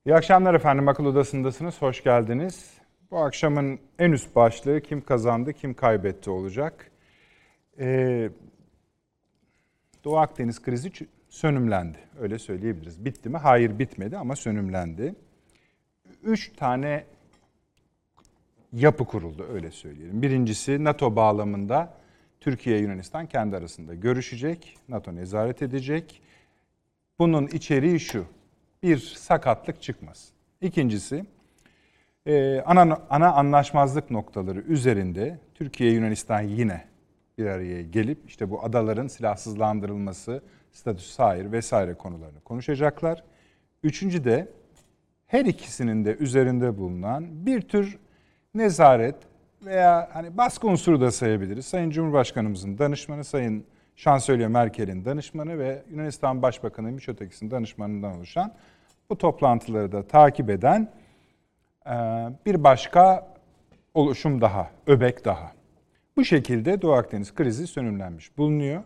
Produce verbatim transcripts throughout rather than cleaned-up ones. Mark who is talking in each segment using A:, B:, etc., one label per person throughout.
A: İyi akşamlar efendim, akıl odasındasınız, hoş geldiniz. Bu akşamın en üst başlığı kim kazandı, kim kaybetti olacak. Ee, Doğu Akdeniz krizi sönümlendi, öyle söyleyebiliriz. Bitti mi? Hayır, bitmedi ama sönümlendi. Üç tane yapı kuruldu, öyle söyleyelim. Birincisi, NATO bağlamında Türkiye, Yunanistan kendi arasında görüşecek, NATO nezaret edecek. Bunun içeriği şu: bir, sakatlık çıkmasın. İkincisi, e, ana, ana anlaşmazlık noktaları üzerinde Türkiye, Yunanistan yine bir araya gelip işte bu adaların silahsızlandırılması, statüsü hayır vesaire konularını konuşacaklar. Üçüncü de her ikisinin de üzerinde bulunan bir tür nezaret veya hani baskı unsuru da sayabiliriz. Sayın Cumhurbaşkanımızın danışmanı, Sayın Şansölye Merkel'in danışmanı ve Yunanistan Başbakanı Mitsotakis'in danışmanından oluşan, bu toplantıları da takip eden bir başka oluşum daha, öbek daha. Bu şekilde Doğu Akdeniz krizi sönümlenmiş bulunuyor.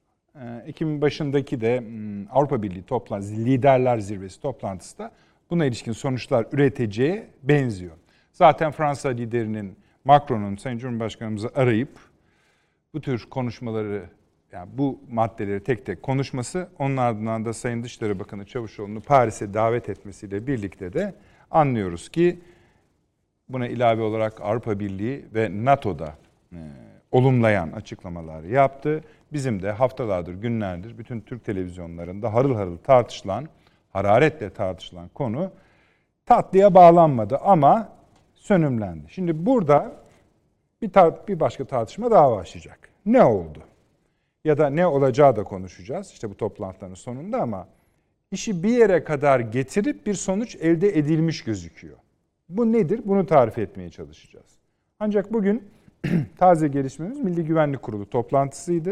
A: Ekim başındaki de Avrupa Birliği toplantısı, Liderler Zirvesi toplantısı da buna ilişkin sonuçlar üreteceğe benziyor. Zaten Fransa liderinin, Macron'un Sayın Cumhurbaşkanımızı arayıp bu tür konuşmaları, yani bu maddeleri tek tek konuşması, onun ardından da Sayın Dışişleri Bakanı Çavuşoğlu'nu Paris'e davet etmesiyle birlikte de anlıyoruz ki buna ilave olarak Avrupa Birliği ve NATO'da e, olumlayan açıklamalar yaptı. Bizim de haftalardır, günlerdir bütün Türk televizyonlarında harıl harıl tartışılan, hararetle tartışılan konu tatlıya bağlanmadı ama sönümlendi. Şimdi burada bir, tar- bir başka tartışma daha başlayacak. Ne oldu? Ya da ne olacağı da konuşacağız işte bu toplantıların sonunda, ama işi bir yere kadar getirip bir sonuç elde edilmiş gözüküyor. Bu nedir? Bunu tarif etmeye çalışacağız. Ancak bugün taze gelişmemiz Milli Güvenlik Kurulu toplantısıydı.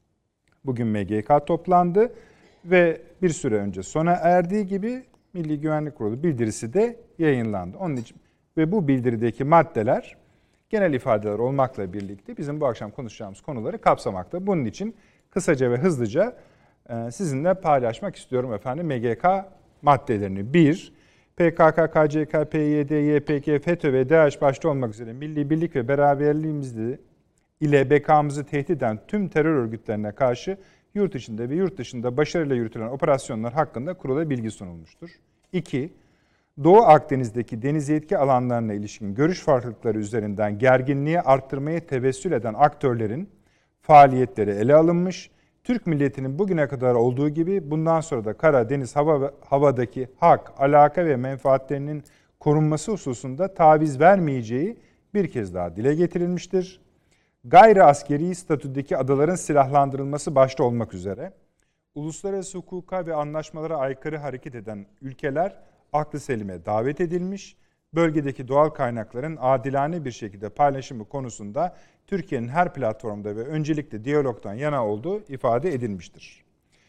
A: Bugün M G K toplandı ve bir süre önce sona erdiği gibi Milli Güvenlik Kurulu bildirisi de yayınlandı. Onun için ve bu bildirideki maddeler genel ifadeler olmakla birlikte bizim bu akşam konuşacağımız konuları kapsamakta. Bunun için kısaca ve hızlıca sizinle paylaşmak istiyorum efendim M G K maddelerini. bir. P K K, K C K, P Y D, Y P G, FETÖ ve DAEŞ başta olmak üzere milli birlik ve beraberliğimizle ile bekamızı tehdit eden tüm terör örgütlerine karşı yurt içinde ve yurt dışında başarıyla yürütülen operasyonlar hakkında kurula bilgi sunulmuştur. iki. Doğu Akdeniz'deki deniz yetki alanlarına ilişkin görüş farklılıkları üzerinden gerginliği arttırmaya tevessül eden aktörlerin faaliyetleri ele alınmış. Türk milletinin bugüne kadar olduğu gibi bundan sonra da kara, deniz, hava, havadaki hak, alaka ve menfaatlerinin korunması hususunda taviz vermeyeceği bir kez daha dile getirilmiştir. Gayri askeri statüdeki adaların silahlandırılması başta olmak üzere uluslararası hukuka ve anlaşmalara aykırı hareket eden ülkeler aklı selime davet edilmiş, bölgedeki doğal kaynakların adilane bir şekilde paylaşımı konusunda Türkiye'nin her platformda ve öncelikle diyalogdan yana olduğu ifade edilmiştir.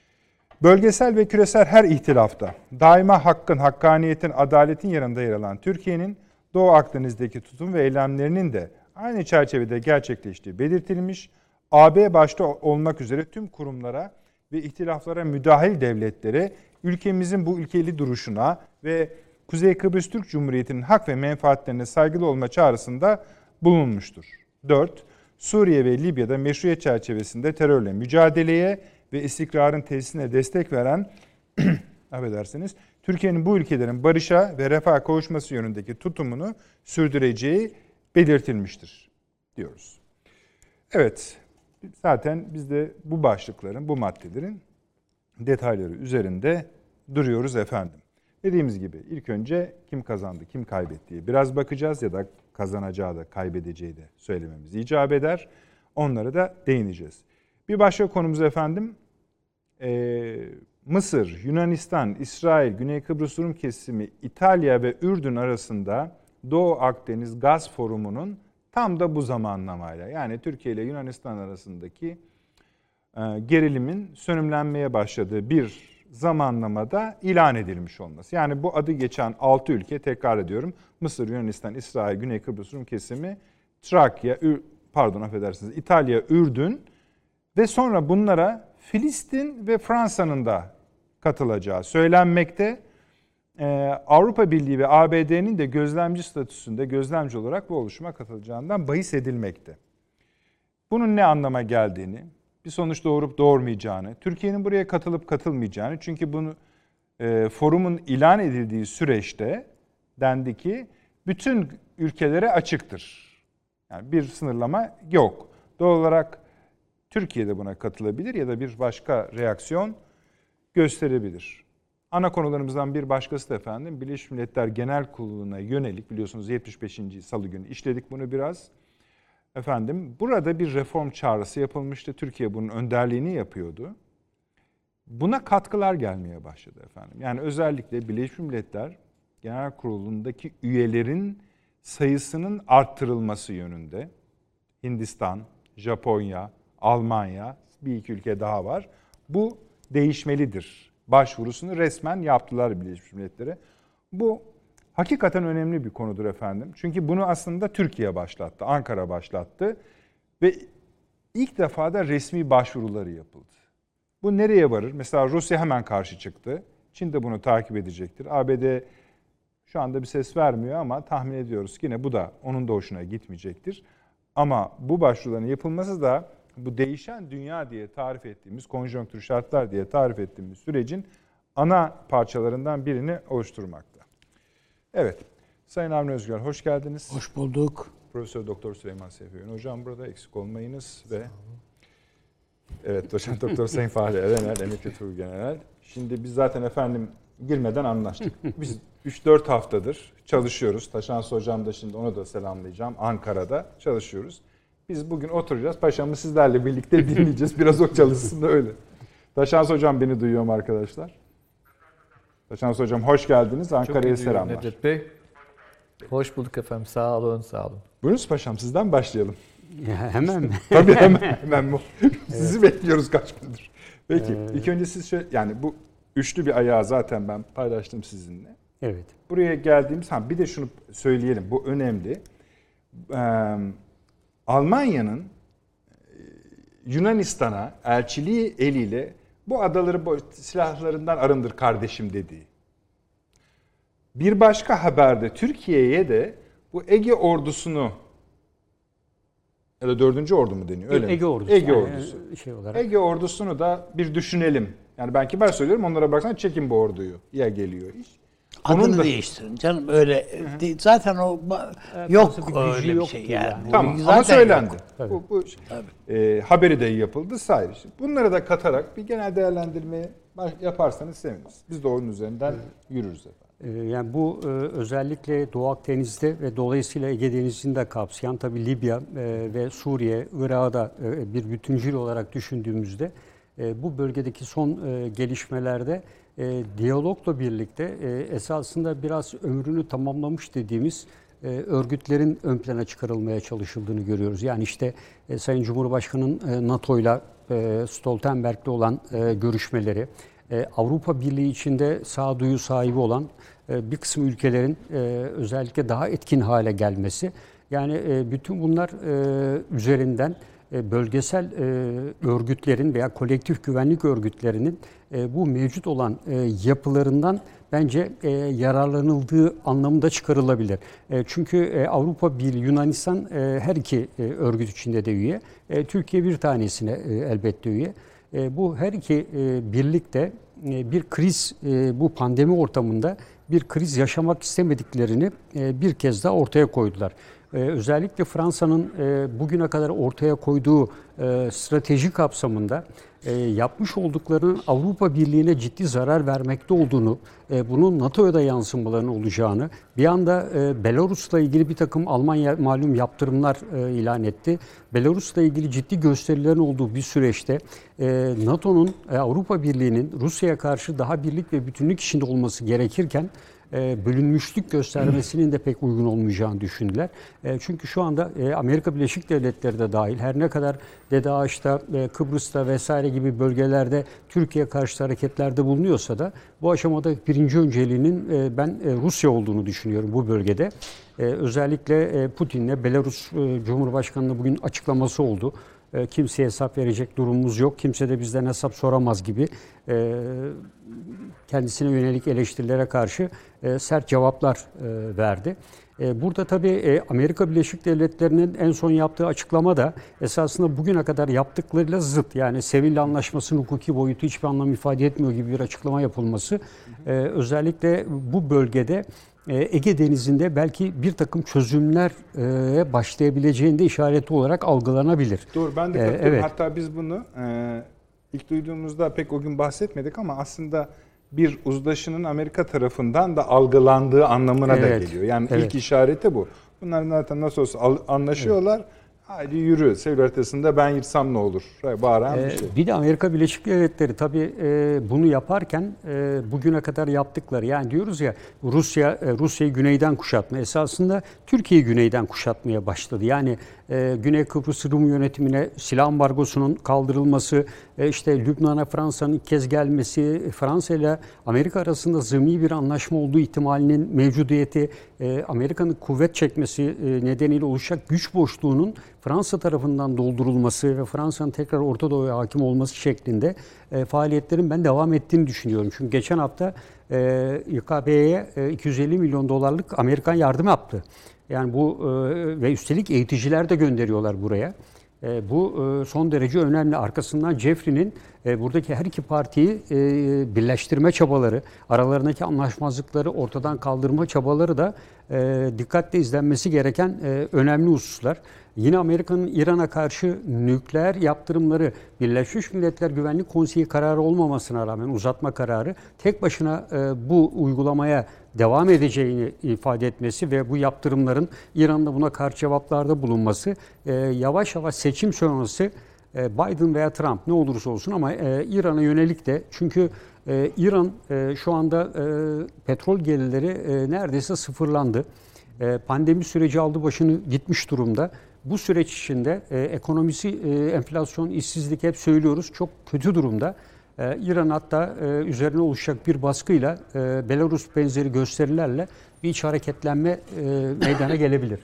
A: Bölgesel ve küresel her ihtilafta daima hakkın, hakkaniyetin, adaletin yanında yer alan Türkiye'nin Doğu Akdeniz'deki tutum ve eylemlerinin de aynı çerçevede gerçekleştiği belirtilmiş, A B başta olmak üzere tüm kurumlara ve ihtilaflara müdahil devletlere ülkemizin bu ilkeli duruşuna ve Kuzey Kıbrıs Türk Cumhuriyeti'nin hak ve menfaatlerine saygılı olma çağrısında bulunmuştur. dört. Suriye ve Libya'da meşruiyet çerçevesinde terörle mücadeleye ve istikrarın tesisine destek veren affedersiniz, Türkiye'nin bu ülkelerin barışa ve refaha kavuşması yönündeki tutumunu sürdüreceği belirtilmiştir diyoruz. Evet, zaten biz de bu başlıkların, bu maddelerin detayları üzerinde duruyoruz efendim. Dediğimiz gibi ilk önce kim kazandı, kim kaybetti biraz bakacağız ya da kazanacağı da kaybedeceği de söylememiz icap eder. Onlara da değineceğiz. Bir başka konumuz efendim, e, Mısır, Yunanistan, İsrail, Güney Kıbrıs Rum kesimi, İtalya ve Ürdün arasında Doğu Akdeniz Gaz Forumu'nun tam da bu zamanlamayla, yani Türkiye ile Yunanistan arasındaki e, gerilimin sönümlenmeye başladığı bir zamanlamada ilan edilmiş olması. Yani bu adı geçen altı ülke, tekrar ediyorum: Mısır, Yunanistan, İsrail, Güney Kıbrıs Rum kesimi, Trakya, Ür, pardon affedersiniz, İtalya, Ürdün ve sonra bunlara Filistin ve Fransa'nın da katılacağı söylenmekte. Avrupa Birliği ve A B D'nin de gözlemci statüsünde gözlemci olarak bu oluşuma katılacağından bahis edilmekte. Bunun ne anlama geldiğini, bir sonuç doğurup doğurmayacağını, Türkiye'nin buraya katılıp katılmayacağını, çünkü bunu e, forumun ilan edildiği süreçte dendi ki bütün ülkelere açıktır. Yani bir sınırlama yok. Doğal olarak Türkiye de buna katılabilir ya da bir başka reaksiyon gösterebilir. Ana konularımızdan bir başkası da efendim Birleşmiş Milletler Genel Kurulu'na yönelik, biliyorsunuz yetmiş beşinci Salı günü işledik bunu biraz. Efendim burada bir reform çağrısı yapılmıştı. Türkiye bunun önderliğini yapıyordu. Buna katkılar gelmeye başladı efendim. Yani özellikle Birleşmiş Milletler Genel Kurulu'ndaki üyelerin sayısının arttırılması yönünde. Hindistan, Japonya, Almanya, bir iki ülke daha var. Bu değişmelidir. Başvurusunu resmen yaptılar Birleşmiş Milletler'e. Bu hakikaten önemli bir konudur efendim. Çünkü bunu aslında Türkiye başlattı, Ankara başlattı ve ilk defa da resmi başvuruları yapıldı. Bu nereye varır? Mesela Rusya hemen karşı çıktı. Çin de bunu takip edecektir. A B D şu anda bir ses vermiyor ama tahmin ediyoruz ki yine bu da onun da hoşuna gitmeyecektir. Ama bu başvuruların yapılması da bu değişen dünya diye tarif ettiğimiz, konjonktür şartlar diye tarif ettiğimiz sürecin ana parçalarından birini oluşturmakta. Evet, Sayın Avni Özgür, hoş geldiniz.
B: Hoş bulduk.
A: Profesör Doktor Süleyman Seyfi Öğün hocam burada, eksik olmayınız ve evet, Doçent Doktor Sayın Fahri Erenel, Emekli Turgeneral. Şimdi biz zaten efendim girmeden anlaştık. Biz üç dört haftadır çalışıyoruz. Taşansı hocam da şimdi onu da selamlayacağım. Ankara'da çalışıyoruz. Biz bugün oturacağız. Paşamı sizlerle birlikte dinleyeceğiz. Biraz o çalışsın da öyle. Taşansı hocam beni duyuyor mu arkadaşlar? Taşansı hocam hoş geldiniz. Ankara'ya selamlar.
C: Nedret Bey. Hoş bulduk efendim. Sağ olun, sağ olun.
A: Buyurunuz paşam, sizden başlayalım.
B: Ya hemen mi?
A: Tabii hemen. hemen. Sizi evet. Bekliyoruz kaç gündür. Peki ee... ilk önce siz şöyle, yani bu üçlü bir ayağı zaten ben paylaştım sizinle.
B: Evet.
A: Buraya geldiğimiz, ha bir de şunu söyleyelim, bu önemli. Ee, Almanya'nın Yunanistan'a elçiliği eliyle bu adaları silahlarından arındır kardeşim dediği. Bir başka haberde Türkiye'ye de bu Ege ordusunu ya da dördüncü ordu mu deniyor? Öyle
B: Ege
A: mi?
B: ordusu.
A: Ege
B: yani
A: ordusu.
B: Şey olarak.
A: Ege ordusunu da bir düşünelim. Yani ben kibar söylüyorum, onlara baksan çekin bu orduyu. Ya geliyor iş.
B: Adını Onun da... değiştirin canım, öyle değil. Zaten o evet, yok bir öyle bir şey yani. yani.
A: Tamam zaten ama söylendi. Bu, bu e, haberi de yapıldı sahibi. Bunları da katarak bir genel değerlendirme yaparsanız seviniriz. Biz de onun üzerinden evet. yürürüz efendim.
B: Yani bu özellikle Doğu Akdeniz'de ve dolayısıyla Ege Denizi'ni de kapsayan tabii Libya ve Suriye, Irak'ı da bir bütüncül olarak düşündüğümüzde bu bölgedeki son gelişmelerde E, diyalogla birlikte e, esasında biraz ömrünü tamamlamış dediğimiz e, örgütlerin ön plana çıkarılmaya çalışıldığını görüyoruz. Yani işte e, Sayın Cumhurbaşkanı'nın e, NATO'yla e, Stoltenberg'le olan e, görüşmeleri, e, Avrupa Birliği içinde sağduyu sahibi olan e, bir kısım ülkelerin e, özellikle daha etkin hale gelmesi. Yani e, bütün bunlar e, üzerinden bölgesel örgütlerin veya kolektif güvenlik örgütlerinin bu mevcut olan yapılarından bence yararlanıldığı anlamında çıkarılabilir. Çünkü Avrupa Birliği, Yunanistan her iki örgüt içinde de üye. Türkiye bir tanesine elbette üye. Bu her iki birlikte bir kriz, bu pandemi ortamında bir kriz yaşamak istemediklerini bir kez daha ortaya koydular. Ee, özellikle Fransa'nın e, bugüne kadar ortaya koyduğu e, strateji kapsamında e, yapmış olduklarının Avrupa Birliği'ne ciddi zarar vermekte olduğunu, e, bunun NATO'ya da yansımalarının olacağını, bir anda e, Belarus'la ilgili bir takım Almanya malum yaptırımlar e, ilan etti. Belarus'la ilgili ciddi gösterilerin olduğu bir süreçte e, NATO'nun, e, Avrupa Birliği'nin Rusya'ya karşı daha birlik ve bütünlük içinde olması gerekirken, bölünmüşlük göstermesinin de pek uygun olmayacağını düşündüler. Çünkü şu anda Amerika Birleşik Devletleri de dahil her ne kadar DAEŞ'ta, Kıbrıs'ta vesaire gibi bölgelerde Türkiye karşı hareketlerde bulunuyorsa da bu aşamada birinci önceliğinin ben Rusya olduğunu düşünüyorum bu bölgede. Özellikle Putin'le Belarus Cumhurbaşkanı'nın bugün açıklaması oldu. E, kimseye hesap verecek durumumuz yok. Kimse de bizden hesap soramaz gibi e, kendisine yönelik eleştirilere karşı e, sert cevaplar e, verdi. E, burada tabii e, Amerika Birleşik Devletleri'nin en son yaptığı açıklama da esasında bugüne kadar yaptıklarıyla zıt. Yani Seville Anlaşması'nın hukuki boyutu hiçbir anlam ifade etmiyor gibi bir açıklama yapılması. E, özellikle bu bölgede Ege Denizi'nde belki bir takım çözümlere başlayabileceğinde işareti olarak algılanabilir.
A: Doğru, ben de katılıyorum.
B: Evet.
A: Hatta biz bunu e, ilk duyduğumuzda pek o gün bahsetmedik ama aslında bir uzlaşının Amerika tarafından da algılandığı anlamına evet. da geliyor. Yani evet. ilk işareti bu. Bunlar zaten nasıl olsa anlaşıyorlar. Evet. Haydi yürü, Sevil haritasında ben yırsam ne olur? Bağıran bir şey.
B: Bir de Amerika Birleşik Devletleri tabii bunu yaparken bugüne kadar yaptıkları, yani diyoruz ya Rusya Rusya'yı güneyden kuşatma, esasında Türkiye'yi güneyden kuşatmaya başladı. Yani Güney Kıbrıs Rum yönetimine silah ambargosunun kaldırılması, işte Lübnan'a Fransa'nın ilk kez gelmesi, Fransa ile Amerika arasında zımni bir anlaşma olduğu ihtimalinin mevcudiyeti, Amerika'nın kuvvet çekmesi nedeniyle oluşacak güç boşluğunun Fransa tarafından doldurulması ve Fransa'nın tekrar Orta Doğu'ya hakim olması şeklinde e, faaliyetlerin ben devam ettiğini düşünüyorum. Çünkü geçen hafta e, Y K B'ye e, iki yüz elli milyon dolarlık Amerikan yardımı yaptı. Yani bu e, ve üstelik eğiticiler de gönderiyorlar buraya. E, bu e, son derece önemli. Arkasından Jeffrey'nin e, buradaki her iki partiyi e, birleştirme çabaları, aralarındaki anlaşmazlıkları ortadan kaldırma çabaları da e, dikkatle izlenmesi gereken e, önemli hususlar. Yine Amerika'nın İran'a karşı nükleer yaptırımları, Birleşmiş Milletler Güvenlik Konseyi kararı olmamasına rağmen uzatma kararı tek başına e, bu uygulamaya devam edeceğini ifade etmesi ve bu yaptırımların İran'da buna karşı cevaplarda bulunması e, yavaş yavaş seçim sonrası e, Biden veya Trump ne olursa olsun ama e, İran'a yönelik de, çünkü e, İran e, şu anda e, petrol gelirleri e, neredeyse sıfırlandı. E, pandemi süreci aldı başını gitmiş durumda. Bu süreç içinde e, ekonomisi, e, enflasyon, işsizlik hep söylüyoruz çok kötü durumda. E, İran hatta e, üzerine oluşacak bir baskıyla e, Belarus benzeri gösterilerle bir iç hareketlenme e, meydana gelebilir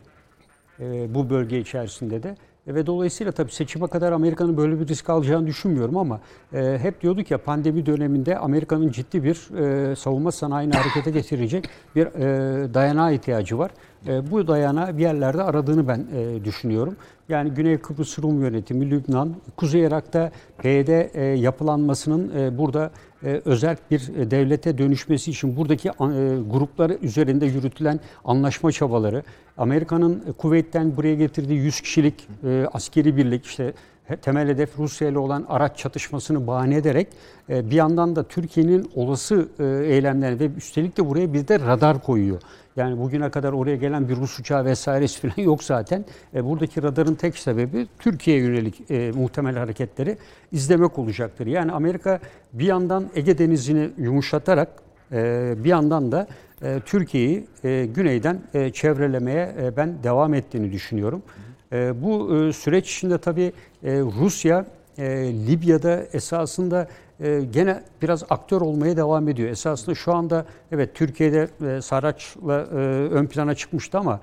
B: e, bu bölge içerisinde de. E, ve dolayısıyla tabii seçime kadar Amerika'nın böyle bir risk alacağını düşünmüyorum ama e, hep diyorduk ya, pandemi döneminde Amerika'nın ciddi bir e, savunma sanayini harekete getirecek bir e, dayanağa ihtiyacı var. E, bu dayanağı bir yerlerde aradığını ben e, düşünüyorum. Yani Güney Kıbrıs Rum yönetimi, Lübnan, Kuzey Irak'ta P Y D e, yapılanmasının e, burada e, özel bir e, devlete dönüşmesi için buradaki e, gruplar üzerinde yürütülen anlaşma çabaları, Amerika'nın e, Kuveyt'ten buraya getirdiği yüz kişilik e, askeri birlik, işte temel hedef Rusya ile olan araç çatışmasını bahane ederek e, bir yandan da Türkiye'nin olası e, eylemlerini ve üstelik de buraya bir de radar koyuyor. Yani bugüne kadar oraya gelen bir Rus uçağı vesairesi falan yok zaten. E, buradaki radarın tek sebebi Türkiye'ye yönelik e, muhtemel hareketleri izlemek olacaktır. Yani Amerika bir yandan Ege Denizi'ni yumuşatarak e, bir yandan da e, Türkiye'yi e, güneyden e, çevrelemeye e, ben devam ettiğini düşünüyorum. E, bu e, süreç içinde tabii e, Rusya e, Libya'da esasında e, gene biraz aktör olmaya devam ediyor. Esasında şu anda evet Türkiye'de e, Saraç'la e, ön plana çıkmıştı ama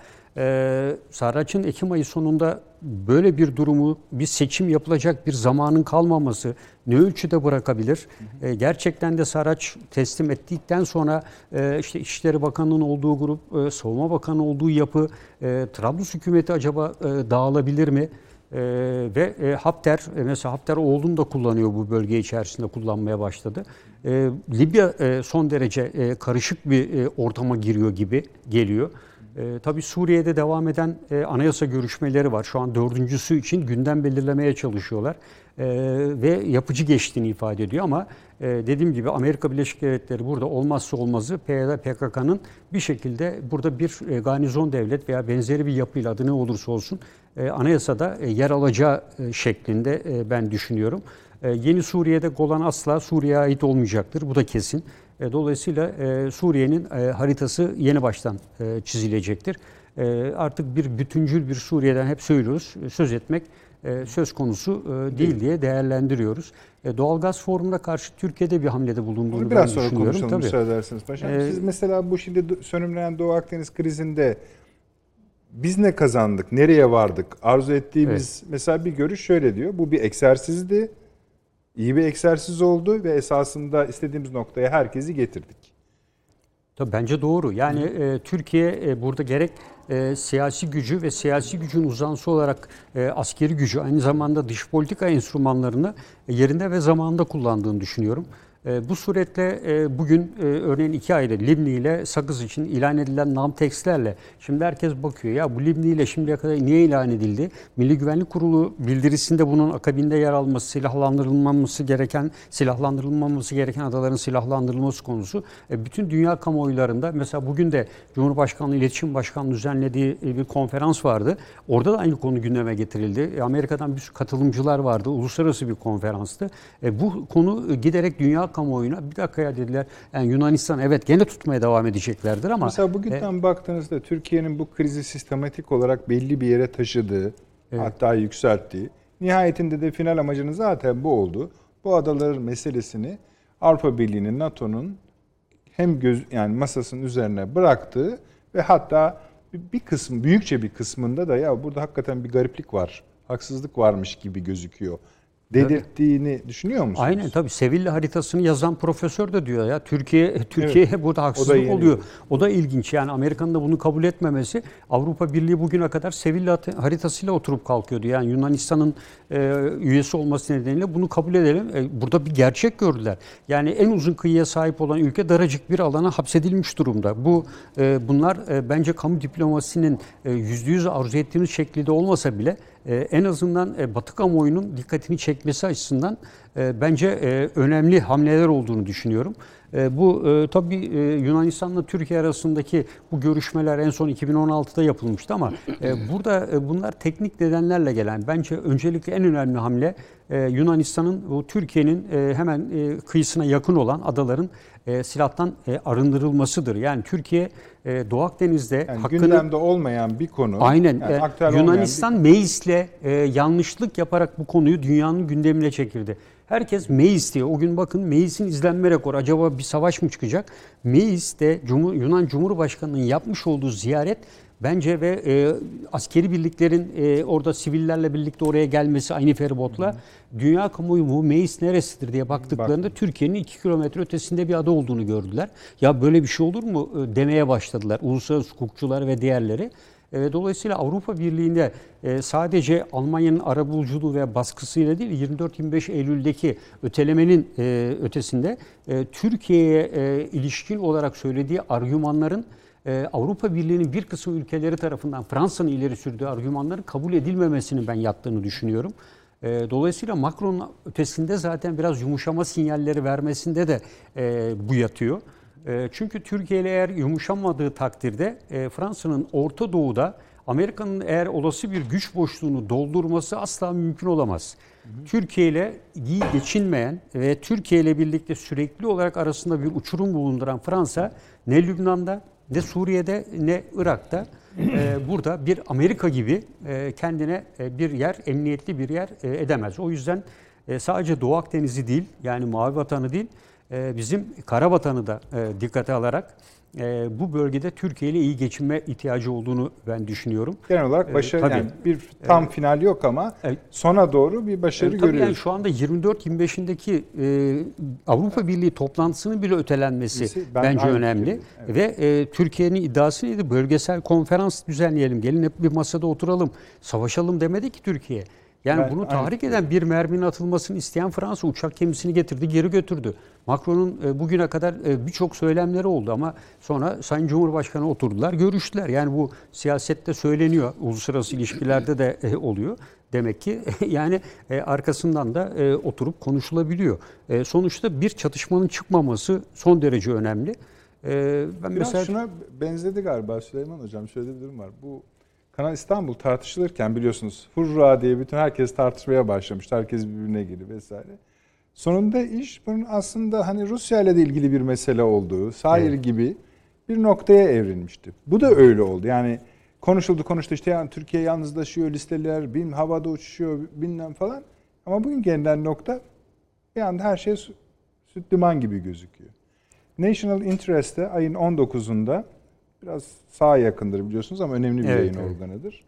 B: e, Saraç'ın Ekim ayı sonunda böyle bir durumu, bir seçim yapılacak bir zamanın kalmaması ne ölçüde bırakabilir? Hı hı. E, gerçekten de Saraç teslim ettikten sonra e, işte İçişleri Bakanı'nın olduğu grup, e, Savunma Bakanı olduğu yapı, e, Trablus hükümeti acaba e, dağılabilir mi? Ee, ve e, Hafter, e, mesela Hafter oğlunu da kullanıyor, bu bölge içerisinde kullanmaya başladı. E, Libya e, son derece e, karışık bir e, ortama giriyor gibi geliyor. E, tabii Suriye'de devam eden e, anayasa görüşmeleri var. Şu an dördüncüsü için gündem belirlemeye çalışıyorlar. E, ve yapıcı geçtiğini ifade ediyor ama e, dediğim gibi Amerika Birleşik Devletleri burada olmazsa olmazı P Y D P K K'nın bir şekilde burada bir e, garnizon devlet veya benzeri bir yapıyla, adı ne olursa olsun e, anayasada e, yer alacağı e, şeklinde e, ben düşünüyorum. E, yeni Suriye'de Golan asla Suriye'ye ait olmayacaktır. Bu da kesin. E, dolayısıyla e, Suriye'nin e, haritası yeni baştan e, çizilecektir. E, artık bir bütüncül bir Suriye'den hep söylüyoruz, söz etmek e, söz konusu e, değil diye değerlendiriyoruz. E, Doğalgaz Forumu'na karşı Türkiye'de bir hamlede bulunduğunu
A: Onu biraz
B: ben
A: sonra
B: düşünüyorum.
A: konuşalım
B: Tabii.
A: müsaade ederseniz paşam. Ee, Siz mesela bu şimdi sönümleyen Doğu Akdeniz krizinde biz ne kazandık, nereye vardık, arzu ettiğimiz
B: Evet.
A: mesela bir görüş şöyle diyor. Bu bir egzersizdi, iyi bir egzersiz oldu ve esasında istediğimiz noktaya herkesi getirdik.
B: Tabii bence doğru. Yani e, Türkiye e, burada gerek e, siyasi gücü ve siyasi gücün uzantısı olarak e, askeri gücü aynı zamanda dış politika enstrümanlarını e, yerinde ve zamanında kullandığını düşünüyorum. E, bu suretle e, bugün e, örneğin iki ayda Libni ile Sakız için ilan edilen namtekstlerle şimdi herkes bakıyor ya bu Libni ile şimdiye kadar niye ilan edildi? Milli Güvenlik Kurulu bildirisinde bunun akabinde yer alması, silahlandırılmaması gereken, silahlandırılmaması gereken adaların silahlandırılması konusu e, bütün dünya kamuoylarında mesela bugün de Cumhurbaşkanlığı İletişim Başkanlığı düzenlediği e, bir konferans vardı. Orada da aynı konu gündeme getirildi. E, Amerika'dan bir sürü katılımcılar vardı. Uluslararası bir konferanstı. E, bu konu e, giderek dünya kamuoyuna bir dakika dediler. Yani Yunanistan evet gene tutmaya devam edeceklerdir ama.
A: Mesela bugünden e, baktığınızda Türkiye'nin bu krizi sistematik olarak belli bir yere taşıdığı, evet. hatta yükselttiği, nihayetinde de final amacının zaten bu oldu. Bu adaların meselesini Avrupa Birliği'nin, NATO'nun hem göz yani masasının üzerine bıraktığı ve hatta bir kısmı, büyükçe bir kısmında da ya burada hakikaten bir gariplik var, haksızlık varmış gibi gözüküyor dedirttiğini tabii. düşünüyor musunuz?
B: Aynen tabii. Sevilla haritasını yazan profesör de diyor ya Türkiye Türkiye evet. burada haksızlık o oluyor. O da ilginç. Yani Amerika'nın da bunu kabul etmemesi. Avrupa Birliği bugüne kadar Sevilla haritasıyla oturup kalkıyordu. Yani Yunanistan'ın e, üyesi olması nedeniyle bunu kabul edelim. E, burada bir gerçek gördüler. Yani en uzun kıyıya sahip olan ülke daracık bir alana hapsedilmiş durumda. Bu e, bunlar e, bence kamu diplomasisinin e, yüzde yüz arzu ettiğimiz şekilde olmasa bile Ee, en azından e, Batı kamuoyunun dikkatini çekmesi açısından e, bence e, önemli hamleler olduğunu düşünüyorum. E, bu e, tabii e, Yunanistan'la Türkiye arasındaki bu görüşmeler en son iki bin on altıda yapılmıştı ama e, burada e, bunlar teknik nedenlerle gelen bence öncelikle en önemli hamle e, Yunanistan'ın bu Türkiye'nin e, hemen e, kıyısına yakın olan adaların e, silahtan e, arındırılmasıdır. Yani Türkiye e, Doğu Akdeniz'de
A: yani
B: hakkını...
A: gündemde olmayan bir konu.
B: Aynen.
A: Yani
B: e, Yunanistan bir... Meis'le e, yanlışlık yaparak bu konuyu dünyanın gündemine çekirdi. Herkes Meis diyor. O gün bakın Meis'in izlenme rekoru. Acaba bir savaş mı çıkacak? Meis'te Cumhur, Yunan Cumhurbaşkanı'nın yapmış olduğu ziyaret bence ve e, askeri birliklerin e, orada sivillerle birlikte oraya gelmesi aynı feribotla dünya kamuoyu bu Meis neresidir diye baktıklarında Bak. Türkiye'nin iki kilometre ötesinde bir ada olduğunu gördüler. Ya böyle bir şey olur mu e, demeye başladılar uluslararası hukukçular ve diğerleri. E, dolayısıyla Avrupa Birliği'nde e, sadece Almanya'nın arabuluculuğu ve baskısıyla değil yirmi dört yirmi beş Eylül'deki ötelemenin e, ötesinde e, Türkiye'ye e, ilişkin olarak söylediği argümanların Ee, Avrupa Birliği'nin bir kısım ülkeleri tarafından Fransa'nın ileri sürdüğü argümanların kabul edilmemesinin ben yattığını düşünüyorum. Ee, dolayısıyla Macron'un ötesinde zaten biraz yumuşama sinyalleri vermesinde de e, bu yatıyor. E, çünkü Türkiye ile eğer yumuşamadığı takdirde e, Fransa'nın Orta Doğu'da Amerika'nın eğer olası bir güç boşluğunu doldurması asla mümkün olamaz. Hı hı. Türkiye ile iyi geçinmeyen ve Türkiye ile birlikte sürekli olarak arasında bir uçurum bulunduran Fransa ne Lübnan'da ne Suriye'de ne Irak'ta e, burada bir Amerika gibi e, kendine e, bir yer, emniyetli bir yer e, edemez. O yüzden e, sadece Doğu Akdeniz'i değil yani Mavi Vatanı değil e, bizim Kara Vatanı da e, dikkate alarak e, bu bölgede Türkiye ile iyi geçinme ihtiyacı olduğunu ben düşünüyorum.
A: Genel olarak başarı e, yani bir tam e, final yok ama e, sona doğru bir başarı e, görüyoruz.
B: Yani şu anda yirmi dört yirmi beşindeki e, Avrupa Birliği toplantısının bile ötelenmesi ben bence önemli. Evet. Ve e, Türkiye'nin iddiası neydi? Bölgesel konferans düzenleyelim. Gelin hep bir masada oturalım. Savaşalım demedi ki Türkiye. Yani ben, bunu tahrik eden bir merminin atılmasını isteyen Fransa uçak gemisini getirdi, geri götürdü. Macron'un e, bugüne kadar e, birçok söylemleri oldu ama sonra Sayın Cumhurbaşkanı oturdular, görüştüler. Yani bu siyasette söyleniyor, uluslararası ilişkilerde de e, oluyor. Demek ki yani e, arkasından da e, oturup konuşulabiliyor. E, sonuçta bir çatışmanın çıkmaması son derece önemli.
A: E, ben Biraz mesela şuna benzedi galiba Süleyman Hocam, şöyle bir durum var. Bu Kanal İstanbul tartışılırken biliyorsunuz hurra diye bütün herkes tartışmaya başlamıştı. Herkes birbirine girdi vesaire. Sonunda iş bunun aslında hani Rusya ile de ilgili bir mesele olduğu, sair evet. gibi bir noktaya evrilmişti. Bu da öyle oldu. Yani konuşuldu konuştu işte yani Türkiye yalnızlaşıyor, listeler bin havada uçuşuyor bilmem falan. Ama bugün gelinen nokta bir anda her şey süt liman gibi gözüküyor. National Interest'te ayın on dokuzunda Biraz sağa yakındır biliyorsunuz ama önemli bir
B: Evet,
A: yayın
B: evet.
A: organıdır.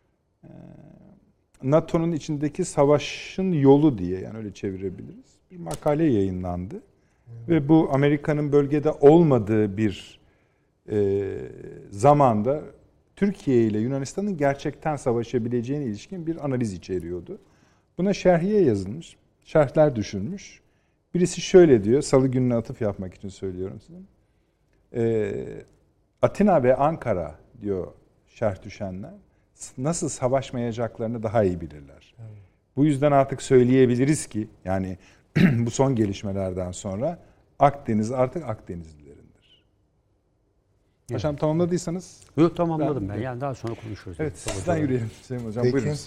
A: NATO'nun içindeki savaşın yolu diye, yani öyle çevirebiliriz, bir makale yayınlandı. Evet. Ve bu Amerika'nın bölgede olmadığı bir e, zamanda Türkiye ile Yunanistan'ın gerçekten savaşabileceğine ilişkin bir analiz içeriyordu. Buna şerhiye yazılmış, şerhler düşünmüş. Birisi şöyle diyor, Salı gününe atıf yapmak için söylüyorum size. E, Atina ve Ankara diyor şerh düşenler, nasıl savaşmayacaklarını daha iyi bilirler. Evet. Bu yüzden artık söyleyebiliriz ki, yani bu son gelişmelerden sonra Akdeniz artık Akdenizlilerindir. Yani. Paşam tamamladıysanız.
B: Yok, tamamladım ben. ben. Yani daha sonra konuşuruz.
A: Evet, sizden yürüyelim Sayın Hocam.
D: Peki.
A: Buyurun.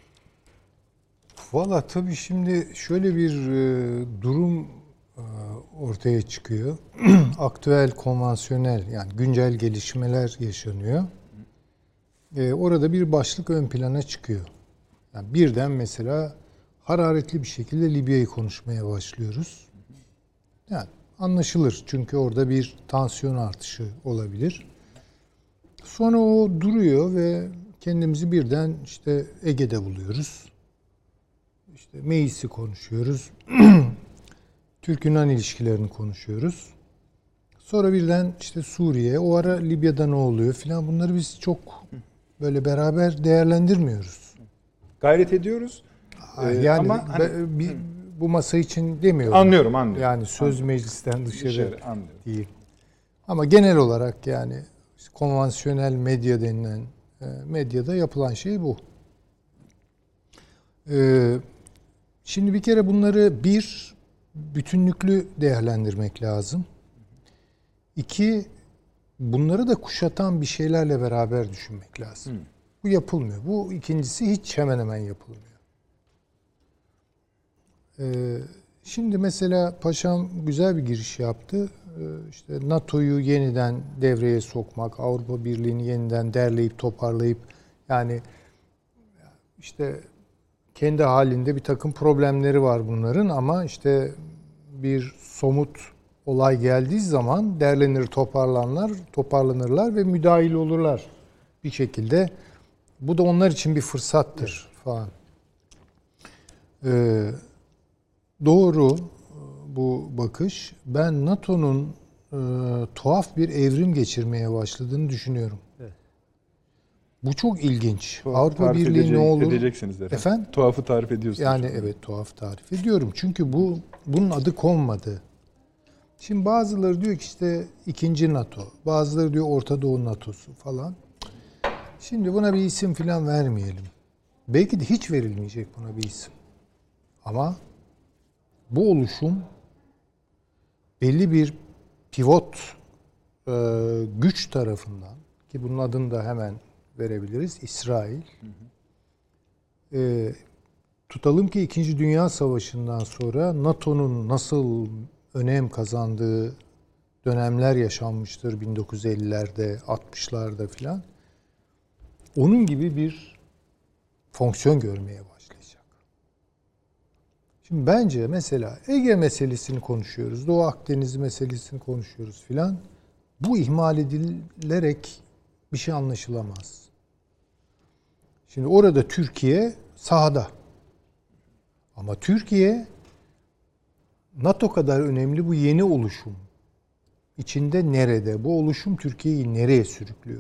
D: Valla tabii şimdi şöyle bir e, durum e, ortaya çıkıyor. Aktüel, konvansiyonel, yani güncel gelişmeler yaşanıyor. E, orada bir başlık ön plana çıkıyor. Yani birden mesela hararetli bir şekilde Libya'yı konuşmaya başlıyoruz. Yani anlaşılır, çünkü orada bir tansiyon artışı olabilir. Sonra o duruyor ve kendimizi birden işte Ege'de buluyoruz. İşte Meis'i konuşuyoruz. Türk-Yunan ilişkilerini konuşuyoruz. Sonra birden işte Suriye, o ara Libya'da ne oluyor filan, bunları biz çok böyle beraber değerlendirmiyoruz.
A: Gayret ediyoruz.
D: Ee, yani ama hani, bir, bu masa için demiyorum.
A: Anlıyorum, anlıyorum.
D: Yani söz
A: anlıyorum.
D: meclisten dışarı,
A: dışarı
D: değil. Ama genel olarak yani işte konvansiyonel medya denilen e, medyada yapılan şey bu. Ee, şimdi bir kere bunları bir, bütünlüklü değerlendirmek lazım. İki, bunları da kuşatan bir şeylerle beraber düşünmek lazım. Hmm. Bu yapılmıyor. Bu ikincisi hiç hemen hemen yapılmıyor. Ee, şimdi mesela Paşam güzel bir giriş yaptı. Ee, işte NATO'yu yeniden devreye sokmak, Avrupa Birliği'ni yeniden derleyip toparlayıp, yani işte kendi halinde bir takım problemleri var bunların, ama işte bir somut olay geldiği zaman derlenir, toparlanırlar, toparlanırlar ve müdahil olurlar bir şekilde. Bu da onlar için bir fırsattır falan. Ee, doğru bu bakış. Ben NATO'nun e, tuhaf bir evrim geçirmeye başladığını düşünüyorum. Evet. Bu çok ilginç. Tuhaf Avrupa Birliği ne olur?
A: Edeceksiniz efendim.
D: Efendim?
A: Tuhafı tarif ediyorsunuz.
D: Yani evet, tuhaf tarif ediyorum. Çünkü bu bunun adı konmadı. Şimdi bazıları diyor ki işte ikinci NATO, bazıları diyor Orta Doğu NATO'su falan. Şimdi buna bir isim falan vermeyelim. Belki de hiç verilmeyecek buna bir isim. Ama bu oluşum belli bir pivot e, güç tarafından, ki bunun adını da hemen verebiliriz, İsrail. Hı hı. E, tutalım ki İkinci Dünya Savaşı'ndan sonra NATO'nun nasıl önem kazandığı dönemler yaşanmıştır bin dokuz yüz ellilerde, altmışlarda filan. Onun gibi bir fonksiyon görmeye başlayacak. Şimdi bence mesela Ege meselesini konuşuyoruz, Doğu Akdeniz meselesini konuşuyoruz filan. Bu ihmal edilerek bir şey anlaşılamaz. Şimdi orada Türkiye sahada. Ama Türkiye NATO kadar önemli bu yeni oluşum içinde nerede? Bu oluşum Türkiye'yi nereye sürüklüyor?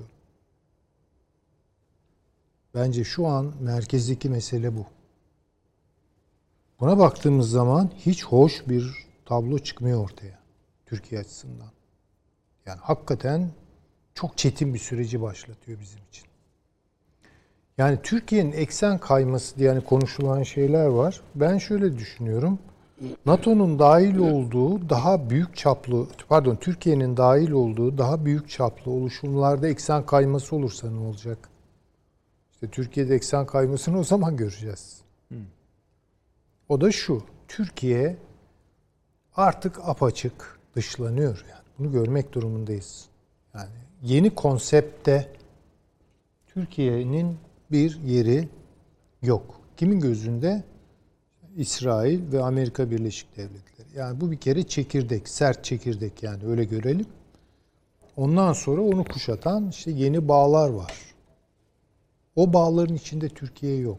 D: Bence şu an merkezdeki mesele bu. Buna baktığımız zaman hiç hoş bir tablo çıkmıyor ortaya Türkiye açısından. Yani hakikaten çok çetin bir süreci başlatıyor bizim için. Yani Türkiye'nin eksen kayması diye yani konuşulan şeyler var. Ben şöyle düşünüyorum. NATO'nun dahil olduğu daha büyük çaplı, pardon Türkiye'nin dahil olduğu daha büyük çaplı oluşumlarda eksen kayması olursa ne olacak? İşte Türkiye'de eksen kaymasını o zaman göreceğiz. Hmm. O da şu, Türkiye artık apaçık dışlanıyor yani. Bunu görmek durumundayız. Yani yeni konsepte Türkiye'nin bir yeri yok. Kimin gözünde? İsrail ve Amerika Birleşik Devletleri. Yani bu bir kere çekirdek, sert çekirdek yani öyle görelim. Ondan sonra onu kuşatan işte yeni bağlar var. O bağların içinde Türkiye yok.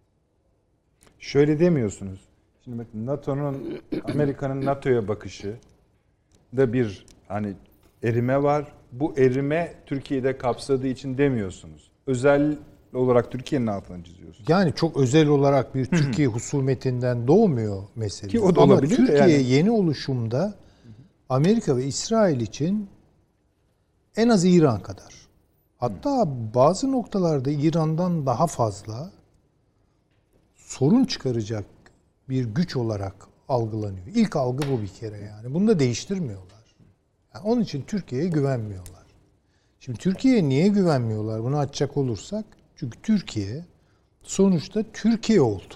A: Şöyle demiyorsunuz. Şimdi bakın NATO'nun, Amerika'nın NATO'ya bakışı da bir hani erime var. Bu erime Türkiye'de kapsadığı için demiyorsunuz. Özel olarak Türkiye'nin altını çiziyorsunuz.
D: Yani çok özel olarak bir Türkiye husumetinden doğmuyor mesele.
A: Ki o da
D: Ama
A: olabilir de
D: Türkiye
A: yani.
D: yeni oluşumda Amerika ve İsrail için en az İran kadar. Hatta bazı noktalarda İran'dan daha fazla sorun çıkaracak bir güç olarak algılanıyor. İlk algı bu bir kere yani. Bunu da değiştirmiyorlar. Yani onun için Türkiye'ye güvenmiyorlar. Şimdi Türkiye'ye niye güvenmiyorlar? Bunu açacak olursak. Çünkü Türkiye sonuçta Türkiye oldu.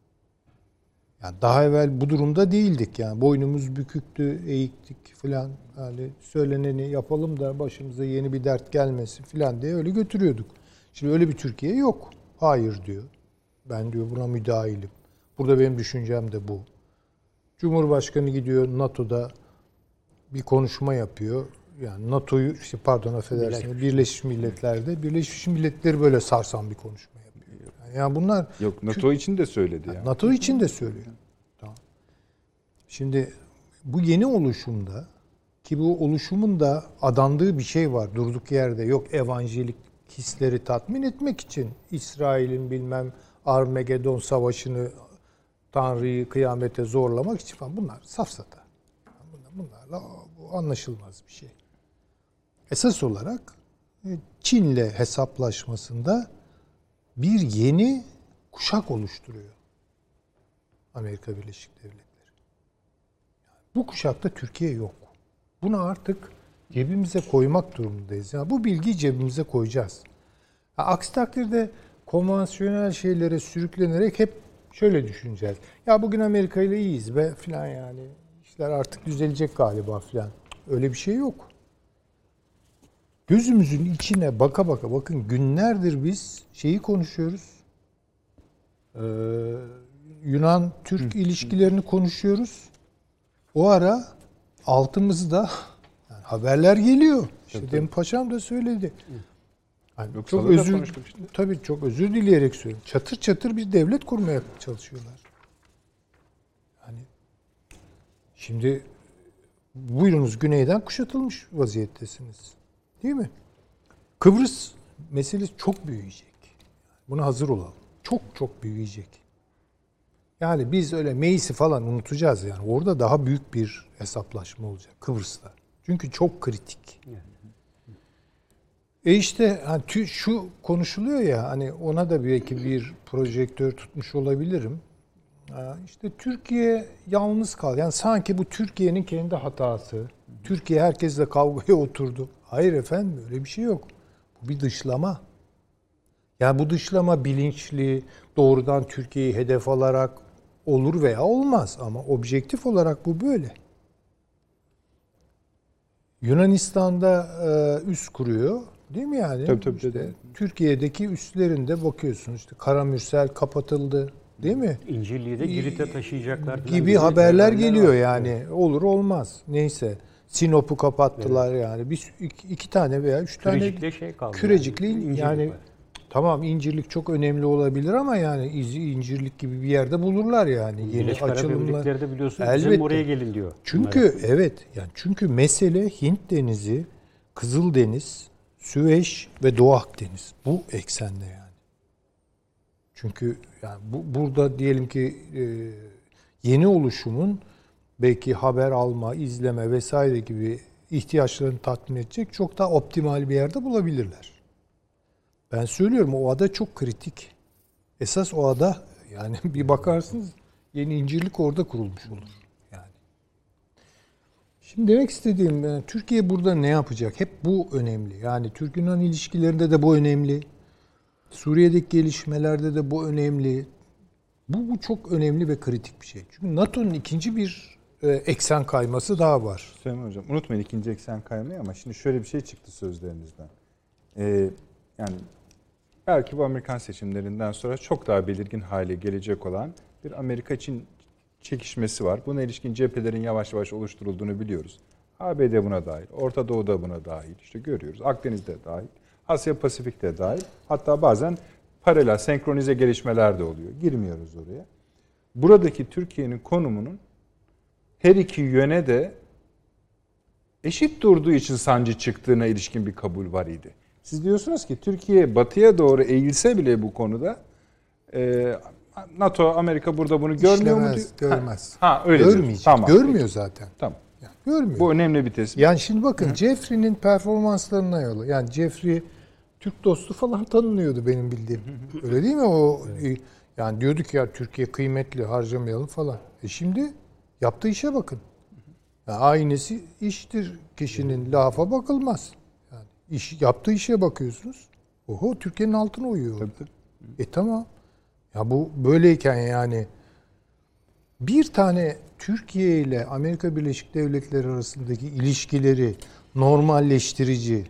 D: Yani daha evvel bu durumda değildik yani. Boynumuz büküktü, eğiktik filan. Yani söyleneni yapalım da başımıza yeni bir dert gelmesin filan diye öyle götürüyorduk. Şimdi öyle bir Türkiye yok. Hayır diyor. Ben diyor buna müdahilim. Burada benim düşüncem de bu. Cumhurbaşkanı gidiyor NATO'da bir konuşma yapıyor. Yani NATO'yu, işte pardon affedersiniz, Birleşmiş Milletler'de Birleşmiş Milletleri böyle sarsan bir konuşma yapıyor. Yani bunlar
A: Yok, NATO için de söyledi yani.
D: NATO için de söylüyor. Tamam. Şimdi bu yeni oluşumda, ki bu oluşumun da adandığı bir şey var durduk yerde. Yok, evanjelik hisleri tatmin etmek için İsrail'in bilmem Armagedon savaşını, Tanrı'yı kıyamete zorlamak için falan, bunlar safsata. Bunlarla bu anlaşılmaz bir şey. Esas olarak Çin'le hesaplaşmasında bir yeni kuşak oluşturuyor Amerika Birleşik Devletleri. Bu kuşakta Türkiye yok. Bunu artık cebimize koymak durumundayız. Yani bu bilgiyi cebimize koyacağız. Ha, aksi takdirde konvansiyonel şeylere sürüklenerek hep şöyle düşüneceğiz. Ya bugün Amerika ile iyiyiz be filan yani. İşler artık düzelecek galiba filan. Öyle bir şey yok. Gözümüzün içine baka baka, bakın günlerdir biz şeyi konuşuyoruz. Ee, Yunan-Türk ilişkilerini konuşuyoruz. O ara altımızda yani haberler geliyor. İşte Dem Paşam da söyledi. Yani
A: Yok,
D: çok özür işte. Tabii çok özür dileyerek söylüyorum. Çatır çatır bir devlet kurmaya çalışıyorlar. Yani şimdi buyurunuz güneyden kuşatılmış vaziyettesiniz. Değil mi? Kıbrıs meselesi çok büyüyecek. Buna hazır olalım. Çok çok büyüyecek. Yani biz öyle Meis'i falan unutacağız yani. Orada daha büyük bir hesaplaşma olacak Kıbrıs'ta. Çünkü çok kritik. E işte hani şu konuşuluyor ya, hani ona da belki bir projektör tutmuş olabilirim. İşte Türkiye yalnız kal. Yani sanki bu Türkiye'nin kendi hatası. Türkiye herkesle kavgaya oturdu. Hayır efendim, öyle bir şey yok. Bu bir dışlama. Yani bu dışlama bilinçli, doğrudan Türkiye'yi hedef alarak olur veya olmaz. Ama objektif olarak bu böyle. Yunanistan'da e, üs kuruyor. Değil mi yani?
A: Tabii tabii.
D: İşte,
A: tabii.
D: Türkiye'deki üslerinde bakıyorsunuz. İşte Karamürsel kapatıldı. Değil mi?
B: İncirli'yi de Girit'e taşıyacaklar
D: gibi,
B: gibi
D: haberler geliyor
B: var.
D: yani. Evet. Olur olmaz. Neyse. Sinop'u kapattılar
B: evet.
D: yani. Bir iki, iki tane veya üç tane
B: Kürecik'le şey kaldı.
D: Kürecik'le
B: yani,
D: yani tamam, incirlik çok önemli olabilir ama yani incirlik gibi bir yerde bulurlar yani. Yeni
B: Birleşik
D: açılımlar.
B: Arap de biliyorsun
D: Elbette.
B: bizim oraya gelin diyor.
D: Çünkü
B: Bunlar.
D: evet yani çünkü mesele Hint Denizi, Kızıldeniz, Süveyş ve Doğu Akdeniz. Bu eksende yani. Çünkü yani bu, burada diyelim ki e, yeni oluşumun belki haber alma, izleme vesaire gibi ihtiyaçlarını tatmin edecek çok daha optimal bir yerde bulabilirler. Ben söylüyorum, o ada çok kritik. Esas o ada yani bir bakarsınız yeni incirlik orada kurulmuş olur. Yani. Şimdi demek istediğim, yani Türkiye burada ne yapacak? Hep bu önemli. Yani Türk-Yunan ilişkilerinde de bu önemli. Suriye'deki gelişmelerde de bu önemli. Bu, bu çok önemli ve kritik bir şey. Çünkü NATO'nun ikinci bir e, eksen kayması daha var.
A: Süleyman Hocam, unutmayın ikinci eksen kaymayı, ama şimdi şöyle bir şey çıktı sözlerinizden. Ee, yani belki bu Amerikan seçimlerinden sonra çok daha belirgin hale gelecek olan bir Amerika-Çin çekişmesi var. Buna ilişkin cephelerin yavaş yavaş oluşturulduğunu biliyoruz. A B D buna dahil. Orta Doğu da buna dahil. İşte görüyoruz. Akdeniz'de dahil. Asya Pasifik'te dahil. Hatta bazen paralel, senkronize gelişmeler de oluyor. Girmiyoruz oraya. Buradaki Türkiye'nin konumunun her iki yöne de eşit durduğu için sancı çıktığına ilişkin bir kabul var idi. Siz diyorsunuz ki Türkiye batıya doğru eğilse bile bu konuda e, NATO, Amerika burada bunu görmüyor mu?
D: İşlemez, görmez.
A: Ha, ha öyle
D: Görmeyecek.
A: Tamam.
D: Görmüyor zaten.
A: Tamam.
D: Yani görmüyor.
A: Bu önemli bir tespit.
D: Yani şimdi bakın Jeffrey'nin performanslarına yolu. Yani Jeffrey Türk dostu falan tanınıyordu benim bildiğim. Öyle değil mi? O yani diyordu ki ya Türkiye kıymetli, harcamayalım falan. E şimdi yaptığı işe bakın. Yani aynısı iştir. Kişinin lafa bakılmaz. Yani iş, yaptığı işe bakıyorsunuz. Oho Türkiye'nin altına uyuyor.
A: Tabii, tabii.
D: E tamam. Ya bu böyleyken yani bir tane Türkiye ile Amerika Birleşik Devletleri arasındaki ilişkileri normalleştirici,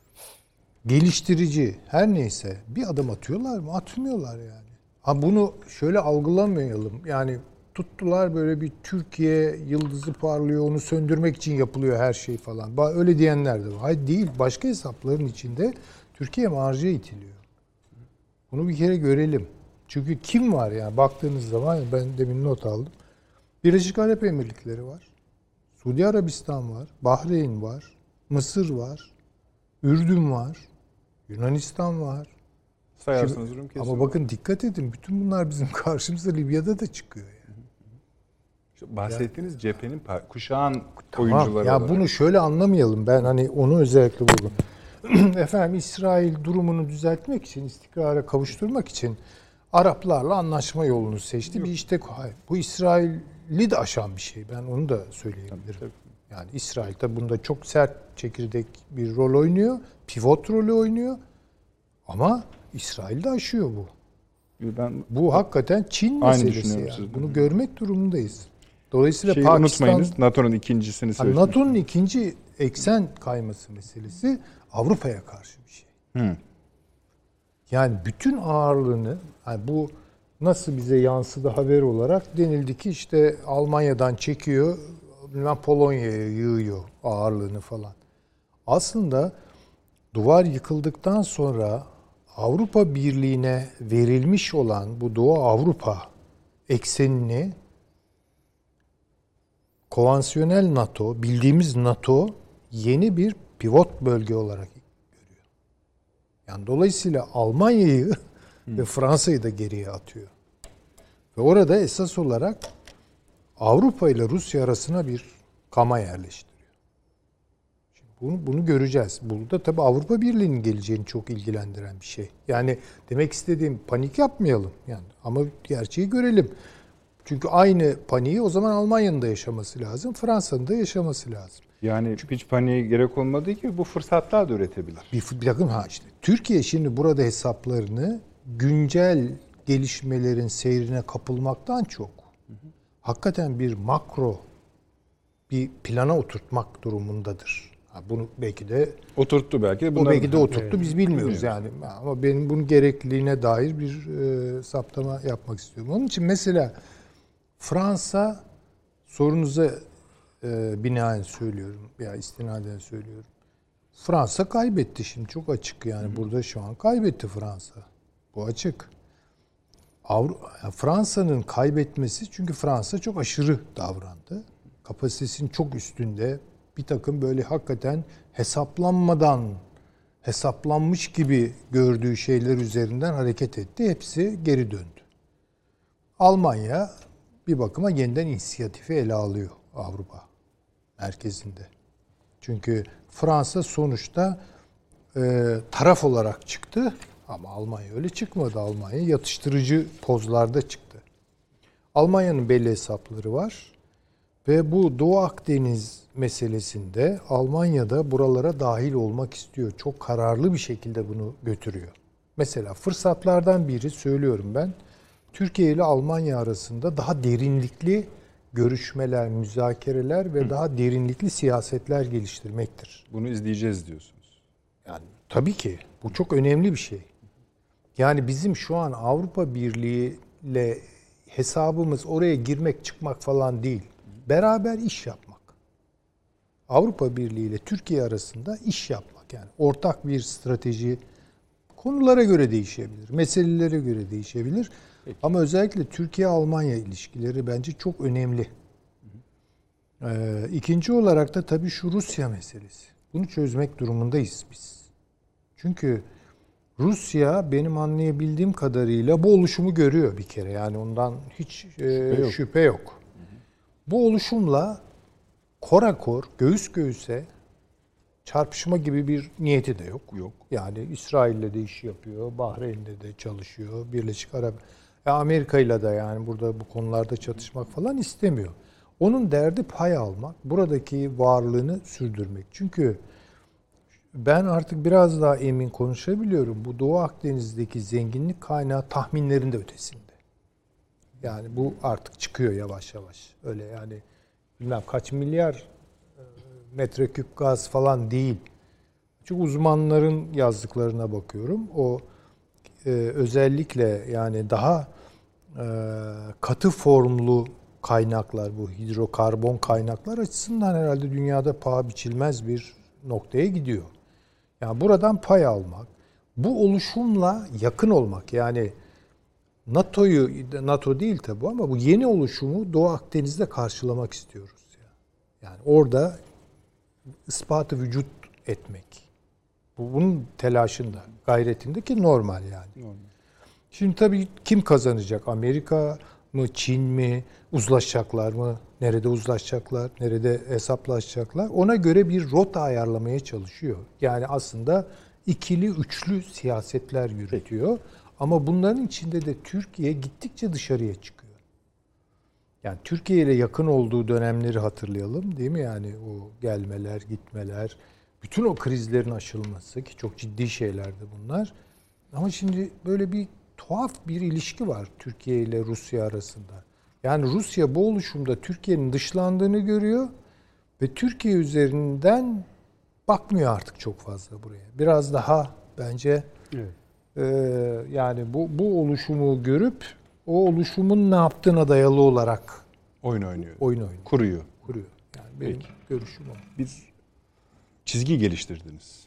D: geliştirici her neyse bir adım atıyorlar mı? Atmıyorlar yani. Ha bunu şöyle algılamayalım. Yani tuttular böyle bir Türkiye yıldızı parlıyor, onu söndürmek için yapılıyor her şey falan. Öyle diyenler de var. Hayır değil. Başka hesapların içinde Türkiye marja itiliyor. Bunu bir kere görelim. Çünkü kim var yani baktığınız zaman ben demin not aldım. Birleşik Arap Emirlikleri var. Suudi Arabistan var. Bahreyn var. Mısır var. Ürdün var. Yunanistan var.
A: Sayarsanız Rum kesin.
D: Ama bakın dikkat edin. Bütün bunlar bizim karşımıza Libya'da da çıkıyor. Yani.
A: İşte bahsettiğiniz ya, cephenin kuşağın
D: tamam,
A: oyuncuları
D: ya
A: olarak.
D: Bunu şöyle anlamayalım. Ben hani onu özellikle vurdum. Efendim İsrail durumunu düzeltmek için, istikrara kavuşturmak için Araplarla anlaşma yolunu seçti. Yok. Bir işte hayır, bu İsrail'i de aşan bir şey. Ben onu da söyleyebilirim. Tabii, tabii. Yani İsrail de bunda çok sert çekirdek bir rol oynuyor. Pivot rolü oynuyor. Ama İsrail de aşıyor bu.
A: Ben
D: bu hakikaten Çin meselesi yani. Bunu görmek durumundayız. Dolayısıyla
A: Şeyi
D: Pakistan...
A: unutmayınız, NATO'nun ikincisini söyledim.
D: NATO'nun ikinci eksen kayması meselesi Avrupa'ya karşı bir şey.
A: Hı.
D: Yani bütün ağırlığını, yani bu nasıl bize yansıdı haber olarak denildi ki işte Almanya'dan çekiyor, Polonya'ya yığıyor ağırlığını falan. Aslında duvar yıkıldıktan sonra Avrupa Birliği'ne verilmiş olan bu Doğu Avrupa eksenini konvansiyonel NATO, bildiğimiz NATO yeni bir pivot bölge olarak görüyor. Yani dolayısıyla Almanya'yı ve Fransa'yı da geriye atıyor. Ve orada esas olarak Avrupa ile Rusya arasına bir kama yerleştiriyor. Şimdi bunu, bunu göreceğiz. Burada tabii Avrupa Birliği'nin geleceğini çok ilgilendiren bir şey. Yani demek istediğim panik yapmayalım. Yani ama gerçeği görelim. Çünkü aynı paniği o zaman Almanya'nın da yaşaması lazım, Fransa'nın da yaşaması lazım.
A: Yani Çünkü, hiç paniğe gerek olmadığı gibi bu fırsatlar da üretebilir.
D: Bir, bir takım ha işte. Türkiye şimdi burada hesaplarını güncel gelişmelerin seyrine kapılmaktan çok hı hı. hakikaten bir makro bir plana oturtmak durumundadır. Ha, bunu belki de
A: oturttu belki de.
D: O belki de oturttu.
A: Evet.
D: Biz bilmiyoruz yani. Ama benim bunun gerekliliğine dair bir e, saptama yapmak istiyorum. Onun için mesela Fransa, sorunuza e, binaen söylüyorum ya istinaden söylüyorum. Fransa kaybetti şimdi çok açık yani. Hı. Burada şu an kaybetti Fransa. Bu açık. Avrupa, Fransa'nın kaybetmesi çünkü Fransa çok aşırı davrandı. Kapasitesinin çok üstünde bir takım böyle hakikaten hesaplanmadan hesaplanmış gibi gördüğü şeyler üzerinden hareket etti. Hepsi geri döndü. Almanya bir bakıma yeniden inisiyatifi ele alıyor Avrupa merkezinde. Çünkü Fransa sonuçta e, taraf olarak çıktı ama Almanya öyle çıkmadı. Almanya yatıştırıcı pozlarda çıktı. Almanya'nın belli hesapları var ve bu Doğu Akdeniz meselesinde Almanya'da buralara dahil olmak istiyor. Çok kararlı bir şekilde bunu götürüyor. Mesela fırsatlardan biri söylüyorum ben. Türkiye ile Almanya arasında daha derinlikli görüşmeler, müzakereler ve Hı. daha derinlikli siyasetler geliştirmektir.
A: Bunu izleyeceğiz diyorsunuz.
D: Yani tabii ki bu çok önemli bir şey. Yani bizim şu an Avrupa Birliği ile hesabımız oraya girmek çıkmak falan değil. Beraber iş yapmak. Avrupa Birliği ile Türkiye arasında iş yapmak. Yani ortak bir strateji konulara göre değişebilir, meselelere göre değişebilir. Peki. Ama özellikle Türkiye-Almanya ilişkileri bence çok önemli. Ee, ikinci olarak da tabii şu Rusya meselesi. Bunu çözmek durumundayız biz. Çünkü Rusya benim anlayabildiğim kadarıyla bu oluşumu görüyor bir kere. Yani ondan hiç e, şüphe yok. Şüphe yok. Hı hı. Bu oluşumla korakor, göğüs göğüse çarpışma gibi bir niyeti de yok. Yok. Yani İsrail'le de iş yapıyor, Bahreyn'de de çalışıyor, Birleşik Arap, ya Amerika'yla da yani burada bu konularda çatışmak falan istemiyor. Onun derdi pay almak, buradaki varlığını sürdürmek. Çünkü ben artık biraz daha emin konuşabiliyorum. Bu Doğu Akdeniz'deki zenginlik kaynağı tahminlerin de ötesinde. Yani bu artık çıkıyor yavaş yavaş. Öyle yani bilmem kaç milyar metreküp gaz falan değil. Çünkü uzmanların yazdıklarına bakıyorum. O e, özellikle yani daha e, katı formlu kaynaklar, bu hidrokarbon kaynaklar açısından herhalde dünyada paha biçilmez bir noktaya gidiyor. Yani buradan pay almak, bu oluşumla yakın olmak, yani NATO'yu, NATO değil tabi ama bu yeni oluşumu Doğu Akdeniz'de karşılamak istiyoruz. Yani orada ispatı vücut etmek. Bu bunun telaşında, gayretinde ki normal yani. Normal. Şimdi tabii kim kazanacak? Amerika mı, Çin mi? Uzlaşacaklar mı? Nerede uzlaşacaklar? Nerede hesaplaşacaklar? Ona göre bir rota ayarlamaya çalışıyor. Yani aslında ikili, üçlü siyasetler yürütüyor. Ama bunların içinde de Türkiye gittikçe dışarıya çıkıyor. Yani Türkiye ile yakın olduğu dönemleri hatırlayalım değil mi? Yani o gelmeler, gitmeler, bütün o krizlerin aşılması ki çok ciddi şeylerdi bunlar. Ama şimdi böyle bir tuhaf bir ilişki var Türkiye ile Rusya arasında. Yani Rusya bu oluşumda Türkiye'nin dışlandığını görüyor ve Türkiye üzerinden bakmıyor artık çok fazla buraya. Biraz daha bence evet. e, yani bu bu oluşumu görüp o oluşumun ne yaptığına dayalı olarak
A: oyun oynuyor.
D: Oyun oynuyor.
A: Kuruyor.
D: Kuruyor. Yani benim Peki. görüşüm o.
A: Bir çizgi geliştirdiniz.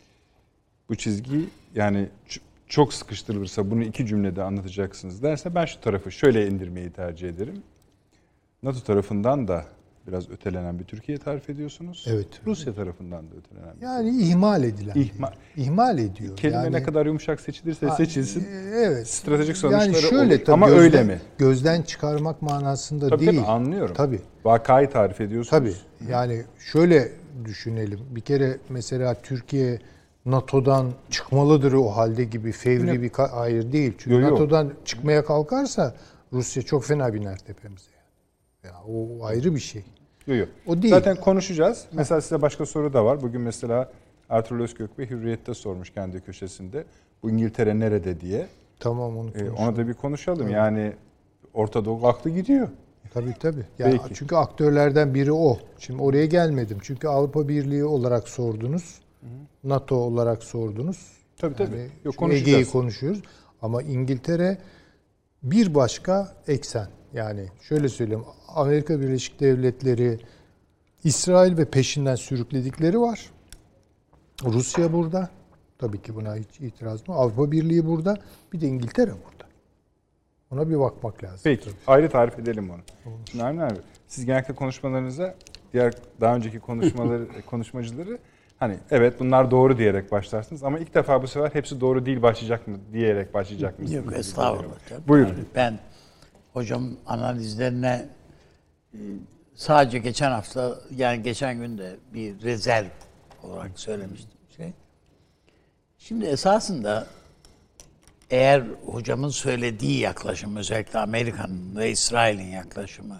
A: Bu çizgi yani çok sıkıştırılırsa bunu iki cümlede anlatacaksınız derse ben şu tarafı şöyle indirmeyi tercih ederim. NATO tarafından da biraz ötelenen bir Türkiye tarif ediyorsunuz.
D: Evet.
A: Rusya tarafından da ötelenen.
D: Yani ihmal edilen. İhmal, ihmal ediyor.
A: Kelime
D: yani,
A: ne kadar yumuşak seçilirse ha, seçilsin.
D: Evet.
A: Stratejik sonuçları
D: yani şöyle,
A: olur. Ama
D: gözden,
A: öyle mi?
D: Gözden çıkarmak manasında
A: tabii,
D: değil.
A: Tabii anlıyorum.
D: Tabii.
A: Vakayı tarif ediyorsunuz.
D: Tabii. Yani şöyle düşünelim. Bir kere mesela Türkiye NATO'dan çıkmalıdır o halde gibi fevri ne? bir hayır değil. Çünkü yo, yo. NATO'dan çıkmaya kalkarsa Rusya çok fena biner tepemize. Yani. Ya o ayrı bir şey.
A: Yok yok. O değil. Zaten konuşacağız. Mesela size başka soru da var. Bugün mesela Ertuğrul Özkök Bey Hürriyet'te sormuş kendi köşesinde. Bu İngiltere nerede diye.
D: Tamam onu konuşalım.
A: Ee, ona da bir konuşalım. Evet. Yani Orta Doğu aklı gidiyor.
D: Tabii tabii. Yani çünkü aktörlerden biri o. Şimdi oraya gelmedim. Çünkü Avrupa Birliği olarak sordunuz. Hı hı. NATO olarak sordunuz.
A: Tabii tabii. Yani
D: Yok, Ege'yi konuşuyoruz. Ama İngiltere bir başka eksen. Yani şöyle söyleyeyim. Amerika Birleşik Devletleri, İsrail ve peşinden sürükledikleri var. Rusya burada. Tabii ki buna hiç itiraz mı? Avrupa Birliği burada. Bir de İngiltere burada. Ona bir bakmak lazım.
A: Peki. Tabii. Ayrı tarif edelim onu. Olur. Şimdi Avni abi, siz genellikle konuşmalarınıza diğer daha önceki konuşmaları konuşmacıları hani evet bunlar doğru diyerek başlarsınız ama ilk defa bu sefer hepsi doğru değil başlayacak mı diyerek başlayacak mısınız?
E: Yok estağfurullah.
A: Buyurun.
E: Yani ben hocam analizlerine sadece geçen hafta yani geçen gün de bir rezerv olarak söylemiştim şey. Şimdi esasında eğer hocamın söylediği yaklaşım özellikle Amerika'nın ve İsrail'in yaklaşımı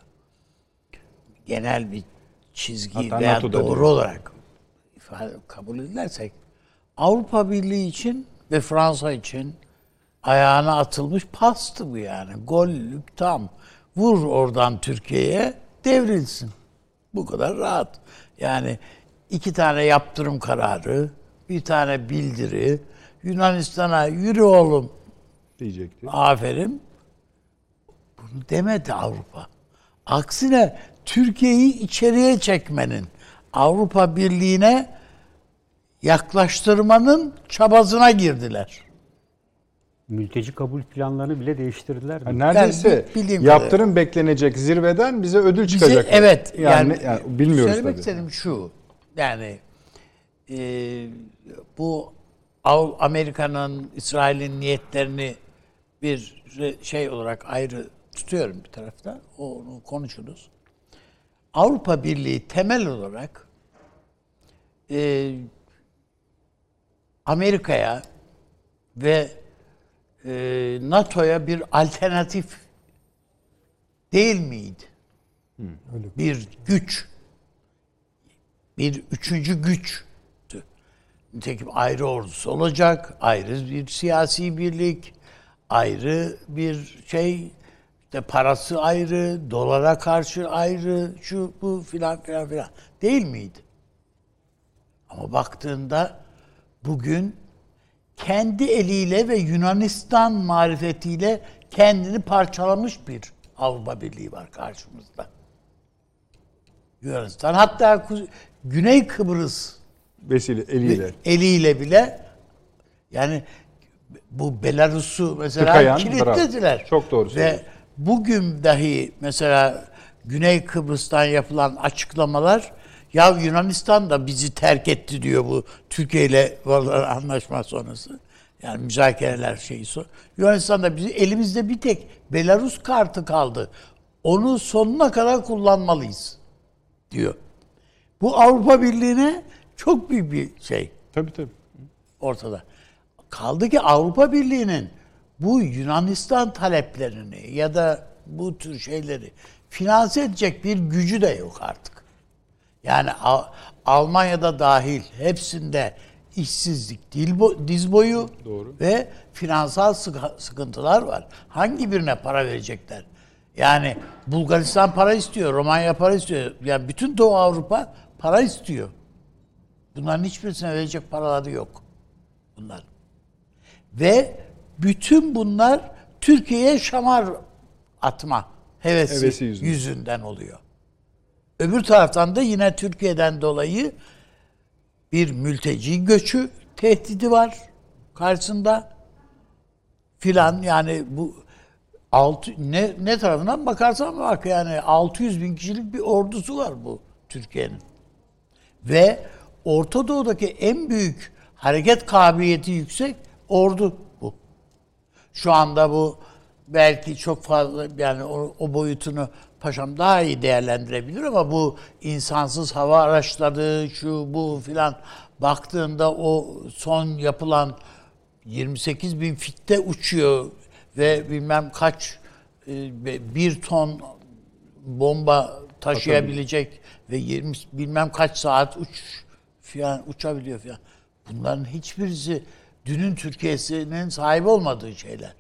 E: genel bir çizgi hatta veya NATO'da doğru diyor. olarak ifade kabul edilersek Avrupa Birliği için ve Fransa için ayağına atılmış pastı bu yani. Gollük tam. Vur oradan Türkiye'ye devrilsin. Bu kadar rahat. Yani iki tane yaptırım kararı, bir tane bildiri, Yunanistan'a yürü oğlum
A: diyecekti.
E: Aferin. Bunu demedi Avrupa. Aksine Türkiye'yi içeriye çekmenin, Avrupa Birliği'ne yaklaştırmanın çabasına girdiler.
B: Mülteci kabul planlarını bile değiştirdiler mi?
A: Yani neredeyse
E: Yani bildiğim
A: yaptırım
E: kadarıyla.
A: beklenecek zirveden bize ödül
E: Bize-
A: çıkacak.
E: evet,
A: Yani,
E: yani,
A: yani bilmiyoruz
E: söylemek
A: tabii.
E: istediğim şu. Yani e, bu Av- Amerika'nın, İsrail'in niyetlerini bir re- şey olarak ayrı tutuyorum bir tarafta. Onu konuşuruz. Avrupa Birliği temel olarak e, Amerika'ya ve e, NATO'ya bir alternatif değil miydi?
D: Öyle.
E: Bir güç. Bir üçüncü güçtü. Nitekim ayrı ordusu olacak, ayrı bir siyasi birlik, ayrı bir şey, işte parası ayrı, dolara karşı ayrı, şu bu filan filan filan. Değil miydi? Ama baktığında bugün kendi eliyle ve Yunanistan marifetiyle kendini parçalamış bir Avrupa Birliği var karşımızda. Yunanistan hatta Kuze- Güney Kıbrıs
A: Vesile eliyle.
E: eliyle bile yani bu Belarus'u mesela
A: Tıkayan,
E: kilitlediler.
A: bravo. Çok doğru
E: Ve
A: söylüyorsun.
E: bugün dahi mesela Güney Kıbrıs'tan yapılan açıklamalar ya Yunanistan da bizi terk etti diyor bu Türkiye ile varılan anlaşma sonrası. Yani müzakereler şeyi son. Yunanistan da bizi elimizde bir tek Belarus kartı kaldı. Onu sonuna kadar kullanmalıyız diyor. Bu Avrupa Birliği'ne çok büyük bir şey
A: Tabii tabii.
E: ortada. Kaldı ki Avrupa Birliği'nin bu Yunanistan taleplerini ya da bu tür şeyleri finanse edecek bir gücü de yok artık. Yani Al- Almanya'da dahil hepsinde işsizlik, dil bo- diz boyu
A: Doğru.
E: ve finansal sık- sıkıntılar var. Hangi birine para verecekler? Yani Bulgaristan para istiyor, Romanya para istiyor. Yani bütün Doğu Avrupa para istiyor. Bunların hiçbirisine verecek paraları yok. Bunlar. Ve bütün bunlar Türkiye'ye şamar atma hevesi,
A: Hevesi yüzünden.
E: yüzünden oluyor. Öbür taraftan da yine Türkiye'den dolayı bir mülteci göçü tehdidi var karşısında filan. Yani bu altı, ne, ne tarafından bakarsan bak yani altı yüz bin kişilik bir ordusu var bu Türkiye'nin. Ve Orta Doğu'daki en büyük hareket kabiliyeti yüksek ordu bu. Şu anda bu belki çok fazla yani o, o boyutunu paşam daha iyi değerlendirebilir ama bu insansız hava araçları şu bu filan baktığında o son yapılan yirmi sekiz bin fitte uçuyor ve bilmem kaç e, bir ton bomba taşıyabilecek ve yirmi bilmem kaç saat uç filan uçabiliyor filan. Bunların hiçbirisi dünün Türkiye'sinin sahip olmadığı şeyler.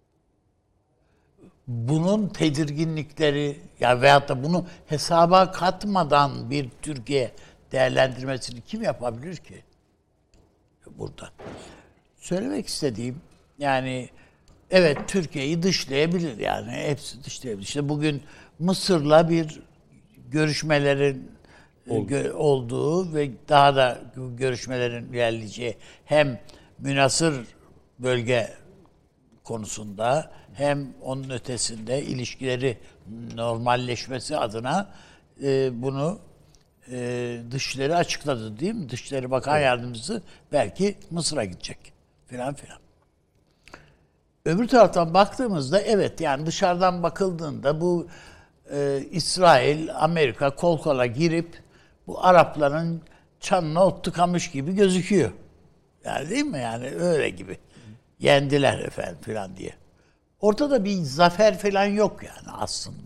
E: Bunun tedirginlikleri ya veyahut da bunu hesaba katmadan bir Türkiye değerlendirmesini kim yapabilir ki? Burada. Söylemek istediğim yani evet Türkiye'yi dışlayabilir yani hepsi dışlayabilir. İşte bugün Mısır'la bir görüşmelerin Oldu. gö- olduğu ve daha da görüşmelerin ilerleyeceği hem münasır bölge konusunda hem onun ötesinde ilişkileri normalleşmesi adına e, bunu e, Dışişleri açıkladı değil mi? Dışişleri Bakan evet. Yardımcısı belki Mısır'a gidecek filan filan. Öbür taraftan baktığımızda evet yani dışarıdan bakıldığında bu e, İsrail, Amerika kol kola girip bu Arapların çanına ot tıkamış gibi gözüküyor. Yani değil mi? Yani öyle gibi. Yendiler efendim filan diye. Ortada bir zafer falan yok yani aslında.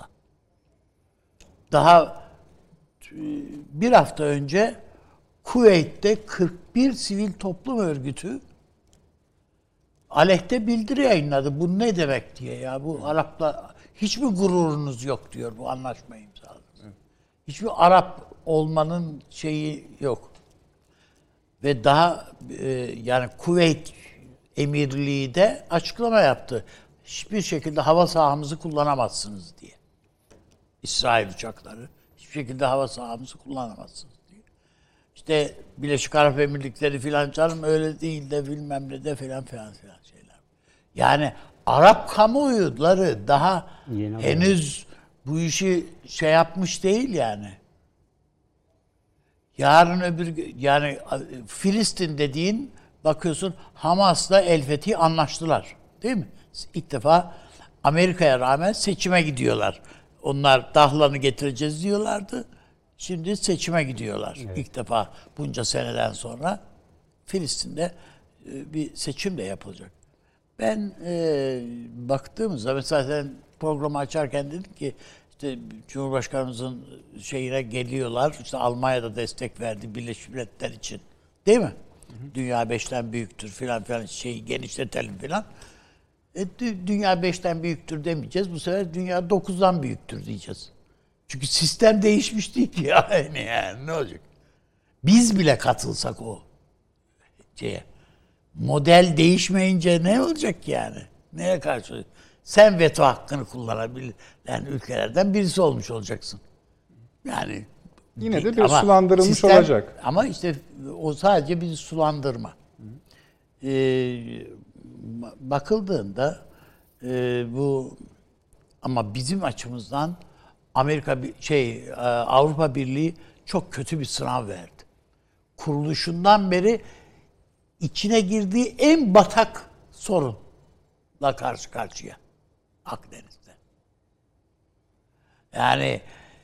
E: Daha bir hafta önce Kuveyt'te kırk bir sivil toplum örgütü aleyhte bildiri yayınladı. Bu ne demek diye ya. Bu Arapla hiç mi gururunuz yok diyor bu anlaşmayı imzaladınız. Hiçbir Arap olmanın şeyi yok. Ve daha e, yani Kuveyt Emirliği de açıklama yaptı. Hiçbir şekilde hava sahamızı kullanamazsınız diye. İsrail uçakları hiçbir şekilde hava sahamızı kullanamazsınız diye. işte Birleşik Arap Emirlikleri filan canım öyle değil de bilmem ne de filan filan filan şeyler. Yani Arap kamuoyuları daha
B: Yeni
E: henüz bu işi şey yapmış değil yani. Yarın öbür gün yani Filistin dediğin bakıyorsun Hamas'la El Fethi anlaştılar. Değil mi? İlk defa Amerika'ya rağmen seçime gidiyorlar. Onlar Dahlan'ı getireceğiz diyorlardı. Şimdi seçime gidiyorlar. Evet. İlk defa bunca seneden sonra Filistin'de bir seçim de yapılacak. Ben e, baktığımızda mesela sen programı açarken dedim ki işte Cumhurbaşkanımızın şeyine geliyorlar. İşte Almanya'da destek verdi Birleşmiş Milletler için. Değil mi? Hı hı. Dünya beşten büyüktür filan filan şeyi genişletelim filan. E, dünya beşten büyüktür demeyeceğiz. Bu sefer dünya dokuzdan büyüktür diyeceğiz. Çünkü sistem değişmiş değil ki yani, yani ne olacak? Biz bile katılsak o şeye. Model değişmeyince ne olacak yani? Neye karşı? Sen veto hakkını kullanabilen ülkelerden birisi olmuş olacaksın. Yani
A: yine de bir sulandırılmış sistem, olacak.
E: Ama işte o sadece bir sulandırma. Ee, bakıldığında e, bu ama bizim açımızdan Amerika şey Avrupa Birliği çok kötü bir sınav verdi. Kuruluşundan beri içine girdiği en batak sorunla karşı karşıya Akdeniz'de. Yani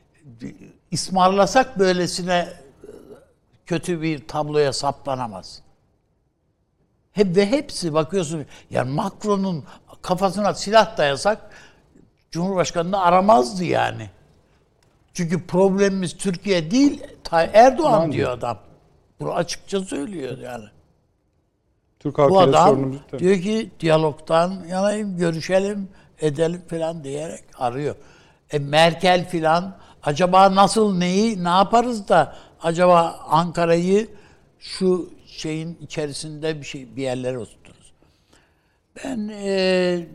E: ısmarlasak böylesine kötü bir tabloya saplanamaz. Hep ve hepsi bakıyorsun yani Macron'un kafasına silah dayasak Cumhurbaşkanı'nı aramazdı yani. Çünkü problemimiz Türkiye değil, Erdoğan diyor adam. Bunu açıkça söylüyor yani.
A: Türk
E: Bu
A: adam
E: diyor ki diyalogtan yanayım, görüşelim, edelim falan diyerek arıyor. E Merkel falan acaba nasıl neyi ne yaparız da acaba Ankara'yı şu şeyin içerisinde bir şey bir yerlere oturturuz. Ben e,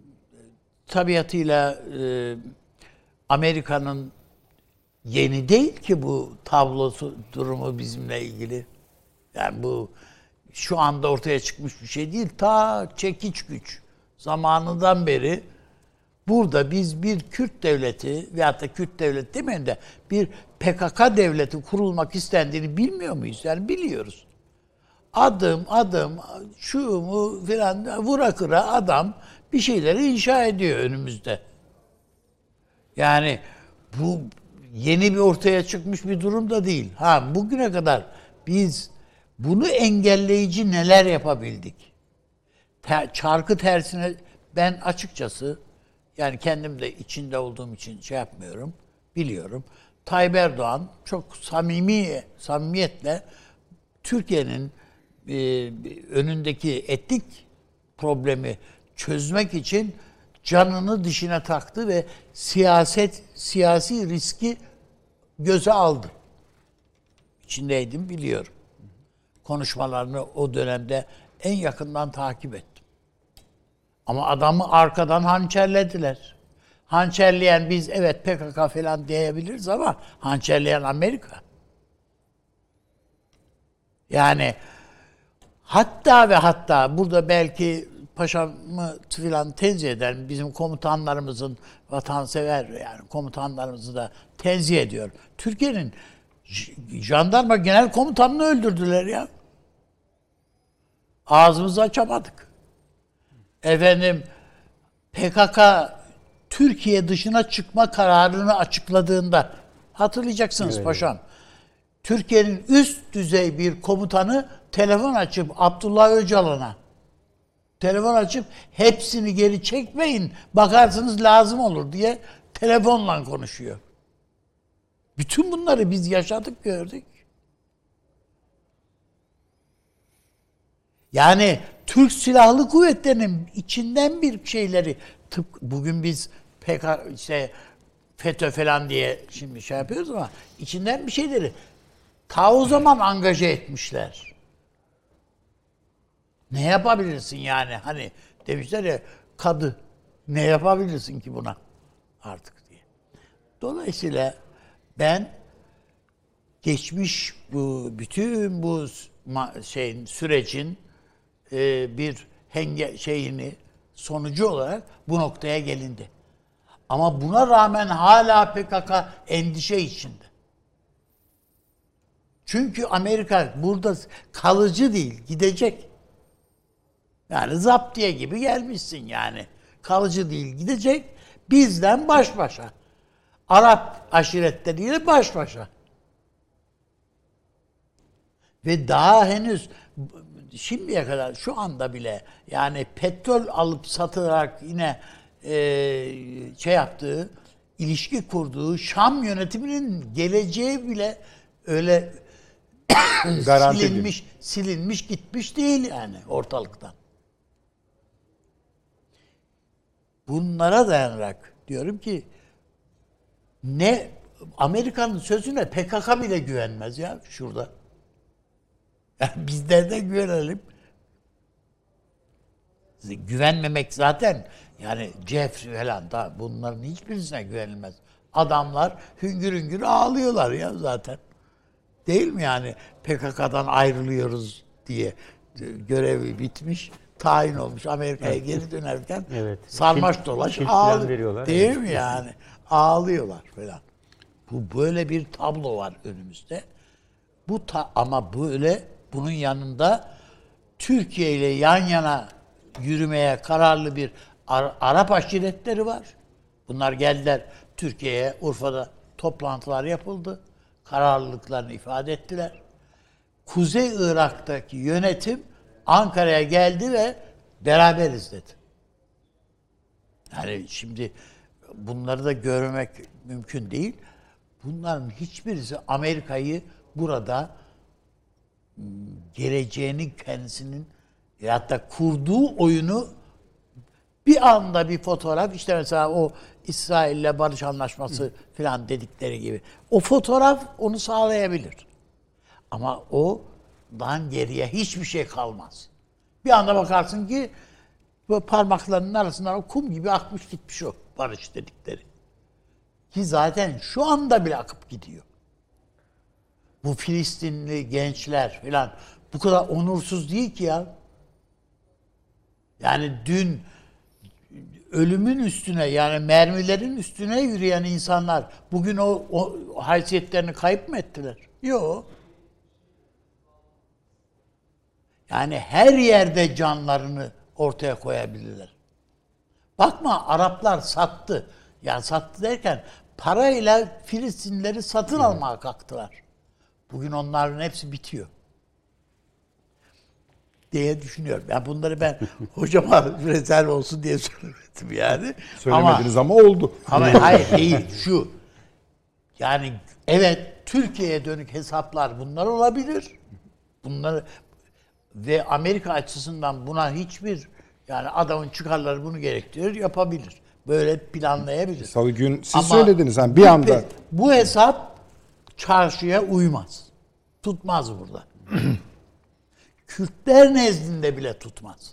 E: tabiatıyla e, Amerika'nın yeni değil ki bu tablosu durumu bizimle ilgili. Yani bu şu anda ortaya çıkmış bir şey değil. Ta çekiç güç zamanından beri burada biz bir Kürt devleti veyahut da Kürt devleti demeyin de bir P K K devleti kurulmak istendiğini bilmiyor muyuz? Yani biliyoruz. Adım adım şu mu filan vura kıra adam bir şeyleri inşa ediyor önümüzde. Yani bu yeni bir ortaya çıkmış bir durum da değil. Ha bugüne kadar biz bunu engelleyici neler yapabildik? Ter, çarkı tersine ben açıkçası yani kendim de içinde olduğum için şey yapmıyorum, biliyorum. Tayyip Erdoğan çok samimi samimiyetle Türkiye'nin e, önündeki etnik problemi çözmek için canını dişine taktı ve siyaset siyasi riski göze aldı. İçindeydim biliyorum. Konuşmalarını o dönemde en yakından takip ettim. Ama adamı arkadan hançerlediler. Hançerleyen biz evet P K K falan diyebiliriz ama hançerleyen Amerika. Yani hatta ve hatta burada belki paşamı filan tenzih eden bizim komutanlarımızın vatansever yani komutanlarımızı da tenzih ediyor. Türkiye'nin jandarma genel komutanını öldürdüler ya. Ağzımızı açamadık. Efendim P K K Türkiye dışına çıkma kararını açıkladığında hatırlayacaksınız evet. Paşam. Türkiye'nin üst düzey bir komutanı telefon açıp Abdullah Öcalan'a telefon açıp hepsini geri çekmeyin bakarsınız lazım olur diye telefonla konuşuyor. Bütün bunları biz yaşadık gördük. Yani Türk Silahlı Kuvvetleri'nin içinden bir şeyleri tıpkı bugün biz P K K işte FETÖ falan diye şimdi şey yapıyoruz ama içinden bir şeyleri ta o zaman angaje etmişler. Ne yapabilirsin yani? Hani demişler ya kadı ne yapabilirsin ki buna artık diye. Dolayısıyla ben geçmiş bu bütün bu şeyin sürecin e, bir henge şeyini sonucu olarak bu noktaya gelindi. Ama buna rağmen hala P K K endişe içinde. Çünkü Amerika burada kalıcı değil, gidecek. Yani zaptiye gibi gelmişsin yani. Kalıcı değil, gidecek. Bizden baş başa. Arap aşiretleriyle baş başa. Ve daha henüz şimdiye kadar şu anda bile yani petrol alıp satılarak yine e, şey yaptığı, ilişki kurduğu Şam yönetiminin geleceği bile öyle silinmiş, silinmiş gitmiş değil yani ortalıktan. Bunlara dayanarak diyorum ki ne Amerika'nın sözüne P K K bile güvenmez ya şurada. Yani bizler de güvenelim. Güvenmemek zaten yani Jeffrey falan da bunların hiçbirisine güvenilmez. Adamlar hüngür hüngür ağlıyorlar ya zaten. Değil mi yani P K K'dan ayrılıyoruz diye görevi bitmiş, tayin olmuş Amerika'ya evet. geri dönerken evet. sarmaş dolaş ağlıyor. Değil evet. mi yani? Ağlıyorlar falan. Bu böyle bir tablo var önümüzde. Bu ta- ama böyle bunun yanında Türkiye ile yan yana yürümeye kararlı bir Ar- Arap aşiretleri var. Bunlar geldiler Türkiye'ye, Urfa'da toplantılar yapıldı. Kararlılıklarını ifade ettiler. Kuzey Irak'taki yönetim Ankara'ya geldi ve beraberiz dedi. Yani şimdi bunları da görmek mümkün değil. Bunların hiçbirisi Amerika'yı burada geleceğinin kendisinin ya da kurduğu oyunu bir anda bir fotoğraf işte mesela o İsrail'le barış anlaşması falan dedikleri gibi. O fotoğraf onu sağlayabilir. Ama odan geriye hiçbir şey kalmaz. Bir anda bakarsın ki bu parmaklarının arasından o kum gibi akmış gitmiş o barış dedikleri. Ki zaten şu anda bile akıp gidiyor. Bu Filistinli gençler falan bu kadar onursuz değil ki ya. Yani dün ölümün üstüne yani mermilerin üstüne yürüyen insanlar bugün o, o haysiyetlerini kayıp mı ettiler? Yok. Yani her yerde canlarını ortaya koyabilirler. Bakma Araplar sattı. Yani sattı derken parayla Filistinlileri satın almaya kalktılar. Bugün onların hepsi bitiyor. Diye düşünüyorum. Yani bunları ben hocama rezerv olsun diye söylemedim yani.
A: Söylemediniz ama, ama oldu.
E: Ama hayır değil şu. Yani evet Türkiye'ye dönük hesaplar bunlar olabilir. Bunları ve Amerika açısından buna hiçbir yani adamın çıkarları bunu gerektirir yapabilir. Böyle planlayabilir.
A: Salı gün siz
E: ama
A: söylediniz yani bir
E: bu,
A: anda.
E: Bu hesap çarşıya uymaz. Tutmaz burada. Kürtler nezdinde bile tutmaz.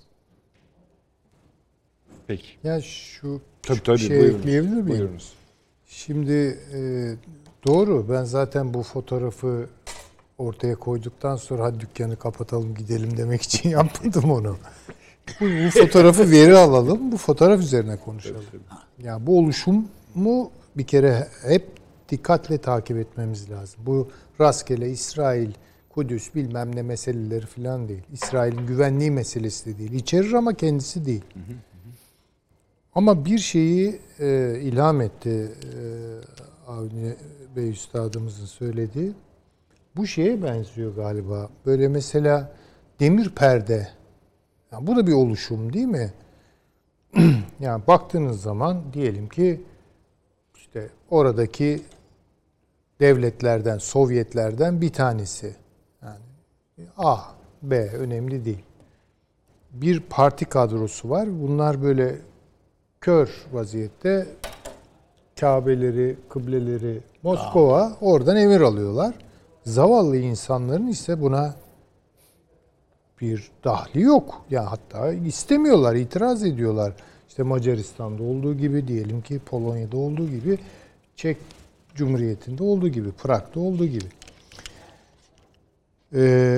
A: Peki.
D: Ya şu
A: tabii, tabii,
D: şey
A: buyurunuz,
D: ekleyebilir miyim?
A: Buyurunuz.
D: Şimdi e, doğru. Ben zaten bu fotoğrafı ortaya koyduktan sonra hadi dükkanı kapatalım gidelim demek için yapmadım onu. Bu, bu fotoğrafı veri alalım. Bu fotoğraf üzerine konuşalım. Ya yani bu oluşumu bir kere hep dikkatle takip etmemiz lazım. Bu rastgele İsrail, Kudüs bilmem ne meseleleri falan değil. İsrail'in güvenliği meselesi de değil. İçerir ama kendisi değil. Hı hı hı. Ama bir şeyi e, ilham etti e, Avni Bey Üstadımızın söylediği. Bu şeye benziyor galiba. Böyle mesela demir perde. Yani bu da bir oluşum değil mi? Yani baktığınız zaman diyelim ki işte oradaki devletlerden, Sovyetlerden bir tanesi. Yani A, B önemli değil. Bir parti kadrosu var. Bunlar böyle kör vaziyette Kabe'leri, kıbleleri, Moskova oradan emir alıyorlar. Zavallı insanların ise buna bir dahli yok. Ya hatta istemiyorlar, itiraz ediyorlar. İşte Macaristan'da olduğu gibi, diyelim ki Polonya'da olduğu gibi, Çek Cumhuriyeti'nde olduğu gibi, Prag'da olduğu gibi. Ee,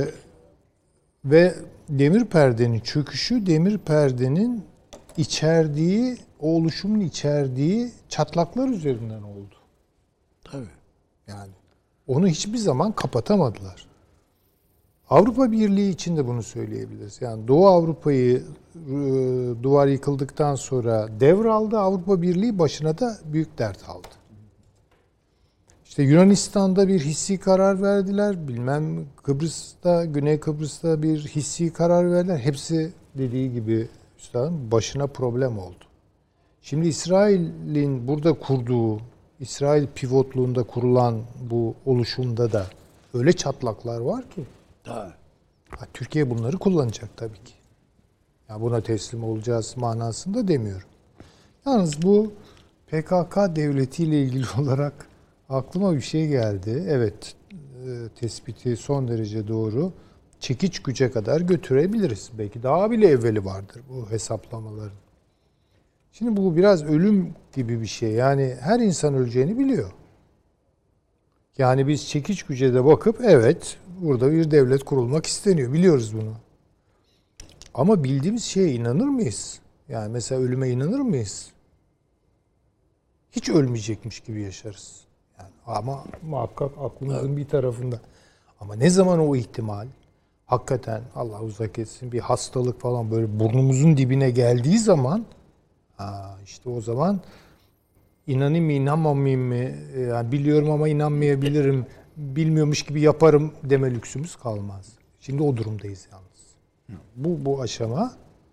D: ve demir perdenin çöküşü, demir perdenin içerdiği, o oluşumun içerdiği çatlaklar üzerinden oldu.
E: Tabii.
D: Yani onu hiçbir zaman kapatamadılar. Avrupa Birliği için de bunu söyleyebiliriz. Yani Doğu Avrupa'yı e, duvar yıkıldıktan sonra devraldı. Avrupa Birliği başına da büyük dert aldı. İşte Yunanistan'da bir hissi karar verdiler. Bilmem Kıbrıs'ta, Güney Kıbrıs'ta bir hissi karar verdiler. Hepsi dediği gibi üstadım başına problem oldu. Şimdi İsrail'in burada kurduğu, İsrail pivotluğunda kurulan bu oluşumda da öyle çatlaklar var ki.
E: Tabii.
D: Ha, Türkiye bunları kullanacak tabii ki. Ya buna teslim olacağız manasında demiyorum. Yalnız bu P K K devletiyle ilgili olarak aklıma bir şey geldi. Evet, e, tespiti son derece doğru. Çekiç güce kadar götürebiliriz. Belki daha bile evveli vardır bu hesaplamaların. Şimdi bu biraz ölüm gibi bir şey. Yani her insan öleceğini biliyor. Yani biz çekiç güce de bakıp evet burada bir devlet kurulmak isteniyor. Biliyoruz bunu. Ama bildiğimiz şeye inanır mıyız? Yani mesela ölüme inanır mıyız? Hiç ölmeyecekmiş gibi yaşarız. Yani ama muhakkak aklımızın bir tarafında. Ama ne zaman o ihtimal hakikaten Allah uzak etsin bir hastalık falan böyle burnumuzun dibine geldiği zaman ha işte o zaman İnanayım mı inanmamayayım mı? Yani biliyorum ama inanmayabilirim. Bilmiyormuş gibi yaparım deme lüksümüz kalmaz. Şimdi o durumdayız yalnız. Bu bu aşama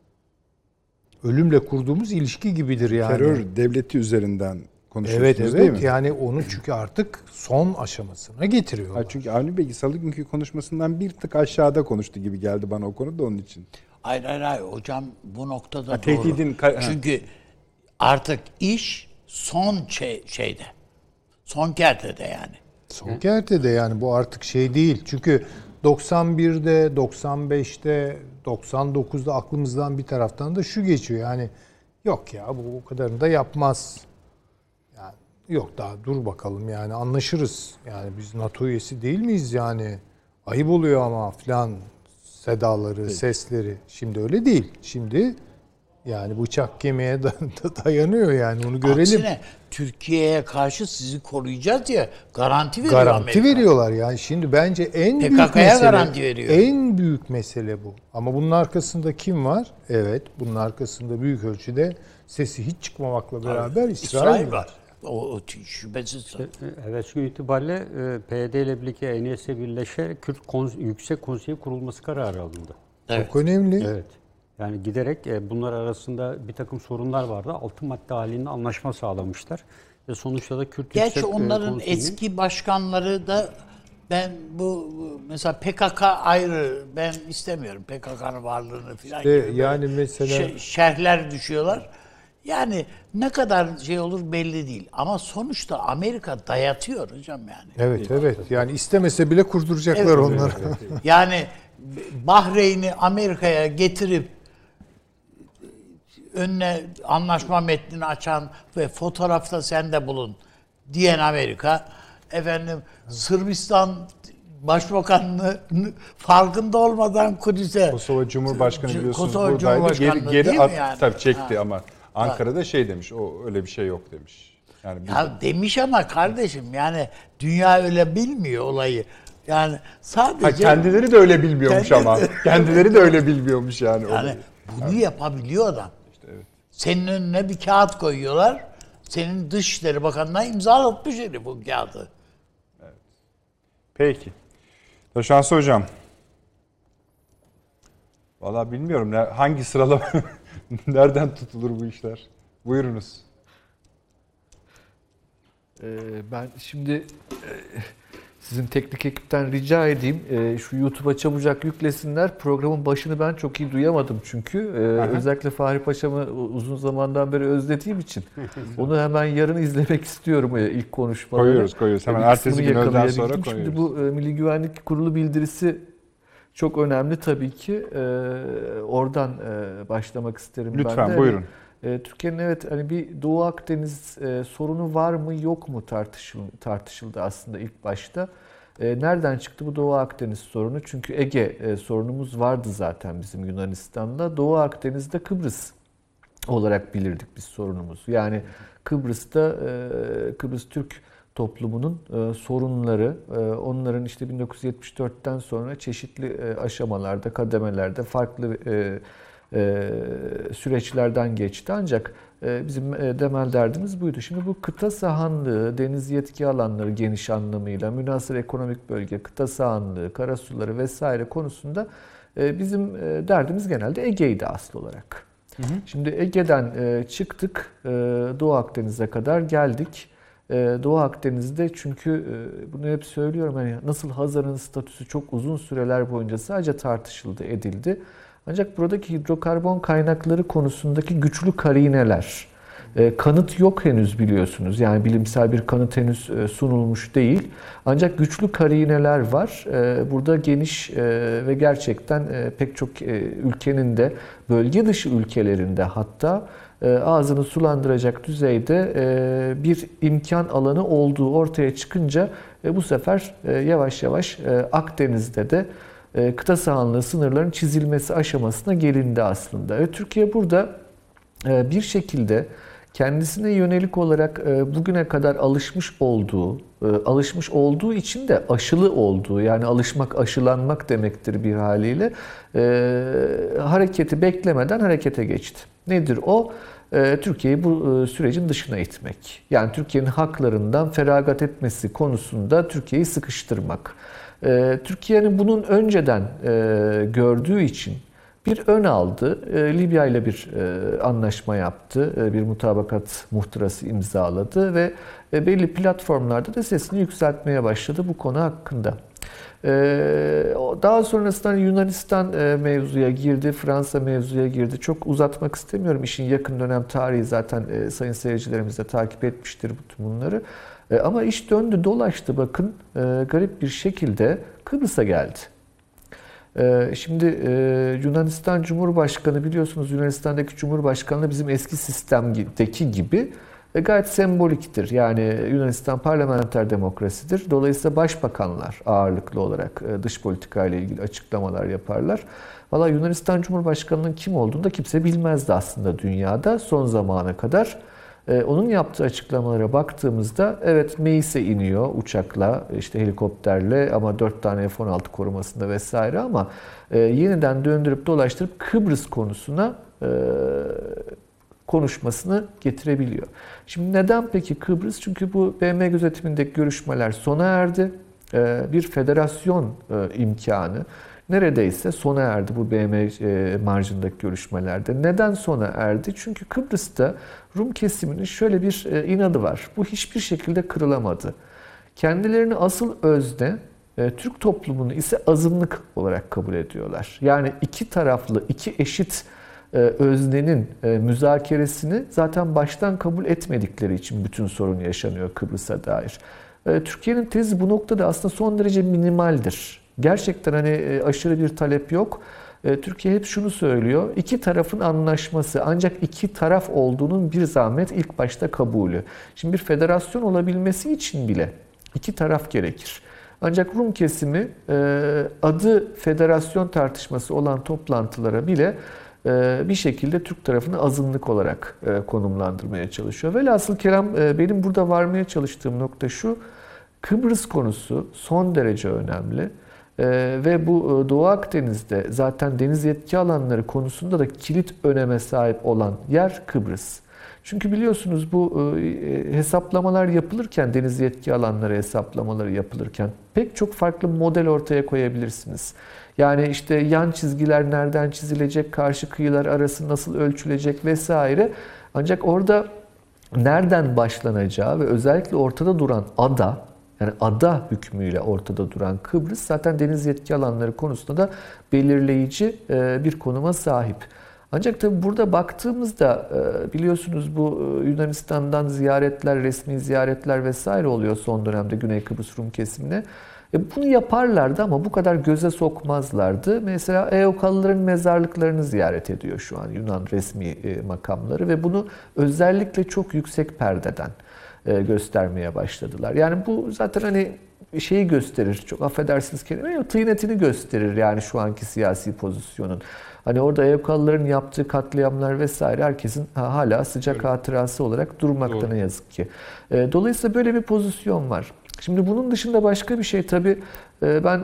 D: ölümle kurduğumuz ilişki gibidir yani.
A: Terör devleti üzerinden konuşuyorsunuz
D: evet,
A: değil
D: evet.
A: mi?
D: Yani onu çünkü artık son aşamasına getiriyorlar.
A: Ha, çünkü Avni Bey salı günkü konuşmasından bir tık aşağıda konuştu gibi geldi bana o konuda onun için.
E: Hayır hayır hayır hocam bu noktada
A: Ha,
E: doğru.
A: tehdidin ka-
E: Çünkü artık iş son şey, şeyde. Son kertede yani.
D: Son kertede yani bu artık şey değil. Çünkü doksan birde, doksan beşte, doksan dokuzda aklımızdan bir taraftan da şu geçiyor. Yani yok ya bu o kadarını da yapmaz. Yani yok daha dur bakalım yani anlaşırız. Yani biz NATO üyesi değil miyiz yani? Ayıp oluyor ama filan sedaları, evet. Sesleri. Şimdi öyle değil. Şimdi yani bıçak kemiğe da dayanıyor yani onu görelim.
E: Aksine Türkiye'ye karşı sizi koruyacağız diye garanti veriyor
D: Garanti
E: Amerika.
D: veriyorlar yani. Şimdi bence en
E: P
D: büyük
E: K K'ya
D: mesele,
E: garanti veriyor.
D: en büyük mesele bu. Ama bunun arkasında kim var? Evet, bunun arkasında büyük ölçüde sesi hiç çıkmamakla beraber İsrail,
E: İsrail
D: var.
E: var. O, o şüphesiz.
B: Evet, şu itibariyle e, P Y D ile birlikte N Y S birleşerek Kürt Kons- Yüksek Konseyi kurulması kararı alındı.
E: Evet.
D: Çok önemli.
B: Evet. Yani giderek e, bunlar arasında bir takım sorunlar vardı. Altı madde halinde anlaşma sağlamışlar. Ve sonuçta da Kürt
E: Gerçi
B: Yüksek
E: onların
B: Konseyi'nin...
E: eski başkanları da ben bu mesela P K K ayrı ben istemiyorum P K K'nın varlığını falan
D: İşte
E: gibi
D: yani mesela
E: şe- şerhler düşüyorlar. Yani ne kadar şey olur belli değil ama sonuçta Amerika dayatıyor hocam yani.
D: evet evet yani istemese bile kurduracaklar
E: Evet.
D: onları.
E: Yani Bahreyn'i Amerika'ya getirip önüne anlaşma metnini açan ve fotoğrafta sen de bulun diyen Amerika, efendim Sırbistan Başbakanlığı farkında olmadan Kudüs'e
A: Kosova Cumhurbaşkanı biliyorsunuz
E: Kosova
A: buradaydı.
E: Cumhurbaşkanlığı
A: Geri,
E: değil
A: geri
E: mi yani?
A: tabii çekti
E: Ha.
A: ama Ankara'da şey demiş. O öyle bir şey yok demiş. Yani biz-
E: Ya demiş ama kardeşim yani dünya öyle bilmiyor olayı. Yani sadece
A: ha, kendileri de öyle bilmiyormuş
E: Kendi-
A: ama. Kendileri de öyle bilmiyormuş yani.
E: yani
A: olayı.
E: bunu yapabiliyor adam.
A: evet.
E: Senin önüne bir kağıt koyuyorlar. Senin Dışişleri Bakanı'na imzalatmış herif bu kağıdı.
A: Peki. Taşansı Hocam. Vallahi bilmiyorum ne- hangi sıralama nereden tutulur bu işler? Buyurunuz.
C: Ee, ben şimdi e, sizin teknik ekipten rica edeyim. E, şu YouTube'a çabucak yüklesinler. Programın başını ben çok iyi duyamadım çünkü. E, özellikle Fahri Paşa'mı uzun zamandan beri özlediğim için. Onu hemen yarın izlemek istiyorum e, ilk konuşmaları.
A: Koyuyoruz, koyuyoruz. Hemen
C: Bir
A: ertesi
C: kısmını
A: gün öğleden
C: yakalayabildim.
A: sonra
C: Şimdi bu e, Milli Güvenlik Kurulu bildirisi çok önemli tabii ki. E, oradan e, başlamak isterim
A: Lütfen,
C: ben de.
A: buyurun.
C: E, Türkiye'nin evet hani bir Doğu Akdeniz e, sorunu var mı yok mu tartışıl, tartışıldı aslında ilk başta. Nereden çıktı bu Doğu Akdeniz sorunu? Çünkü Ege sorunumuz vardı zaten bizim Yunanistan'da. Doğu Akdeniz'de Kıbrıs olarak bilirdik biz sorunumuzu. Yani Kıbrıs'ta Kıbrıs Türk toplumunun sorunları, onların işte bin dokuz yüz yetmiş dörtten sonra çeşitli aşamalarda, kademelerde, farklı süreçlerden geçti. Ancak bizim temel derdimiz buydu. Şimdi bu kıta sahanlığı, deniz yetki alanları geniş anlamıyla, münhasır ekonomik bölge, kıta sahanlığı, karasuları vesaire konusunda bizim derdimiz genelde Ege'ydi asıl olarak. Hı hı. Şimdi Ege'den çıktık, Doğu Akdeniz'e kadar geldik. Doğu Akdeniz'de çünkü bunu hep söylüyorum, hani nasıl Hazar'ın statüsü çok uzun süreler boyunca sadece tartışıldı, edildi. Ancak buradaki hidrokarbon kaynakları konusundaki güçlü karineler, kanıt yok henüz biliyorsunuz. Yani bilimsel bir kanıt henüz sunulmuş değil. Ancak güçlü karineler var. Burada geniş ve gerçekten pek çok ülkenin de, bölge dışı ülkelerinde hatta ağzını sulandıracak düzeyde bir imkan alanı olduğu ortaya çıkınca bu sefer yavaş yavaş Akdeniz'de de kıta sahanlığı sınırların çizilmesi aşamasına gelindi aslında. Ve Türkiye burada bir şekilde kendisine yönelik olarak bugüne kadar alışmış olduğu, alışmış olduğu için de aşılı olduğu, yani alışmak, aşılanmak demektir bir haliyle, hareketi beklemeden harekete geçti. Nedir o? Türkiye'yi bu sürecin dışına itmek. Yani Türkiye'nin haklarından feragat etmesi konusunda Türkiye'yi sıkıştırmak. Türkiye'nin bunun önceden gördüğü için bir ön aldı. Libya ile bir anlaşma yaptı. Bir mutabakat muhtırası imzaladı ve belli platformlarda da sesini yükseltmeye başladı bu konu hakkında. Daha sonrasında Yunanistan mevzuya girdi, Fransa mevzuya girdi. Çok uzatmak istemiyorum. İşin yakın dönem tarihi zaten sayın seyircilerimiz de takip etmiştir bütün bunları. Ama iş döndü dolaştı, bakın garip bir şekilde Kıbrıs'a geldi. Şimdi Yunanistan Cumhurbaşkanı, biliyorsunuz Yunanistan'daki Cumhurbaşkanlığı bizim eski sistemdeki gibi gayet semboliktir. Yani Yunanistan parlamenter demokrasidir. Dolayısıyla başbakanlar ağırlıklı olarak dış politika ile ilgili açıklamalar yaparlar. Valla Yunanistan Cumhurbaşkanı'nın kim olduğunu da kimse bilmezdi aslında dünyada son zamana kadar. Onun yaptığı açıklamalara baktığımızda evet Meis'e iniyor uçakla, işte helikopterle ama dört tane F on altı korumasında vesaire, ama yeniden döndürüp dolaştırıp Kıbrıs konusuna konuşmasını getirebiliyor. Şimdi neden peki Kıbrıs? Çünkü bu B M gözetimindeki görüşmeler sona erdi. Bir federasyon imkanı neredeyse sona erdi bu B M marjındaki görüşmelerde. Neden sona erdi? Çünkü Kıbrıs'ta Rum kesiminin şöyle bir inadı var. Bu hiçbir şekilde kırılamadı. Kendilerini asıl özne, Türk toplumunu ise azınlık olarak kabul ediyorlar. Yani iki taraflı, iki eşit öznenin müzakeresini zaten baştan kabul etmedikleri için bütün sorun yaşanıyor Kıbrıs'a dair. Türkiye'nin tezi bu noktada aslında son derece minimaldir. Gerçekten hani aşırı bir talep yok. Türkiye hep şunu söylüyor, iki tarafın anlaşması, ancak iki taraf olduğunun bir zahmet ilk başta kabulü. Şimdi bir federasyon olabilmesi için bile iki taraf gerekir. Ancak Rum kesimi adı federasyon tartışması olan toplantılara bile bir şekilde Türk tarafını azınlık olarak konumlandırmaya çalışıyor. Velhasıl kelam benim burada varmaya çalıştığım nokta şu, Kıbrıs konusu son derece önemli. Ve bu Doğu Akdeniz'de zaten deniz yetki alanları konusunda da kilit öneme sahip olan yer Kıbrıs. Çünkü biliyorsunuz bu hesaplamalar yapılırken, deniz yetki alanları hesaplamaları yapılırken pek çok farklı model ortaya koyabilirsiniz. Yani işte yan çizgiler nereden çizilecek, karşı kıyılar arası nasıl ölçülecek vesaire. Ancak orada nereden başlanacağı ve özellikle ortada duran ada, yani ada hükmüyle ortada duran Kıbrıs zaten deniz yetki alanları konusunda da belirleyici bir konuma sahip. Ancak tabii burada baktığımızda biliyorsunuz bu Yunanistan'dan ziyaretler, resmi ziyaretler vesaire oluyor son dönemde Güney Kıbrıs Rum kesimine. E bunu yaparlardı ama bu kadar göze sokmazlardı. Mesela Eokalıların mezarlıklarını ziyaret ediyor şu an Yunan resmi makamları ve bunu özellikle çok yüksek perdeden göstermeye başladılar. Yani bu zaten hani şeyi gösterir. Çok affedersiniz kelime, tıynetini gösterir yani şu anki siyasi pozisyonun. Hani orada Evkalıların yaptığı katliamlar vesaire herkesin hala sıcak evet. hatırası olarak durmakta Doğru. ne yazık ki. Dolayısıyla böyle bir pozisyon var. Şimdi bunun dışında başka bir şey tabii ben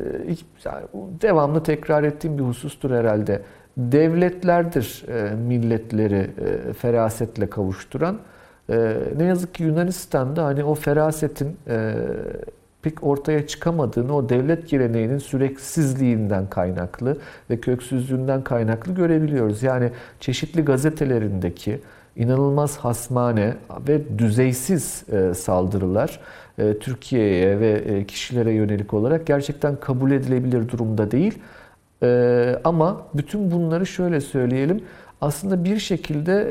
C: devamlı tekrar ettiğim bir husustur herhalde. Devletlerdir milletleri ferasetle kavuşturan. Ne yazık ki Yunanistan'da hani o ferasetin pek ortaya çıkamadığını o devlet geleneğinin süreksizliğinden kaynaklı ve köksüzlüğünden kaynaklı görebiliyoruz. Yani çeşitli gazetelerindeki inanılmaz hasmane ve düzeysiz saldırılar Türkiye'ye ve kişilere yönelik olarak gerçekten kabul edilebilir durumda değil. Ama bütün bunları şöyle söyleyelim. Aslında bir şekilde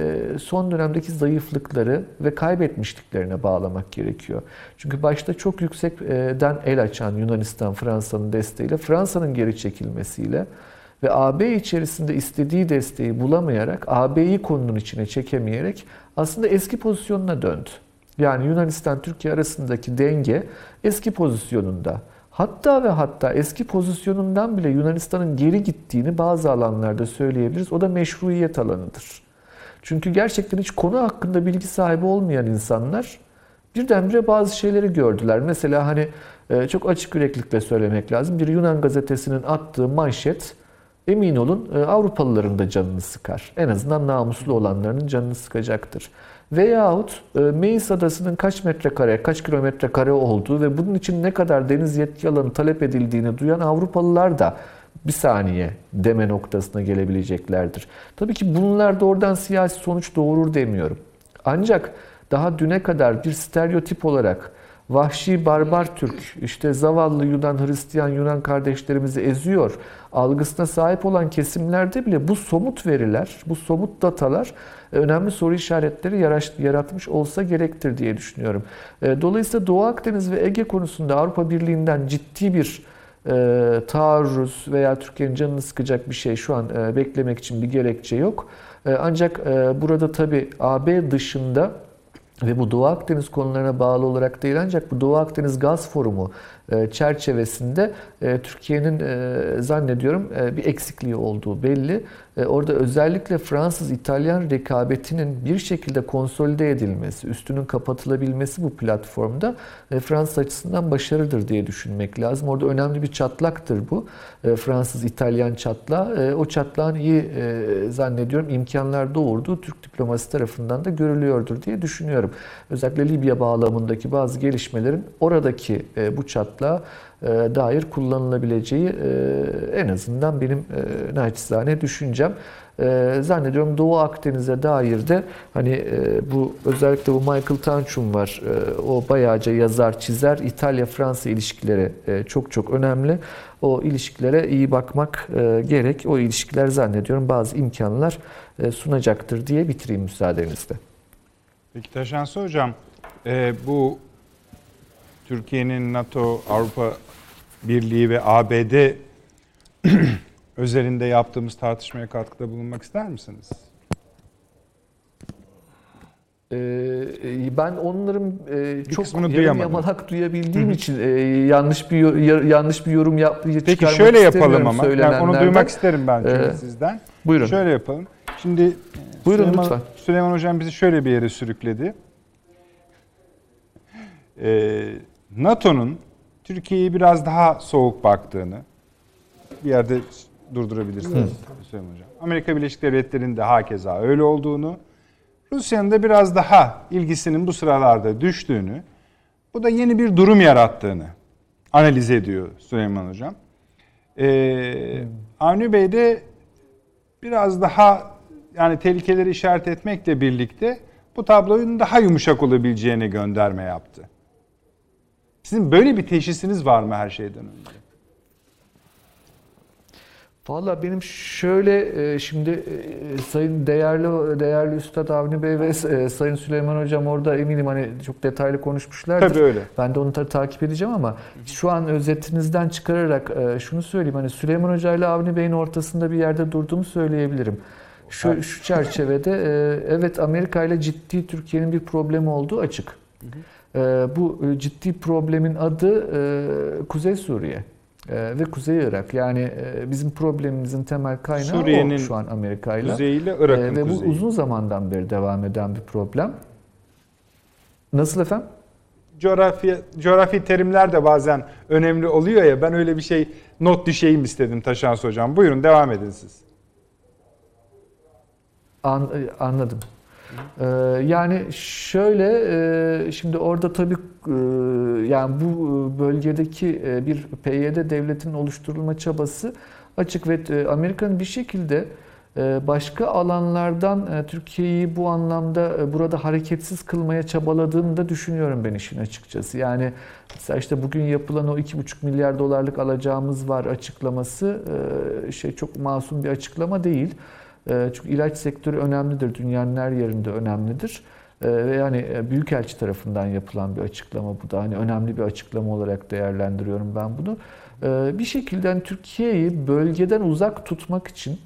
C: son dönemdeki zayıflıkları ve kaybetmişliklerine bağlamak gerekiyor. Çünkü başta çok yüksekten el açan Yunanistan, Fransa'nın desteğiyle, Fransa'nın geri çekilmesiyle ve A B içerisinde istediği desteği bulamayarak, A B'yi konunun içine çekemeyerek aslında eski pozisyonuna döndü. Yani Yunanistan-Türkiye arasındaki denge eski pozisyonunda. Hatta ve hatta eski pozisyonundan bile Yunanistan'ın geri gittiğini bazı alanlarda söyleyebiliriz. O da meşruiyet alanıdır. Çünkü gerçekten hiç konu hakkında bilgi sahibi olmayan insanlar birdenbire bazı şeyleri gördüler. Mesela hani çok açık yüreklilikle söylemek lazım. Bir Yunan gazetesinin attığı manşet emin olun Avrupalıların da canını sıkar. En azından namuslu olanların canını sıkacaktır. Veyahut Meis Adası'nın kaç metrekare, kaç kilometre kare olduğu ve bunun için ne kadar deniz yetki alanı talep edildiğini duyan Avrupalılar da bir saniye deme noktasına gelebileceklerdir. Tabii ki bunlar doğrudan siyasi sonuç doğurur demiyorum. Ancak daha düne kadar bir stereotip olarak vahşi barbar Türk, işte zavallı Yunan, Hristiyan Yunan kardeşlerimizi eziyor algısına sahip olan kesimlerde bile bu somut veriler, bu somut datalar önemli soru işaretleri yaratmış olsa gerektir diye düşünüyorum. Dolayısıyla Doğu Akdeniz ve Ege konusunda Avrupa Birliği'nden ciddi bir e, taarruz veya Türkiye'nin canını sıkacak bir şey şu an e, beklemek için bir gerekçe yok. E, ancak e, burada tabii A B dışında ve bu Doğu Akdeniz konularına bağlı olarak değil ancak bu Doğu Akdeniz Gaz Forumu çerçevesinde Türkiye'nin zannediyorum bir eksikliği olduğu belli. Orada özellikle Fransız-İtalyan rekabetinin bir şekilde konsolide edilmesi, üstünün kapatılabilmesi bu platformda Fransa açısından başarıdır diye düşünmek lazım. Orada önemli bir çatlaktır bu. Fransız-İtalyan çatlağı. O çatlağın iyi zannediyorum imkanlar doğurduğu Türk diplomasisi tarafından da görülüyordur diye düşünüyorum. Özellikle Libya bağlamındaki bazı gelişmelerin oradaki bu çatlağa dair kullanılabileceği en azından benim naçizane düşüncem. Zannediyorum Doğu Akdeniz'e dair de hani bu özellikle bu Michael Tanchum var. O bayağıca yazar, çizer. İtalya-Fransa ilişkileri çok çok önemli. O ilişkilere iyi bakmak gerek. O ilişkiler zannediyorum bazı imkanlar sunacaktır diye bitireyim müsaadenizle.
A: Peki Taşansı Hocam, bu Türkiye'nin NATO, Avrupa Birliği ve A B D özelinde yaptığımız tartışmaya katkıda bulunmak ister misiniz?
C: Ben onların çok yarım yamalak duyabildiğim için yanlış bir yanlış bir yorum yaptığı çıkarmak
A: Peki şöyle yapalım ama. Yani onu duymak isterim ben çünkü ee, sizden.
C: Buyurun.
A: Şöyle yapalım. Şimdi
C: Buyurun
A: Süleyman,
C: lütfen.
A: Süleyman Hocam bizi şöyle bir yere sürükledi. Ee, NATO'nun Türkiye'ye biraz daha soğuk baktığını bir yerde durdurabilirsiniz Hı. Süleyman Hocam. Amerika Birleşik Devletleri'nin de hakeza öyle olduğunu, Rusya'nın da biraz daha ilgisinin bu sıralarda düştüğünü, bu da yeni bir durum yarattığını analiz ediyor Süleyman Hocam. Ee, Avni Bey de biraz daha yani tehlikeleri işaret etmekle birlikte bu tablonun daha yumuşak olabileceğine gönderme yaptı. Sizin böyle bir teşhisiniz var mı her şeyden önce?
C: Valla benim şöyle şimdi sayın değerli değerli Üstad Avni Bey ve sayın Süleyman Hocam orada eminim hani çok detaylı konuşmuşlardır.
A: Tabii öyle.
C: Ben de onu tabii takip edeceğim ama şu an özetinizden çıkararak şunu söyleyeyim. Hani Süleyman Hoca ile Avni Bey'in ortasında bir yerde durduğumu söyleyebilirim. Şu, şu çerçevede evet Amerika ile ciddi Türkiye'nin bir problemi olduğu açık. Hı hı. Bu ciddi problemin adı Kuzey Suriye ve Kuzey Irak. Yani bizim problemimizin temel kaynağı Suriye'nin o şu an Amerika ile.
A: Kuzeyiyle Irak'ın
C: ve bu
A: kuzeyi.
C: uzun zamandan beri devam eden bir problem. Nasıl efendim?
A: Coğrafya, coğrafi terimler de bazen önemli oluyor ya, ben öyle bir şey not düşeyim istedim Taşans Hocam. Buyurun devam edin siz.
C: An, anladım. Ee, yani şöyle, şimdi orada tabii yani bu bölgedeki bir P Y D devletinin oluşturulma çabası açık ve Amerika'nın bir şekilde başka alanlardan Türkiye'yi bu anlamda burada hareketsiz kılmaya çabaladığını da düşünüyorum ben işin açıkçası. Yani mesela işte bugün yapılan o iki buçuk milyar dolarlık alacağımız var açıklaması şey çok masum bir açıklama değil. Çünkü ilaç sektörü önemlidir, dünyanın her yerinde önemlidir. Ve yani Büyükelçi tarafından yapılan bir açıklama bu da. Hani önemli bir açıklama olarak değerlendiriyorum ben bunu. Bir şekilde hani Türkiye'yi bölgeden uzak tutmak için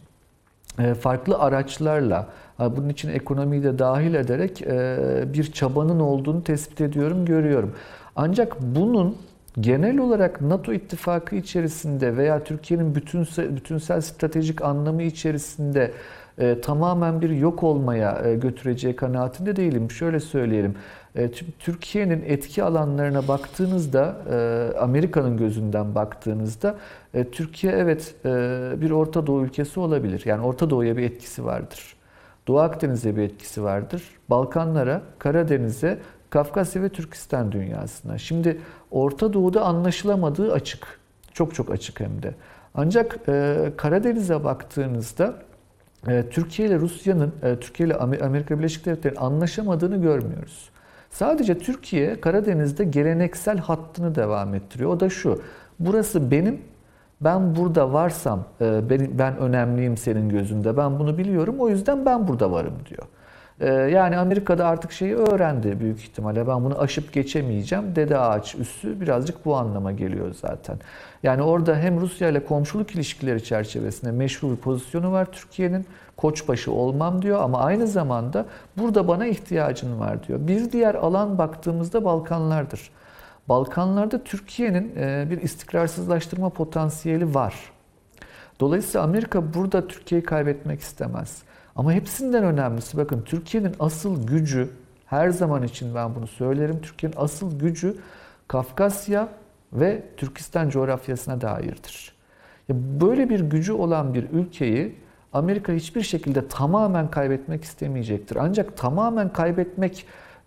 C: farklı araçlarla, bunun için ekonomiyi de dahil ederek bir çabanın olduğunu tespit ediyorum, görüyorum. Ancak bunun genel olarak NATO ittifakı içerisinde veya Türkiye'nin bütünsel, bütünsel stratejik anlamı içerisinde e, tamamen bir yok olmaya e, götüreceği kanaatinde değilim. Şöyle söyleyelim, e, Türkiye'nin etki alanlarına baktığınızda, e, Amerika'nın gözünden baktığınızda, e, Türkiye evet e, bir Orta Doğu ülkesi olabilir. Yani Orta Doğu'ya bir etkisi vardır. Doğu Akdeniz'e bir etkisi vardır. Balkanlara, Karadeniz'e, Kafkasya ve Türkistan dünyasına. Şimdi Orta Doğu'da anlaşılamadığı açık. Çok çok açık hem de. Ancak e, Karadeniz'e baktığınızda e, Türkiye ile Rusya'nın, e, Türkiye ile Amerika Birleşik Devletleri'nin anlaşamadığını görmüyoruz. Sadece Türkiye Karadeniz'de geleneksel hattını devam ettiriyor. O da şu: burası benim, ben burada varsam e, ben, ben önemliyim senin gözünde, ben bunu biliyorum, o yüzden ben burada varım diyor. Yani Amerika'da artık şeyi öğrendi büyük ihtimalle. Ben bunu aşıp geçemeyeceğim. Dede ağaç üssü birazcık bu anlama geliyor zaten. Yani orada hem Rusya ile komşuluk ilişkileri çerçevesinde meşru bir pozisyonu var Türkiye'nin. Koçbaşı olmam diyor ama aynı zamanda burada bana ihtiyacın var diyor. Bir diğer alan baktığımızda Balkanlardır. Balkanlarda Türkiye'nin bir istikrarsızlaştırma potansiyeli var. Dolayısıyla Amerika burada Türkiye'yi kaybetmek istemez. Ama hepsinden önemlisi, bakın, Türkiye'nin asıl gücü, her zaman için ben bunu söylerim, Türkiye'nin asıl gücü Kafkasya ve Türkistan coğrafyasına dairdir. Böyle bir gücü olan bir ülkeyi Amerika hiçbir şekilde tamamen kaybetmek istemeyecektir. Ancak tamamen kaybetmek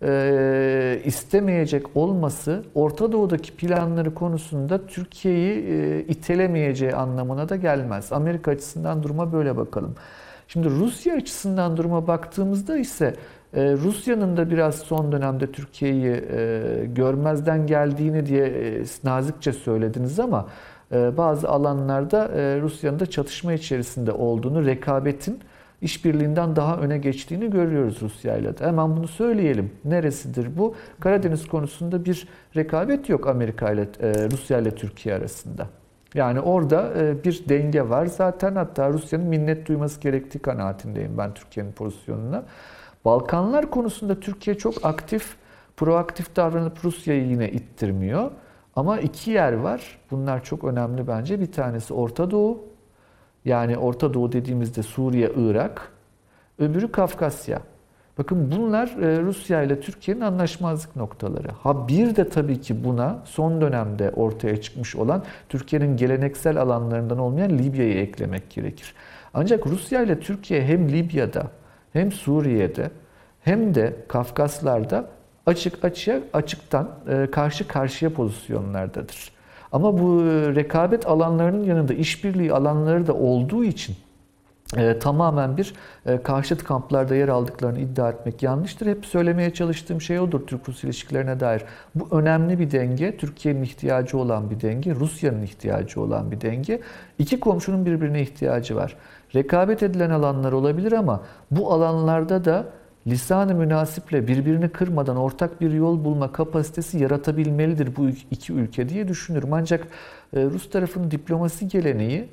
C: e, istemeyecek olması Orta Doğu'daki planları konusunda Türkiye'yi e, itelemeyeceği anlamına da gelmez. Amerika açısından duruma böyle bakalım. Şimdi Rusya açısından duruma baktığımızda ise Rusya'nın da biraz son dönemde Türkiye'yi görmezden geldiğini diye nazikçe söylediniz ama bazı alanlarda Rusya'nın da çatışma içerisinde olduğunu, rekabetin işbirliğinden daha öne geçtiğini görüyoruz Rusya'yla da. Hemen bunu söyleyelim. Neresidir bu? Karadeniz konusunda bir rekabet yok Amerika ile, Rusya ile Türkiye arasında. Yani orada bir denge var. Zaten hatta Rusya'nın minnet duyması gerektiği kanaatindeyim ben Türkiye'nin pozisyonuna. Balkanlar konusunda Türkiye çok aktif, proaktif davranıp Rusya'yı yine ittirmiyor. Ama iki yer var. Bunlar çok önemli bence. Bir tanesi Orta Doğu. Yani Orta Doğu dediğimizde Suriye, Irak. Öbürü Kafkasya. Bakın bunlar Rusya ile Türkiye'nin anlaşmazlık noktaları. Ha bir de tabii ki buna son dönemde ortaya çıkmış olan Türkiye'nin geleneksel alanlarından olmayan Libya'yı eklemek gerekir. Ancak Rusya ile Türkiye hem Libya'da hem Suriye'de hem de Kafkaslar'da açık açığa açıktan karşı karşıya pozisyonlardadır. Ama bu rekabet alanlarının yanında işbirliği alanları da olduğu için E, tamamen bir e, karşıt kamplarda yer aldıklarını iddia etmek yanlıştır. Hep söylemeye çalıştığım şey odur Türk-Rus ilişkilerine dair. Bu önemli bir denge, Türkiye'nin ihtiyacı olan bir denge, Rusya'nın ihtiyacı olan bir denge. İki komşunun birbirine ihtiyacı var. Rekabet edilen alanlar olabilir ama bu alanlarda da lisan-ı münasiple birbirini kırmadan ortak bir yol bulma kapasitesi yaratabilmelidir bu iki ülke diye düşünüyorum. Ancak e, Rus tarafının diplomasi geleneği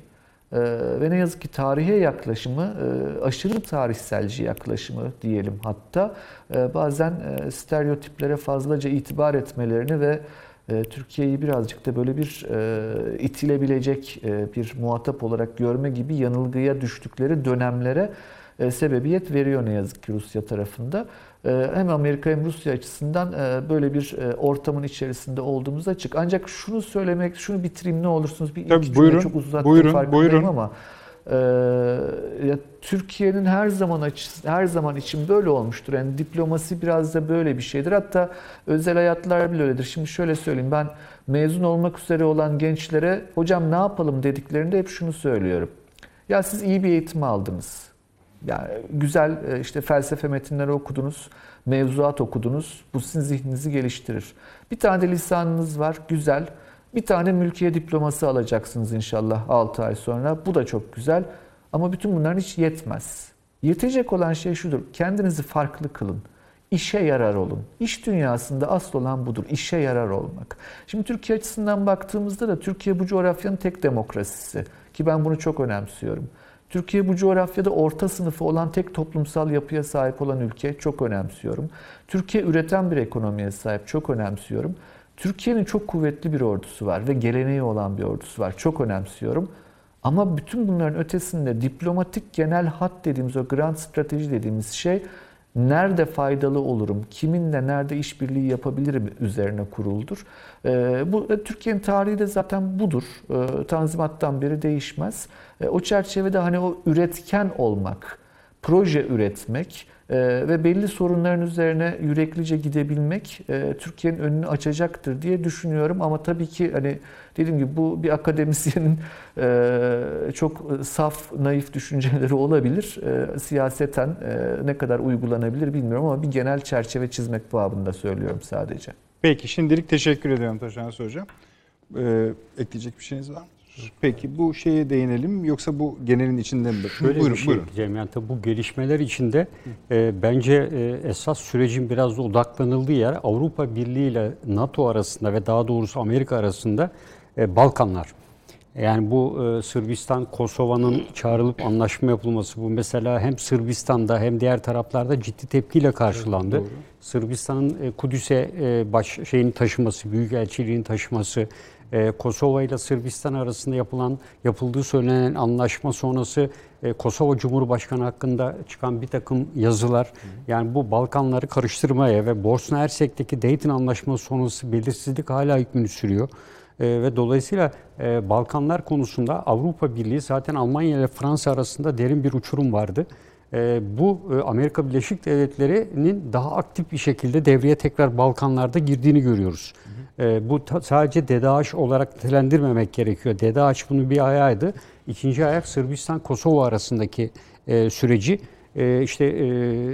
C: ve ne yazık ki tarihe yaklaşımı aşırı tarihselci yaklaşımı diyelim hatta bazen stereotiplere fazlaca itibar etmelerini ve Türkiye'yi birazcık da böyle bir itilebilecek bir muhatap olarak görme gibi yanılgıya düştükleri dönemlere sebebiyet veriyor ne yazık ki Rusya tarafında. Hem Amerika hem Rusya açısından böyle bir ortamın içerisinde olduğumuz açık. Ancak şunu söylemek, şunu bitireyim ne olursunuz. Bir
A: Tabii,
C: iki
A: buyurun,
C: cümle çok uzattım
A: buyurun,
C: farkındayım
A: buyurun.
C: ama e, ya, Türkiye'nin her zaman açısı, her zaman için böyle olmuştur. Yani diplomasi biraz da böyle bir şeydir. Hatta özel hayatlar bile öyledir. Şimdi şöyle söyleyeyim, ben mezun olmak üzere olan gençlere hocam ne yapalım dediklerinde hep şunu söylüyorum. Ya siz iyi bir eğitim aldınız. Yani güzel işte felsefe metinleri okudunuz, mevzuat okudunuz. Bu sizin zihninizi geliştirir. Bir tane de lisanınız var, güzel. Bir tane mülkiye diploması alacaksınız inşallah altı ay sonra. Bu da çok güzel. Ama bütün bunlar hiç yetmez. Yetecek olan şey şudur. Kendinizi farklı kılın. İşe yarar olun. İş dünyasında asıl olan budur. İşe yarar olmak. Şimdi Türkiye açısından baktığımızda da Türkiye bu coğrafyanın tek demokrasisi. Ki ben bunu çok önemsiyorum. Türkiye bu coğrafyada orta sınıfı olan tek toplumsal yapıya sahip olan ülke, çok önemsiyorum. Türkiye üreten bir ekonomiye sahip, çok önemsiyorum. Türkiye'nin çok kuvvetli bir ordusu var ve geleneği olan bir ordusu var, çok önemsiyorum. Ama bütün bunların ötesinde diplomatik genel hat dediğimiz, o grand strateji dediğimiz şey nerede faydalı olurum, kiminle nerede işbirliği yapabilirim üzerine kuruldur. Ee, bu Türkiye'nin tarihi de zaten budur. Ee, Tanzimat'tan beri değişmez. Ee, o çerçevede hani o üretken olmak, proje üretmek e, ve belli sorunların üzerine yüreklice gidebilmek e, Türkiye'nin önünü açacaktır diye düşünüyorum. Ama tabii ki hani dediğim gibi bu bir akademisyenin e, çok saf, naif düşünceleri olabilir. E, siyaseten e, ne kadar uygulanabilir bilmiyorum ama bir genel çerçeve çizmek babında söylüyorum sadece.
A: Peki, şimdilik teşekkür ediyorum Taşans Hocam. Ee, ekleyecek bir şeyiniz var mı? Peki bu şeye değinelim yoksa bu genelin içinde mi?
B: Şöyle
A: buyurun,
B: bir şey
A: buyurun.
B: diyeceğim. Yani tabii bu gelişmeler içinde e, bence e, esas sürecin biraz da odaklanıldığı yer Avrupa Birliği ile NATO arasında ve daha doğrusu Amerika arasında e, Balkanlar. Yani bu e, Sırbistan, Kosova'nın çağrılıp anlaşma yapılması, bu mesela hem Sırbistan'da hem diğer taraflarda ciddi tepkiyle karşılandı. Evet, Sırbistan'ın e, Kudüs'e e, baş şeyini taşıması, büyükelçiliğini taşıması, e, Kosova ile Sırbistan arasında yapılan yapıldığı söylenen anlaşma sonrası e, Kosova Cumhurbaşkanı hakkında çıkan bir takım yazılar, hı. yani bu Balkanları karıştırmaya ve Bosna Hersek'teki Dayton Anlaşması sonrası belirsizlik hala hükmünü sürüyor. Ee, ve dolayısıyla e, Balkanlar konusunda Avrupa Birliği, zaten Almanya ile Fransa arasında derin bir uçurum vardı. E, bu e, Amerika Birleşik Devletleri'nin daha aktif bir şekilde devreye tekrar Balkanlarda girdiğini görüyoruz. Hı hı. E, bu ta, sadece DEDAŞ olarak nitelendirmemek gerekiyor. DEDAŞ bunun bir ayağıydı. İkinci ayak Sırbistan-Kosova arasındaki e, süreci e, işte e,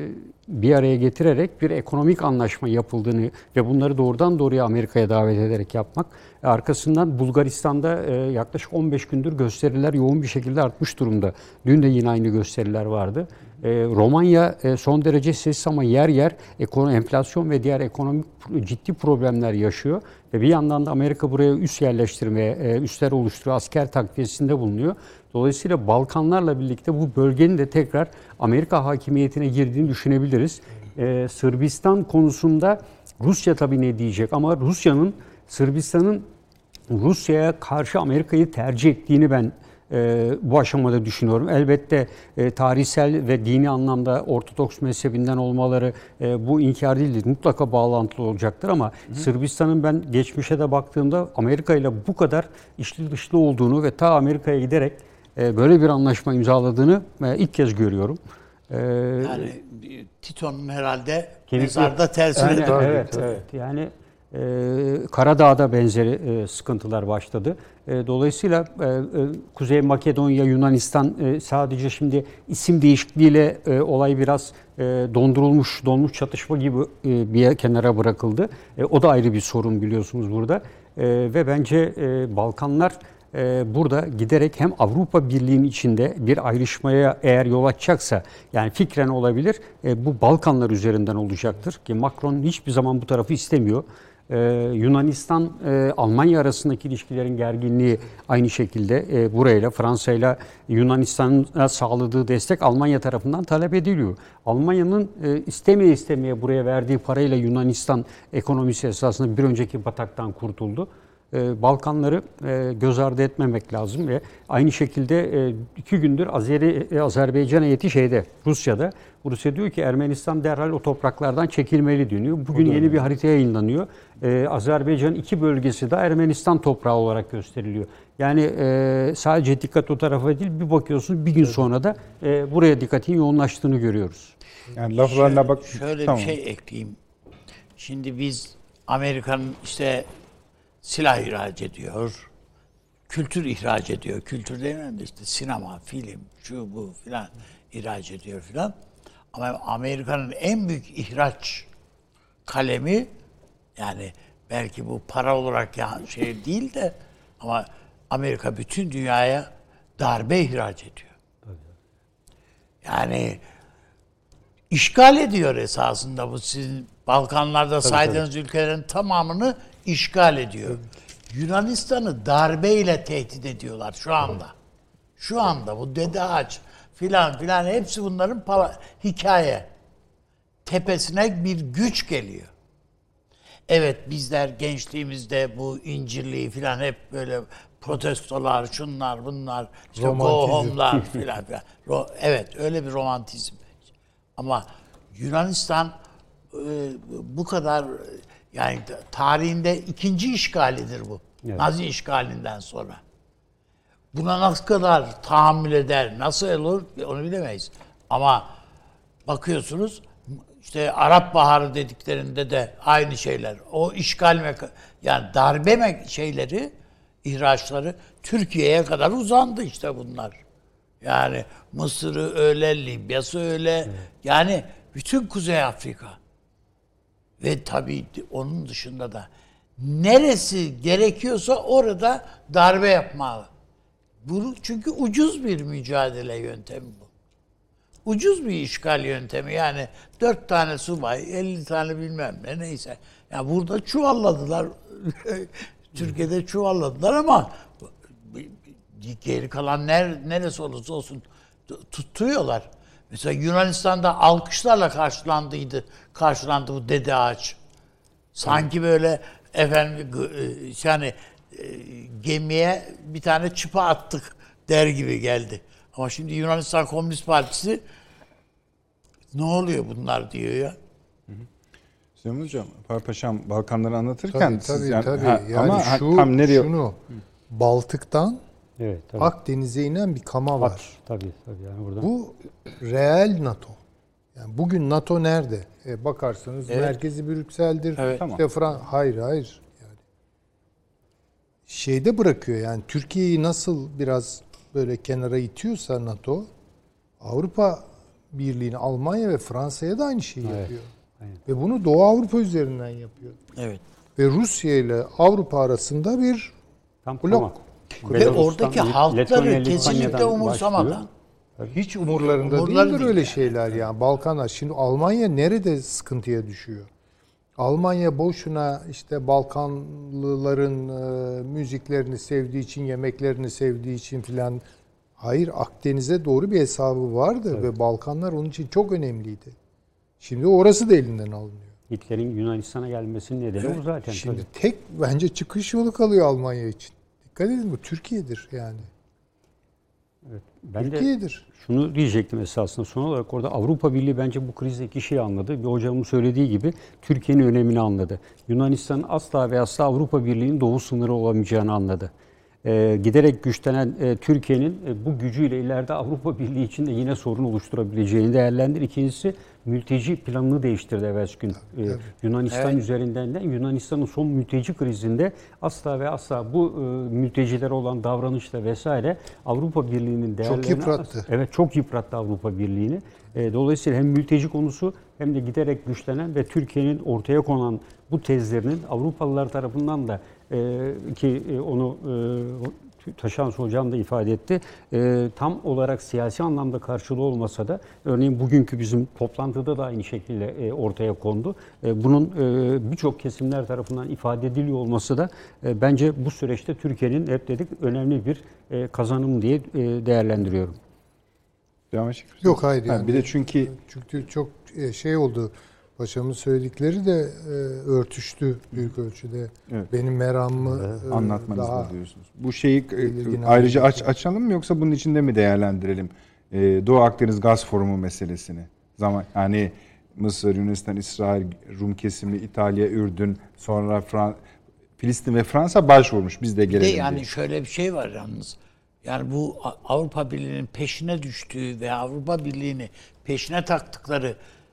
B: bir araya getirerek bir ekonomik anlaşma yapıldığını ve bunları doğrudan doğruya Amerika'ya davet ederek yapmak. Arkasından Bulgaristan'da yaklaşık on beş gündür gösteriler yoğun bir şekilde artmış durumda. Dün de yine aynı gösteriler vardı. Romanya son derece sessiz ama yer yer enflasyon ve diğer ekonomik ciddi problemler yaşıyor. Ve bir yandan da Amerika buraya üs yerleştirmeye, üsler oluşturuyor, asker takviyesinde bulunuyor. Dolayısıyla Balkanlarla birlikte bu bölgenin de tekrar Amerika hakimiyetine girdiğini düşünebiliriz. Ee, Sırbistan konusunda Rusya tabii ne diyecek ama Rusya'nın, Sırbistan'ın Rusya'ya karşı Amerika'yı tercih ettiğini ben e, bu aşamada düşünüyorum. Elbette e, tarihsel ve dini anlamda Ortodoks mezhebinden olmaları e, bu inkar değildir. Mutlaka bağlantılı olacaktır ama hı hı. Sırbistan'ın ben geçmişe de baktığımda Amerika ile bu kadar içli dışlı olduğunu ve ta Amerika'ya giderek e, böyle bir anlaşma imzaladığını e, ilk kez görüyorum. E,
E: yani Tito'nun herhalde
B: kesinlikle,
E: mezarda tersine
B: yani,
E: döndü.
B: Evet, evet. Yani Ee, Karadağ'da benzeri e, sıkıntılar başladı. E, dolayısıyla e, e, Kuzey Makedonya, Yunanistan e, sadece şimdi isim değişikliğiyle e, olay biraz e, dondurulmuş, donmuş çatışma gibi e, bir kenara bırakıldı. E, o da ayrı bir sorun biliyorsunuz burada. E, ve bence e, Balkanlar e, burada giderek hem Avrupa Birliği'nin içinde bir ayrışmaya eğer yol açacaksa, yani fikren olabilir, e, bu Balkanlar üzerinden olacaktır. Ki Macron hiçbir zaman bu tarafı istemiyor. Ee, Yunanistan, e, Almanya arasındaki ilişkilerin gerginliği aynı şekilde e, burayla, Fransa'yla Yunanistan'a sağladığı destek Almanya tarafından talep ediliyor. Almanya'nın e, istemeye istemeye buraya verdiği parayla Yunanistan ekonomisi esasında bir önceki bataktan kurtuldu. E, Balkanları e, göz ardı etmemek lazım ve aynı şekilde e, iki gündür Azeri, e, Azerbaycan heyeti şeyde, Rusya'da. Rusya diyor ki Ermenistan derhal o topraklardan çekilmeli deniyor. Bugün yeni bir harita yayınlanıyor. E, Azerbaycan'ın iki bölgesi de Ermenistan toprağı olarak gösteriliyor. Yani e, sadece dikkat o tarafa değil, bir bakıyorsunuz bir gün sonra da e, buraya dikkatin yoğunlaştığını görüyoruz.
A: Yani laflarına bak.
E: Şöyle
A: tamam.
E: bir şey ekleyeyim. Şimdi biz Amerika'nın işte silah ihraç ediyor, kültür ihraç ediyor. Kültür demeyeyim de işte sinema, film, şu bu filan ihraç ediyor filan. Ama Amerika'nın en büyük ihraç kalemi, yani belki bu para olarak ya şey değil de, ama Amerika bütün dünyaya darbe ihraç ediyor. Yani işgal ediyor esasında, bu sizin Balkanlarda tabii, saydığınız tabii. ülkelerin tamamını işgal ediyor. Tabii. Yunanistan'ı darbeyle tehdit ediyorlar şu anda. Şu anda bu Dede Ağaç filan filan hepsi bunların pala- hikaye. Tepesine bir güç geliyor. Evet, bizler gençliğimizde bu incirliği filan hep böyle protestolar, şunlar bunlar, işte go home'lar filan filan. Evet, öyle bir romantizm. Ama Yunanistan e, bu kadar, yani tarihinde ikinci işgalidir bu. Evet. Nazi işgalinden sonra. Buna nasıl kadar tahammül eder, nasıl olur onu bilemeyiz. Ama bakıyorsunuz işte Arap Baharı dediklerinde de aynı şeyler. O işgal meka- yani darbe me- şeyleri, ihraçları Türkiye'ye kadar uzandı işte bunlar. Yani Mısır'ı öyle, Libya'sı öyle. Evet. Yani bütün Kuzey Afrika. Ve tabii onun dışında da neresi gerekiyorsa orada darbe yapmalı. Bu çünkü ucuz bir mücadele yöntemi bu. Ucuz bir işgal yöntemi. Yani dört tane subay, elli tane bilmem ne neyse. Ya burada çuvalladılar. Türkiye'de çuvalladılar ama geri kalan ner, neresi olursa olsun tutuyorlar. Mesela Yunanistan'da alkışlarla karşılandıydı, karşılandı bu Dede Ağaç. Sanki böyle efendim yani gemiye bir tane çıpa attık der gibi geldi. Ama şimdi Yunanistan Komünist Partisi ne oluyor bunlar diyor ya.
A: Süleyman Hocam, Paşam Balkanları anlatırken
D: tabii,
A: siz
D: tabii,
A: yani,
D: tabii.
A: Ha,
D: yani
A: ama
D: şu,
A: tam nereye
D: şunu Baltık'tan
B: evet, tabii.
D: Akdeniz'e inen bir kama var.
B: Var. Tabii tabii yani buradan.
D: Bu reel NATO. Yani bugün NATO nerede? E bakarsanız
E: evet.
D: merkezi Brüksel'dir.
E: Evet.
D: İşte
A: Tamam.
D: Fran hayır hayır. Yani şeyde bırakıyor yani Türkiye'yi nasıl biraz böyle kenara itiyorsa NATO, Avrupa Birliği'ni, Almanya ve Fransa'ya da aynı şeyi
B: evet.
D: yapıyor.
B: Aynen.
D: Ve bunu Doğu Avrupa üzerinden yapıyor.
E: Evet.
D: Ve Rusya ile Avrupa arasında bir
B: Tam
D: blok.
E: Ve oradaki halkları kesinlikle umursamadan.
D: Hiç umurlarında
E: Umurları
D: değildir
E: değil
D: öyle
E: yani.
D: şeyler yani. Balkanlar. Şimdi Almanya nerede sıkıntıya düşüyor? Almanya boşuna işte Balkanlıların e, müziklerini sevdiği için, yemeklerini sevdiği için filan. Hayır, Akdeniz'e doğru bir hesabı vardı evet. Ve Balkanlar onun için çok önemliydi. Şimdi orası da elinden alınıyor.
B: Hitler'in Yunanistan'a gelmesinin nedeni evet. bu zaten.
D: Şimdi
B: tabii.
D: tek bence çıkış yolu kalıyor Almanya için. Dikkat edin, bu Türkiye'dir yani.
B: Evet. Ben
D: Türkiye'dir.
B: de şunu diyecektim esasında son olarak, orada Avrupa Birliği bence bu krizdeki şeyi anladı. Bir hocamın söylediği gibi Türkiye'nin önemini anladı. Yunanistan asla ve asla Avrupa Birliği'nin doğu sınırı olamayacağını anladı. Ee, giderek güçlenen e, Türkiye'nin e, bu gücüyle ileride Avrupa Birliği için de yine sorun oluşturabileceğini değerlendir. İkincisi, mülteci planını değiştirdi evvelsi gün. Ee, Yunanistan evet. üzerinden de Yunanistan'ın son mülteci krizinde asla ve asla bu e, mültecilere olan davranışla vesaire Avrupa Birliği'nin değerlerini...
D: Çok yıprattı.
B: Evet, çok yıprattı Avrupa Birliği'ni. E, dolayısıyla hem mülteci konusu hem de giderek güçlenen ve Türkiye'nin ortaya konan bu tezlerinin Avrupalılar tarafından da e, ki e, onu e, Taşans Hocam da ifade etti. E, tam olarak siyasi anlamda karşılığı olmasa da örneğin bugünkü bizim toplantıda da aynı şekilde e, ortaya kondu. E, bunun e, birçok kesimler tarafından ifade ediliyor olması da e, bence bu süreçte Türkiye'nin hep dedik önemli bir e, kazanım diye e, değerlendiriyorum.
A: Devam edecek misiniz?
D: Yok hayır yani.
A: Ha, bir de çünkü
D: çünkü çok şey oldu. Paşamın söyledikleri de e, örtüştü büyük ölçüde.
A: Evet.
D: Benim meramımı e,
A: anlatmanızda
D: daha
A: diyorsunuz. Bu şeyi e,
D: belirgin
A: ayrıca
D: hale
A: aç, açalım mı yoksa bunun içinde mi değerlendirelim? E, Doğu Akdeniz Gaz Forumu meselesini. Zaman yani Mısır, Yunanistan, İsrail, Rum kesimi, İtalya, Ürdün, sonra Fran Filistin ve Fransa başvurmuş. Biz de
E: Bir de
A: gelelim
E: yani
A: diye.
E: şöyle bir şey var yalnız. Yani bu Avrupa Birliği'nin peşine düştüğü ve Avrupa Birliği'ni peşine taktıkları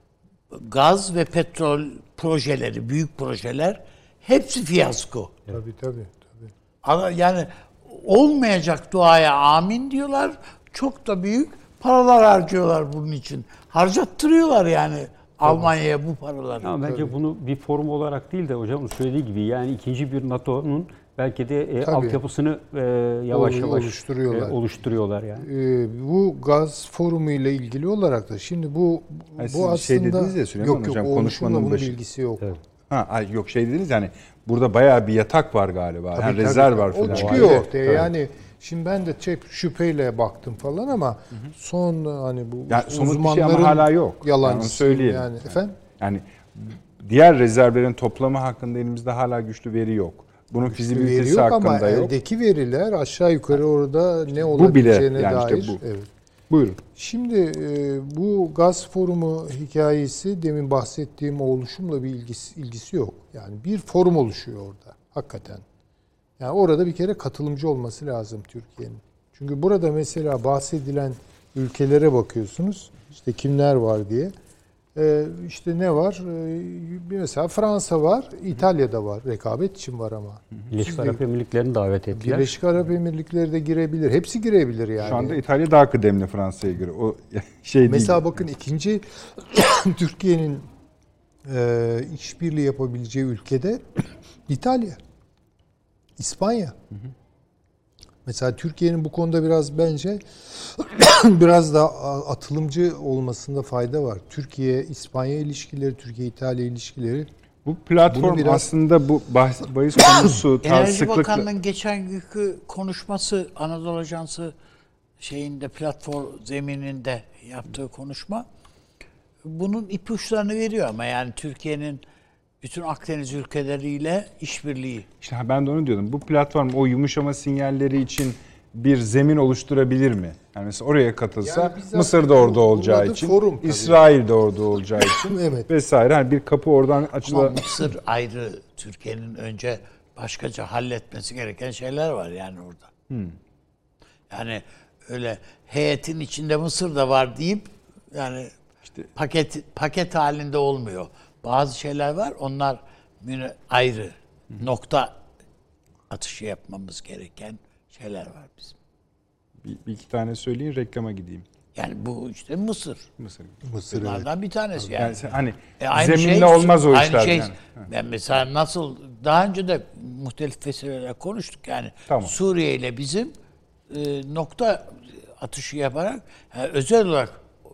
E: gaz ve petrol projeleri, büyük projeler hepsi fiyasko.
D: tabii tabii tabii.
E: Ama yani olmayacak duaya amin diyorlar. Çok da büyük paralar harcıyorlar bunun için. Harcattırıyorlar yani Almanya'ya bu paraları.
B: Ama bence bunu bir forum olarak değil de hocamın söylediği gibi yani ikinci bir NATO'nun belki de e, altyapısını e, yavaş yavaş
D: oluşturuyorlar.
B: E, oluşturuyorlar yani.
D: Ee, bu gaz forumu ile ilgili olarak da şimdi bu
A: Hayır,
D: bu
A: siz
D: aslında
A: şey dediniz ya Süleyman
D: yok
A: Hocam,
D: yok
A: konuşmanın
D: bunun
A: başı.
D: bilgisi yok.
B: Evet.
A: Ha, ay, yok şey dediniz yani burada bayağı bir yatak var galiba.
D: Tabii,
A: yani
D: tabii,
A: rezerv
D: tabii.
A: var
D: O
A: falan.
D: çıkıyor
A: Var.
D: ortaya.
A: Evet.
D: Yani şimdi ben de çok şüpheyle baktım falan ama son hani bu
A: Yani somut bir şey
D: uzmanların
A: ama hala yok.
D: Yalancısı
A: Yani onu söyleyelim.
D: yani efendim.
A: Yani diğer rezervlerin toplamı hakkında elimizde hala güçlü veri yok. Bunun
D: Veri
A: fizibilitesi
D: yok
A: hakkında
D: ama
A: yok.
D: eldeki veriler aşağı yukarı orada ne
A: bu bile
D: olabileceğine
A: yani
D: dair.
A: işte bu.
D: Evet.
A: Buyurun.
D: Şimdi e, bu gaz forumu hikayesi demin bahsettiğim o oluşumla bir ilgisi, ilgisi yok. Yani bir forum oluşuyor orada hakikaten. Yani orada bir kere katılımcı olması lazım Türkiye'nin. Çünkü burada mesela bahsedilen ülkelere bakıyorsunuz. İşte kimler var diye. Ee, işte ne var? Ee, mesela Fransa var, İtalya'da var. Rekabet için var ama.
B: Birleşik Arap Emirlikleri'ni davet ettiler.
D: Birleşik Arap Emirlikleri de girebilir. Hepsi girebilir yani.
A: Şu anda İtalya daha kıdemli Fransa'ya göre. O şey değil.
D: Mesela bakın ikinci Türkiye'nin e, işbirliği yapabileceği ülkede İtalya, İspanya. Hı hı. Mesela Türkiye'nin bu konuda biraz bence biraz daha atılımcı olmasında fayda var. Türkiye-İspanya ilişkileri, Türkiye-İtalya ilişkileri.
A: Bu platform
D: biraz...
A: aslında bu bahis, bahis konusu
E: Enerji
A: sıklıkla...
E: Bakanı'nın geçen günkü konuşması Anadolu Ajansı şeyinde platform zemininde yaptığı konuşma bunun ipuçlarını veriyor ama yani Türkiye'nin bütün Akdeniz ülkeleriyle işbirliği.
A: İşte ben de onu diyordum. Bu platform o yumuşama sinyalleri için bir zemin oluşturabilir mi? Yani mesela oraya katılsa
D: Yani
A: Mısır da orada olacağı için,
D: forum,
A: İsrail de orada olacağı için
D: evet.
A: vesaire. Yani bir kapı oradan açıla...
E: Ama Mısır ayrı, Türkiye'nin önce başkaca halletmesi gereken şeyler var yani orada. Hmm. Yani öyle heyetin içinde Mısır da var deyip yani işte paket paket halinde olmuyor. Bazı şeyler var, onlar ayrı nokta atışı yapmamız gereken şeyler var bizim.
A: Bir, bir iki tane söyleyin, reklama gideyim.
E: Yani bu işte Mısır.
A: Mısır.
E: Mısır Bunlardan evet. bir tanesi yani. yani
A: hani
E: e aynı
A: zeminle
E: şey,
A: olmaz o
E: aynı
A: işler.
E: Şey,
A: yani.
E: Ben mesela nasıl daha önce de muhtelif vesilelerle konuştuk yani. Tamam. Suriye ile bizim e, nokta atışı yaparak yani özel olarak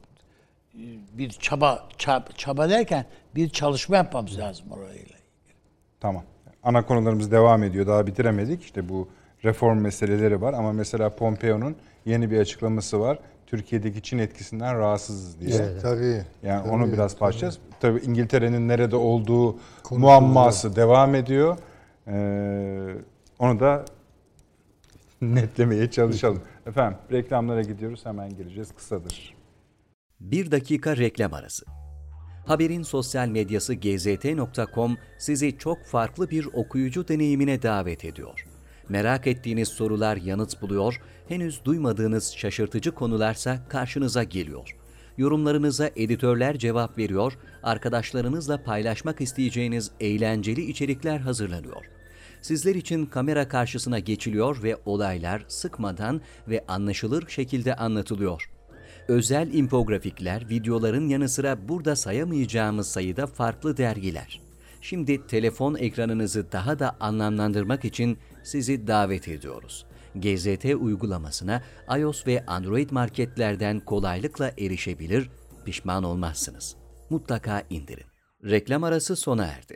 E: bir çaba, çaba çaba derken bir çalışma yapmamız lazım orayla.
A: Tamam. Ana konularımız devam ediyor. Daha bitiremedik. İşte bu reform meseleleri var ama mesela Pompeo'nun yeni bir açıklaması var. Türkiye'deki Çin etkisinden rahatsızız diye.
D: Evet, tabii.
A: Yani
D: tabii,
A: onu biraz paylaşacağız. Tabii, tabii İngiltere'nin nerede olduğu
D: Konuşulacak.
A: muamması devam ediyor. Ee, onu da netlemeye çalışalım. Efendim reklamlara gidiyoruz. Hemen geleceğiz. Kısadır.
F: Bir dakika reklam arası. Haberin sosyal medyası ge zete nokta com sizi çok farklı bir okuyucu deneyimine davet ediyor. Merak ettiğiniz sorular yanıt buluyor, henüz duymadığınız şaşırtıcı konularsa karşınıza geliyor. Yorumlarınıza editörler cevap veriyor, arkadaşlarınızla paylaşmak isteyeceğiniz eğlenceli içerikler hazırlanıyor. Sizler için kamera karşısına geçiliyor ve olaylar sıkmadan ve anlaşılır şekilde anlatılıyor. Özel infografikler, videoların yanı sıra burada sayamayacağımız sayıda farklı dergiler. Şimdi telefon ekranınızı daha da anlamlandırmak için sizi davet ediyoruz. G Z T uygulamasına iOS ve Android marketlerden kolaylıkla erişebilir, pişman olmazsınız. Mutlaka indirin. Reklam arası sona erdi.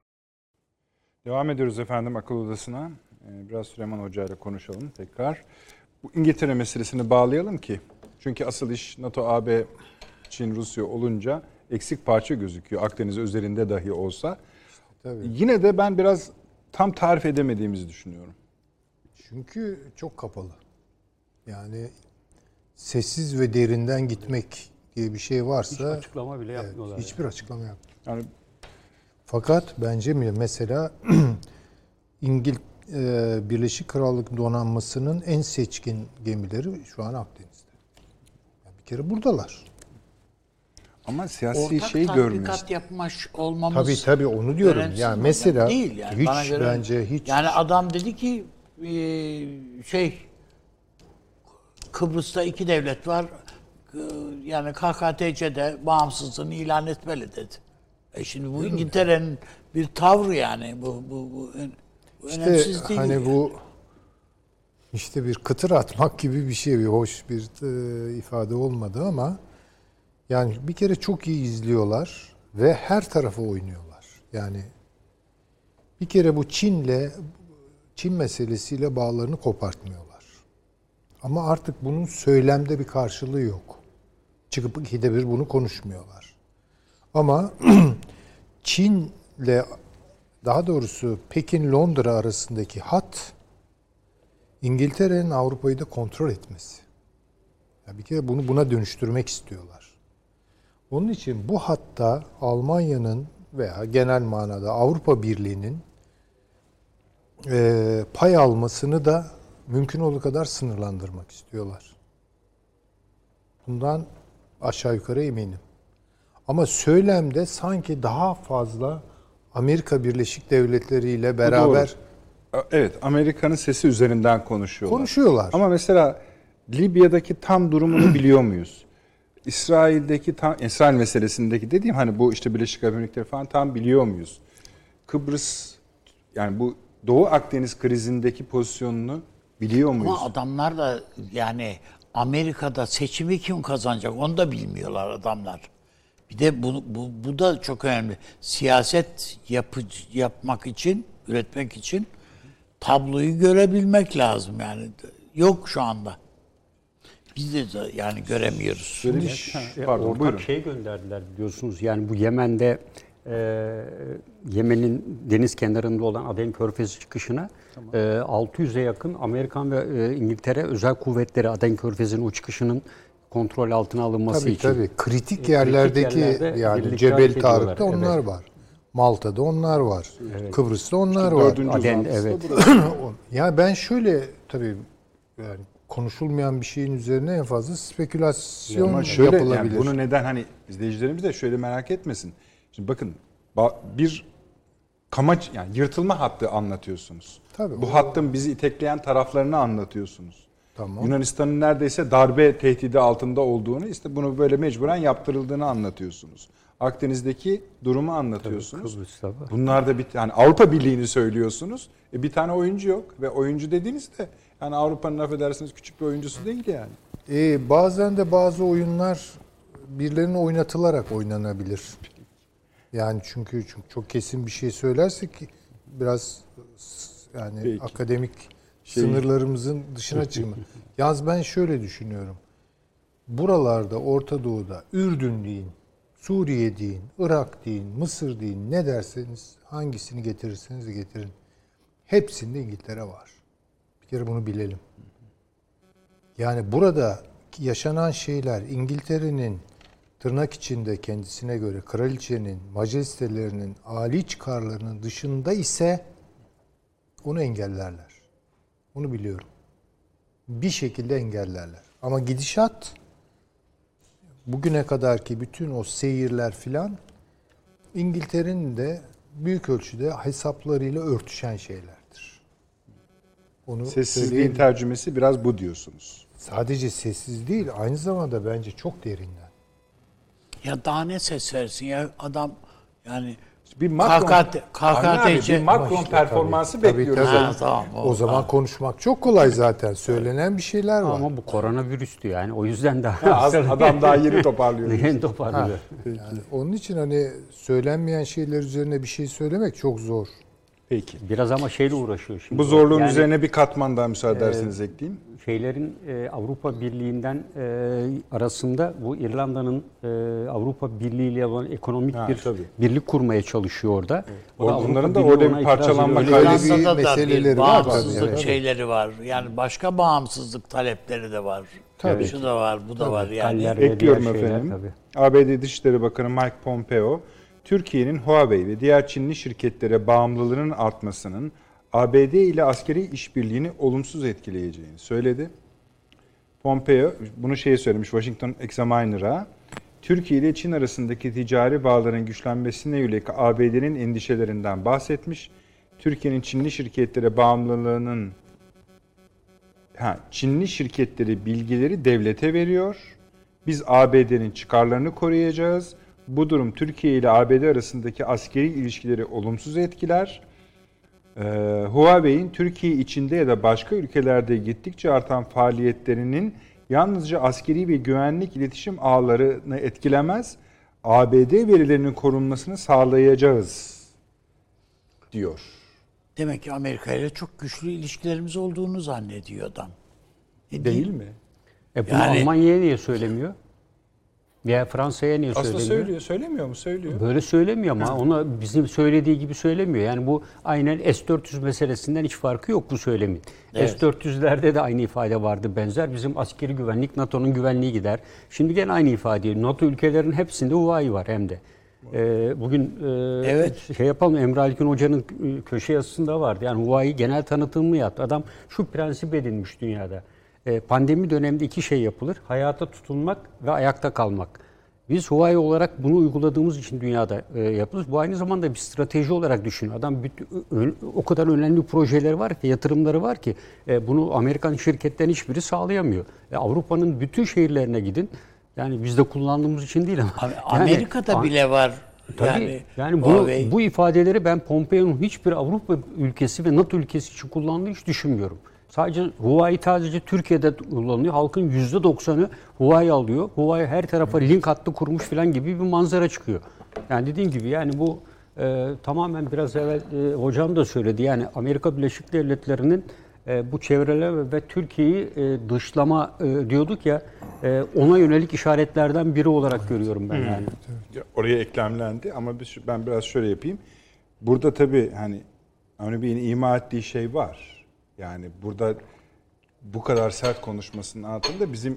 A: Devam ediyoruz efendim akıl odasına. Biraz Süleyman Hoca ile konuşalım tekrar. Bu İngiltere meselesini bağlayalım ki. Çünkü asıl iş NATO, A B, Çin, Rusya olunca eksik parça gözüküyor. Akdeniz özelinde dahi olsa. Tabii. Yine de ben biraz tam tarif edemediğimizi düşünüyorum.
D: Çünkü çok kapalı. Yani sessiz ve derinden gitmek diye bir şey varsa...
B: Hiç açıklama bile yapmıyorlar.
D: Evet, hiçbir yani. açıklama yapmıyor.
A: Yani,
D: Fakat bence mesela İngil e, Birleşik Krallık donanmasının en seçkin gemileri şu an Akdeniz'de. Yani bir kere buradalar.
A: Ama siyasi
E: Ortak
A: şey görmüyoruz.
E: Ortak tatbikat yapmış olmamız...
D: Tabii tabii onu diyorum. Yani mesela
E: değil yani.
D: hiç
E: Bana göre,
D: bence hiç...
E: Yani adam dedi ki şey Kıbrıs'ta iki devlet var. Yani K K T C'de bağımsızlığını ilan etmeli dedi. E şimdi bu İngiltere'nin bir tavrı yani. Bu, bu, bu, bu
D: işte
E: önemsiz değil.
D: Hani
E: yani.
D: bu işte bir kıtır atmak gibi bir şey. Bir hoş bir e, ifade olmadı ama yani bir kere çok iyi izliyorlar ve her tarafa oynuyorlar. Yani bir kere bu Çin'le Çin meselesiyle bağlarını kopartmıyorlar. Ama artık bunun söylemde bir karşılığı yok. Çıkıp ikide bir bunu konuşmuyorlar. Ama Çin'le, daha doğrusu Pekin-Londra arasındaki hat İngiltere'nin Avrupa'yı da kontrol etmesi. Yani bir kere bunu buna dönüştürmek istiyorlar. Onun için bu hatta Almanya'nın veya genel manada Avrupa Birliği'nin e, pay almasını da mümkün olduğu kadar sınırlandırmak istiyorlar. Bundan aşağı yukarı eminim. Ama söylemde sanki daha fazla Amerika Birleşik Devletleri ile beraber...
A: Evet, Amerika'nın sesi üzerinden konuşuyorlar.
D: Konuşuyorlar.
A: Ama mesela Libya'daki tam durumunu biliyor muyuz? İsrail'deki tam, İsrail meselesindeki dediğim hani bu işte Birleşik Arap Emirlikleri falan tam biliyor muyuz? Kıbrıs, yani bu Doğu Akdeniz krizindeki pozisyonunu biliyor muyuz?
E: Ama adamlar da yani Amerika'da seçimi kim kazanacak onu da bilmiyorlar adamlar. Bir de bu, bu, bu da çok önemli. Siyaset yapı, yapmak için, üretmek için tabloyu görebilmek lazım yani. Yok şu anda. Biz de yani göremiyoruz.
B: Şimdi, Pardon, ortak buyurun. Şey gönderdiler biliyorsunuz. Yani bu Yemen'de e, Yemen'in deniz kenarında olan Aden Körfezi çıkışına tamam. e, altı yüze yakın Amerikan ve e, İngiltere özel kuvvetleri Aden Körfezi'nin o çıkışının kontrol altına alınması
D: tabii,
B: için.
D: Tabii kritik yerlerdeki kritik yerlerde yani Cebel Tarık'ta onlar evet. var. Malta'da onlar var. Evet. Kıbrıs'ta onlar işte var.
B: Aden evet.
D: Ya ben şöyle tabii yani konuşulmayan bir şeyin üzerine en fazla spekülasyon
A: ama şöyle,
D: yapılabilir.
A: Yani bunu neden hani izleyicilerimiz de şöyle merak etmesin. Şimdi bakın bir kamaç yani yırtılma hattı anlatıyorsunuz.
D: Tabii,
A: Bu
D: o...
A: hattın bizi itekleyen taraflarını anlatıyorsunuz.
D: Tamam.
A: Yunanistan'ın neredeyse darbe tehdidi altında olduğunu, işte bunu böyle mecburen yaptırıldığını anlatıyorsunuz. Akdeniz'deki durumu anlatıyorsunuz.
B: Tabii,
A: Bunlar da bir yani Avrupa Birliği'ni söylüyorsunuz. E bir tane oyuncu yok ve oyuncu dediğiniz de yani Avrupa'nın affedersiniz küçük bir oyuncusu değil yani.
D: E, bazen de bazı oyunlar birilerine oynatılarak oynanabilir. Yani çünkü, çünkü çok kesin bir şey söylersek biraz yani Peki. akademik şey, sınırlarımızın dışına çıkma. Yalnız ben şöyle düşünüyorum. Buralarda Orta Doğu'da Ürdün deyin, Suriye deyin, Irak deyin, Mısır deyin, ne derseniz hangisini getirirseniz getirin. Hepsinde İngiltere var. Bir kere bunu bilelim. Yani burada yaşanan şeyler İngiltere'nin tırnak içinde kendisine göre kraliçenin, majestelerinin, âli çıkarlarının dışında ise onu engellerler. Onu biliyorum. Bir şekilde engellerler. Ama gidişat bugüne kadarki bütün o seyirler filan İngiltere'nin de büyük ölçüde hesaplarıyla örtüşen şeylerdir. Onu
A: sessizliğin tercümesi biraz bu diyorsunuz.
D: Sadece sessiz değil, aynı zamanda bence çok derinden.
E: Ya daha ne ses versin ya adam yani
A: Bir Macron,
E: K K T
A: Avni abi,
E: için
A: bir Macron
D: işte,
A: performansı
D: tabii,
A: bekliyoruz.
D: tabii.
A: yani.
E: Ha, tamam,
D: O zaman konuşmak çok kolay zaten. Söylenen bir şeyler var.
B: Ama bu koronavirüstü yani. O yüzden daha
A: Ha, az- adam daha yeni toparlıyor.
B: yeni toparlıyor.
D: Yani onun için hani söylenmeyen şeyler üzerine bir şey söylemek çok zor.
A: Peki.
B: Biraz ama şeyle uğraşıyor şimdi.
A: Bu zorluğun
B: Yani
A: üzerine bir katman daha müsaade ederseniz ekleyeyim.
B: şeylerin e, Avrupa Birliği'nden e, arasında bu İrlanda'nın e, Avrupa Birliği ile olan ekonomik
A: Ha,
B: bir
A: tabii.
B: birlik kurmaya çalışıyor orada. O da
A: Onların
B: Avrupa
A: da
B: Birliği
A: orada
B: ona
A: bir
B: itiraz
A: parçalanma
B: ediyor. Öyle
A: kaygısı-
B: bir-
E: İrlanda'da da bir
D: meseleleri var tabii,
E: bağımsızlık
D: evet.
E: şeyleri var. Yani başka bağımsızlık talepleri de var.
D: Tabii.
E: Şu da var, bu da var yani.
B: Galler ve
A: Ekliyorum
B: diğer şeyler
A: efendim.
B: tabii.
A: A B D Dışişleri Bakanı Mike Pompeo, Türkiye'nin Huawei ve diğer Çinli şirketlere bağımlılığının artmasının A B D ile askeri işbirliğini olumsuz etkileyeceğini söyledi. Pompeo bunu şey söylemiş Washington Examiner'a, Türkiye ile Çin arasındaki ticari bağların güçlenmesine yönelik A B D'nin endişelerinden bahsetmiş. Türkiye'nin Çinli şirketlere bağımlılığının ha, Çinli şirketleri bilgileri devlete veriyor. Biz A B D'nin çıkarlarını koruyacağız. Bu durum Türkiye ile A B D arasındaki askeri ilişkileri olumsuz etkiler. Ee, Huawei'in Türkiye içinde ya da başka ülkelerde gittikçe artan faaliyetlerinin yalnızca askeri ve güvenlik iletişim ağlarını etkilemez, A B D verilerinin korunmasını sağlayacağız diyor.
E: Demek ki Amerika ile çok güçlü ilişkilerimiz olduğunu zannediyor adam. E,
A: Değil mi?
B: E bunu
E: Yani-
B: Almanya'ya niye söylemiyor? Veya Fransa'ya niye
A: Aslında
B: söylemiyor?
A: söylüyor, söylemiyor mu? Söylüyor.
B: Böyle söylemiyor ama ona bizim söylediği gibi söylemiyor. Yani bu aynen S dört yüz meselesinden hiç farkı yok bu söylemin.
E: Evet.
B: S dört yüzlerde de aynı ifade vardı benzer. Bizim askeri güvenlik, NATO'nun güvenliği gider. Şimdi gene aynı ifade. NATO ülkelerinin hepsinde Huawei var hem de. Ee, bugün e,
E: Evet.
B: şey yapalım, Emre Algün Hoca'nın e, köşe yazısında vardı. Yani Huawei genel tanıtımını yaptı. Adam şu prensip edinmiş dünyada. E, pandemi döneminde iki şey yapılır. Hayata tutunmak ve ayakta kalmak. Biz Huawei olarak bunu uyguladığımız için dünyada e, yapıyoruz. Bu aynı zamanda bir strateji olarak düşünüyor. Adam bütün, ö, o kadar önemli projeleri var ki, yatırımları var ki e, bunu Amerikan şirketlerin hiçbiri sağlayamıyor. E, Avrupa'nın bütün şehirlerine gidin. Yani biz de kullandığımız için değil ama.
E: Am-
B: yani,
E: Amerika'da
B: a-
E: bile var.
B: Tabii.
E: Yani,
B: Yani, bu,
E: Huawei.
B: bu ifadeleri ben Pompeo'nun hiçbir Avrupa ülkesi ve NATO ülkesi için kullandığını hiç düşünmüyorum. Sadece Huawei sadece Türkiye'de kullanılıyor. Halkın yüzde doksanı Huawei alıyor. Huawei her tarafa link hattı kurmuş falan gibi bir manzara çıkıyor. Yani dediğim gibi yani bu e, tamamen biraz evvel e, hocam da söyledi. Yani Amerika Birleşik Devletleri'nin e, bu çevreleme ve Türkiye'yi e, dışlama e, diyorduk ya e, ona yönelik işaretlerden biri olarak görüyorum ben yani.
A: Oraya eklemlendi ama biz- ben biraz şöyle yapayım. Burada tabii hani Avni Bey'in ima ettiği şey var. Yani burada bu kadar sert konuşmasının altında bizim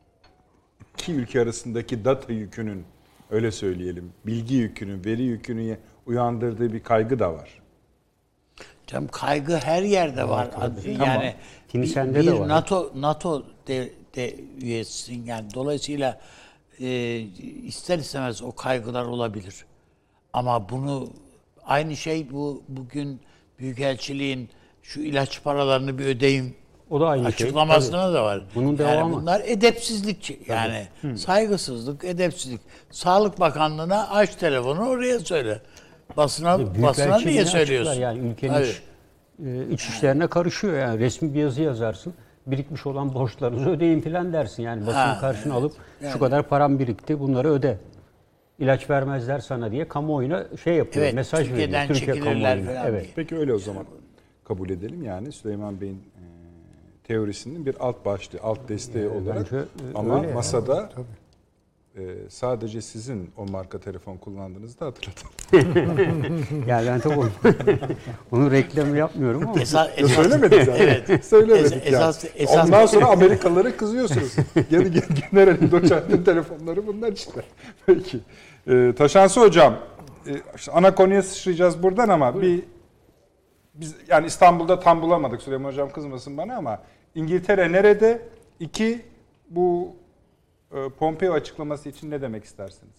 A: iki ülke arasındaki data yükünün, öyle söyleyelim, bilgi yükünün, veri yükünün uyandırdığı bir kaygı da var.
E: Canım kaygı her yerde var. Yani
B: Kimi
E: bir,
B: sende
E: bir
B: de var.
E: NATO NATO de, de üyesisin yani dolayısıyla e, ister istemez o kaygılar olabilir. Ama bunu aynı şey bu bugün Büyükelçiliğin şu ilaç paralarını bir ödeyin
B: O da aynı şey.
E: açıklamasına da var.
B: Bunun
E: yani
B: devamı.
E: bunlar edepsizlik yani saygısızlık, edepsizlik. Sağlık Bakanlığı'na aç telefonu oraya söyle. Basına basına
B: Büyükelçiliğini
E: niye
B: açıklar.
E: söylüyorsun?
B: Yani ülkenin
E: Tabii.
B: iç, e, iç işlerine karışıyor. Yani resmi bir yazı yazarsın. Birikmiş olan borçlarınızı ödeyin filan dersin. Yani basını
E: Ha,
B: karşına
E: evet.
B: alıp
E: Yani.
B: şu kadar param birikti bunları öde. İlaç vermezler sana diye kamuoyuna şey yapıyor.
E: Evet,
B: mesaj
E: Türkiye'den
B: veriyor. Türkiye
E: çekilirler
B: kamuoyuna.
E: falan
B: Evet.
E: diye.
A: Peki öyle o zaman kabul edelim yani Süleyman Bey'in e, teorisinin bir alt başlığı, alt desteği olarak
B: bence, e,
A: ama
B: öyle yani.
A: masada e, sadece sizin o marka telefon kullandığınızı da hatırlatalım.
B: Yani ben tabii onu, onu reklamı yapmıyorum ama.
E: Esas,
A: Ya
E: esas,
A: söylemedik zaten.
E: Evet.
A: Söylemedik
E: Es-
A: yani.
E: esas- esas-
A: Ondan sonra Amerikalılara kızıyorsunuz. Gene generalin doçentin telefonları bunlar işte. Peki. Ee, Taşansı hocam, e, işte ana konuya sıçrayacağız buradan ama Buyurun. bir biz yani İstanbul'da tam bulamadık. Süleyman hocam kızmasın bana ama İngiltere nerede? İki, bu e, Pompeo açıklaması için ne demek istersiniz?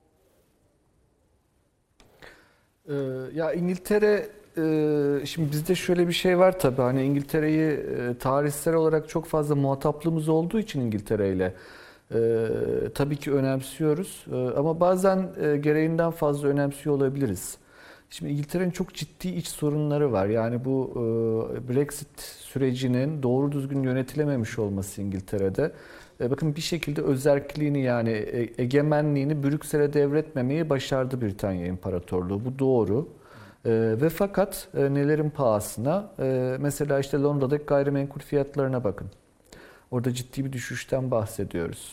C: Ee, ya İngiltere, e, şimdi bizde şöyle bir şey var tabii, hani İngiltere'yi e, tarihsel olarak çok fazla muhataplığımız olduğu için İngiltere'yle e, tabii ki önemsiyoruz. E, ama bazen e, gereğinden fazla önemsiyor olabiliriz. Şimdi İngiltere'nin çok ciddi iç sorunları var. Yani bu e, Brexit sürecinin doğru düzgün yönetilememiş olması İngiltere'de. E, bakın bir şekilde özerkliğini yani e, egemenliğini Brüksel'e devretmemeyi başardı Britanya İmparatorluğu. Bu doğru. E, ve fakat e, nelerin pahasına? E, mesela işte Londra'daki gayrimenkul fiyatlarına bakın. Orada ciddi bir düşüşten bahsediyoruz.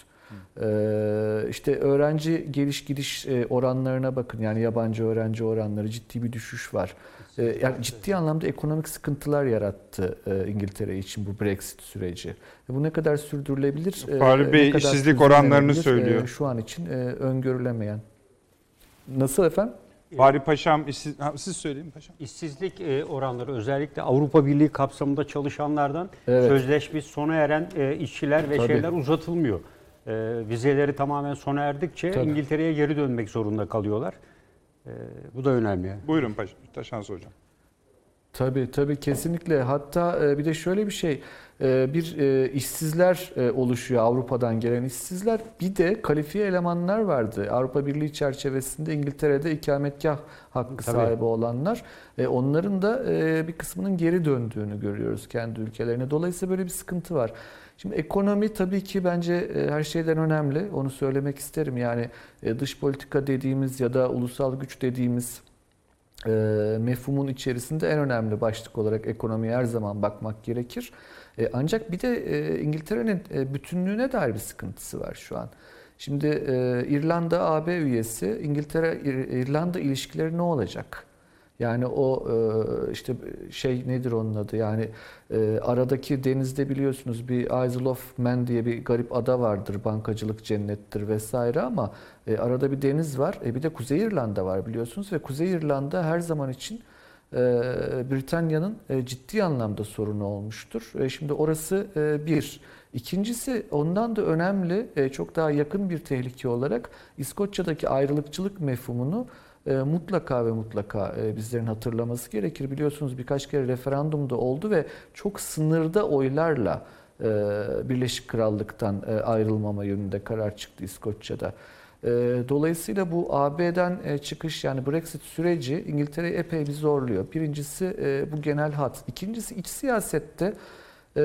C: Ee, işte öğrenci geliş gidiş oranlarına bakın, yani yabancı öğrenci oranları, ciddi bir düşüş var. Ee, yani ciddi anlamda ekonomik sıkıntılar yarattı e, İngiltere için bu Brexit süreci. E, bu ne kadar sürdürülebilir?
A: Fahri Bey
C: kadar
A: işsizlik oranlarını
C: sürdürülebilir,
A: söylüyor.
C: E, şu an için e, öngörülemeyen. Nasıl efendim?
A: Fahri Paşam, işsiz, ha, siz söyleyin Paşam.
B: İşsizlik e, oranları özellikle Avrupa Birliği kapsamında çalışanlardan
C: Evet.
B: sözleşmesi sona eren e, işçiler ve
C: Tabii.
B: şeyler uzatılmıyor. E, vizeleri tamamen sona erdikçe
C: Tabii.
B: İngiltere'ye geri dönmek zorunda kalıyorlar. E, bu da önemli. Yani.
A: Buyurun Paşam, Taşansı Hocam.
C: Tabii tabii kesinlikle. Hatta bir de şöyle bir şey, bir işsizler oluşuyor, Avrupa'dan gelen işsizler. Bir de kalifiye elemanlar vardı. Avrupa Birliği çerçevesinde İngiltere'de ikametgah hakkı
B: Tabii.
C: sahibi olanlar. Onların da bir kısmının geri döndüğünü görüyoruz kendi ülkelerine. Dolayısıyla böyle bir sıkıntı var. Şimdi ekonomi tabii ki bence her şeyden önemli. Onu söylemek isterim. Yani dış politika dediğimiz ya da ulusal güç dediğimiz E, mefhumun içerisinde en önemli başlık olarak ekonomiye her zaman bakmak gerekir. E, ancak bir de e, İngiltere'nin e, bütünlüğüne dair bir sıkıntısı var şu an. Şimdi e, İrlanda A B üyesi, İngiltere-İrlanda ilişkileri ne olacak? Yani o e, işte şey nedir onun adı? Yani e, aradaki denizde biliyorsunuz bir Isle of Man diye bir garip ada vardır. Bankacılık cennettir vesaire ama e, arada bir deniz var. E, bir de Kuzey İrlanda var biliyorsunuz ve Kuzey İrlanda her zaman için e, Britanya'nın e, ciddi anlamda sorunu olmuştur. E, şimdi orası e, bir. İkincisi ondan da önemli, e, çok daha yakın bir tehlike olarak İskoçya'daki ayrılıkçılık mefhumunu E, mutlaka ve mutlaka e, bizlerin hatırlaması gerekir. Biliyorsunuz birkaç kere referandumda oldu ve çok sınırda oylarla e, Birleşik Krallık'tan e, ayrılmama yönünde karar çıktı İskoçya'da. E, dolayısıyla bu A B'den e, çıkış, yani Brexit süreci İngiltere'yi epey bir zorluyor. Birincisi e, bu genel hat. İkincisi iç siyasette e,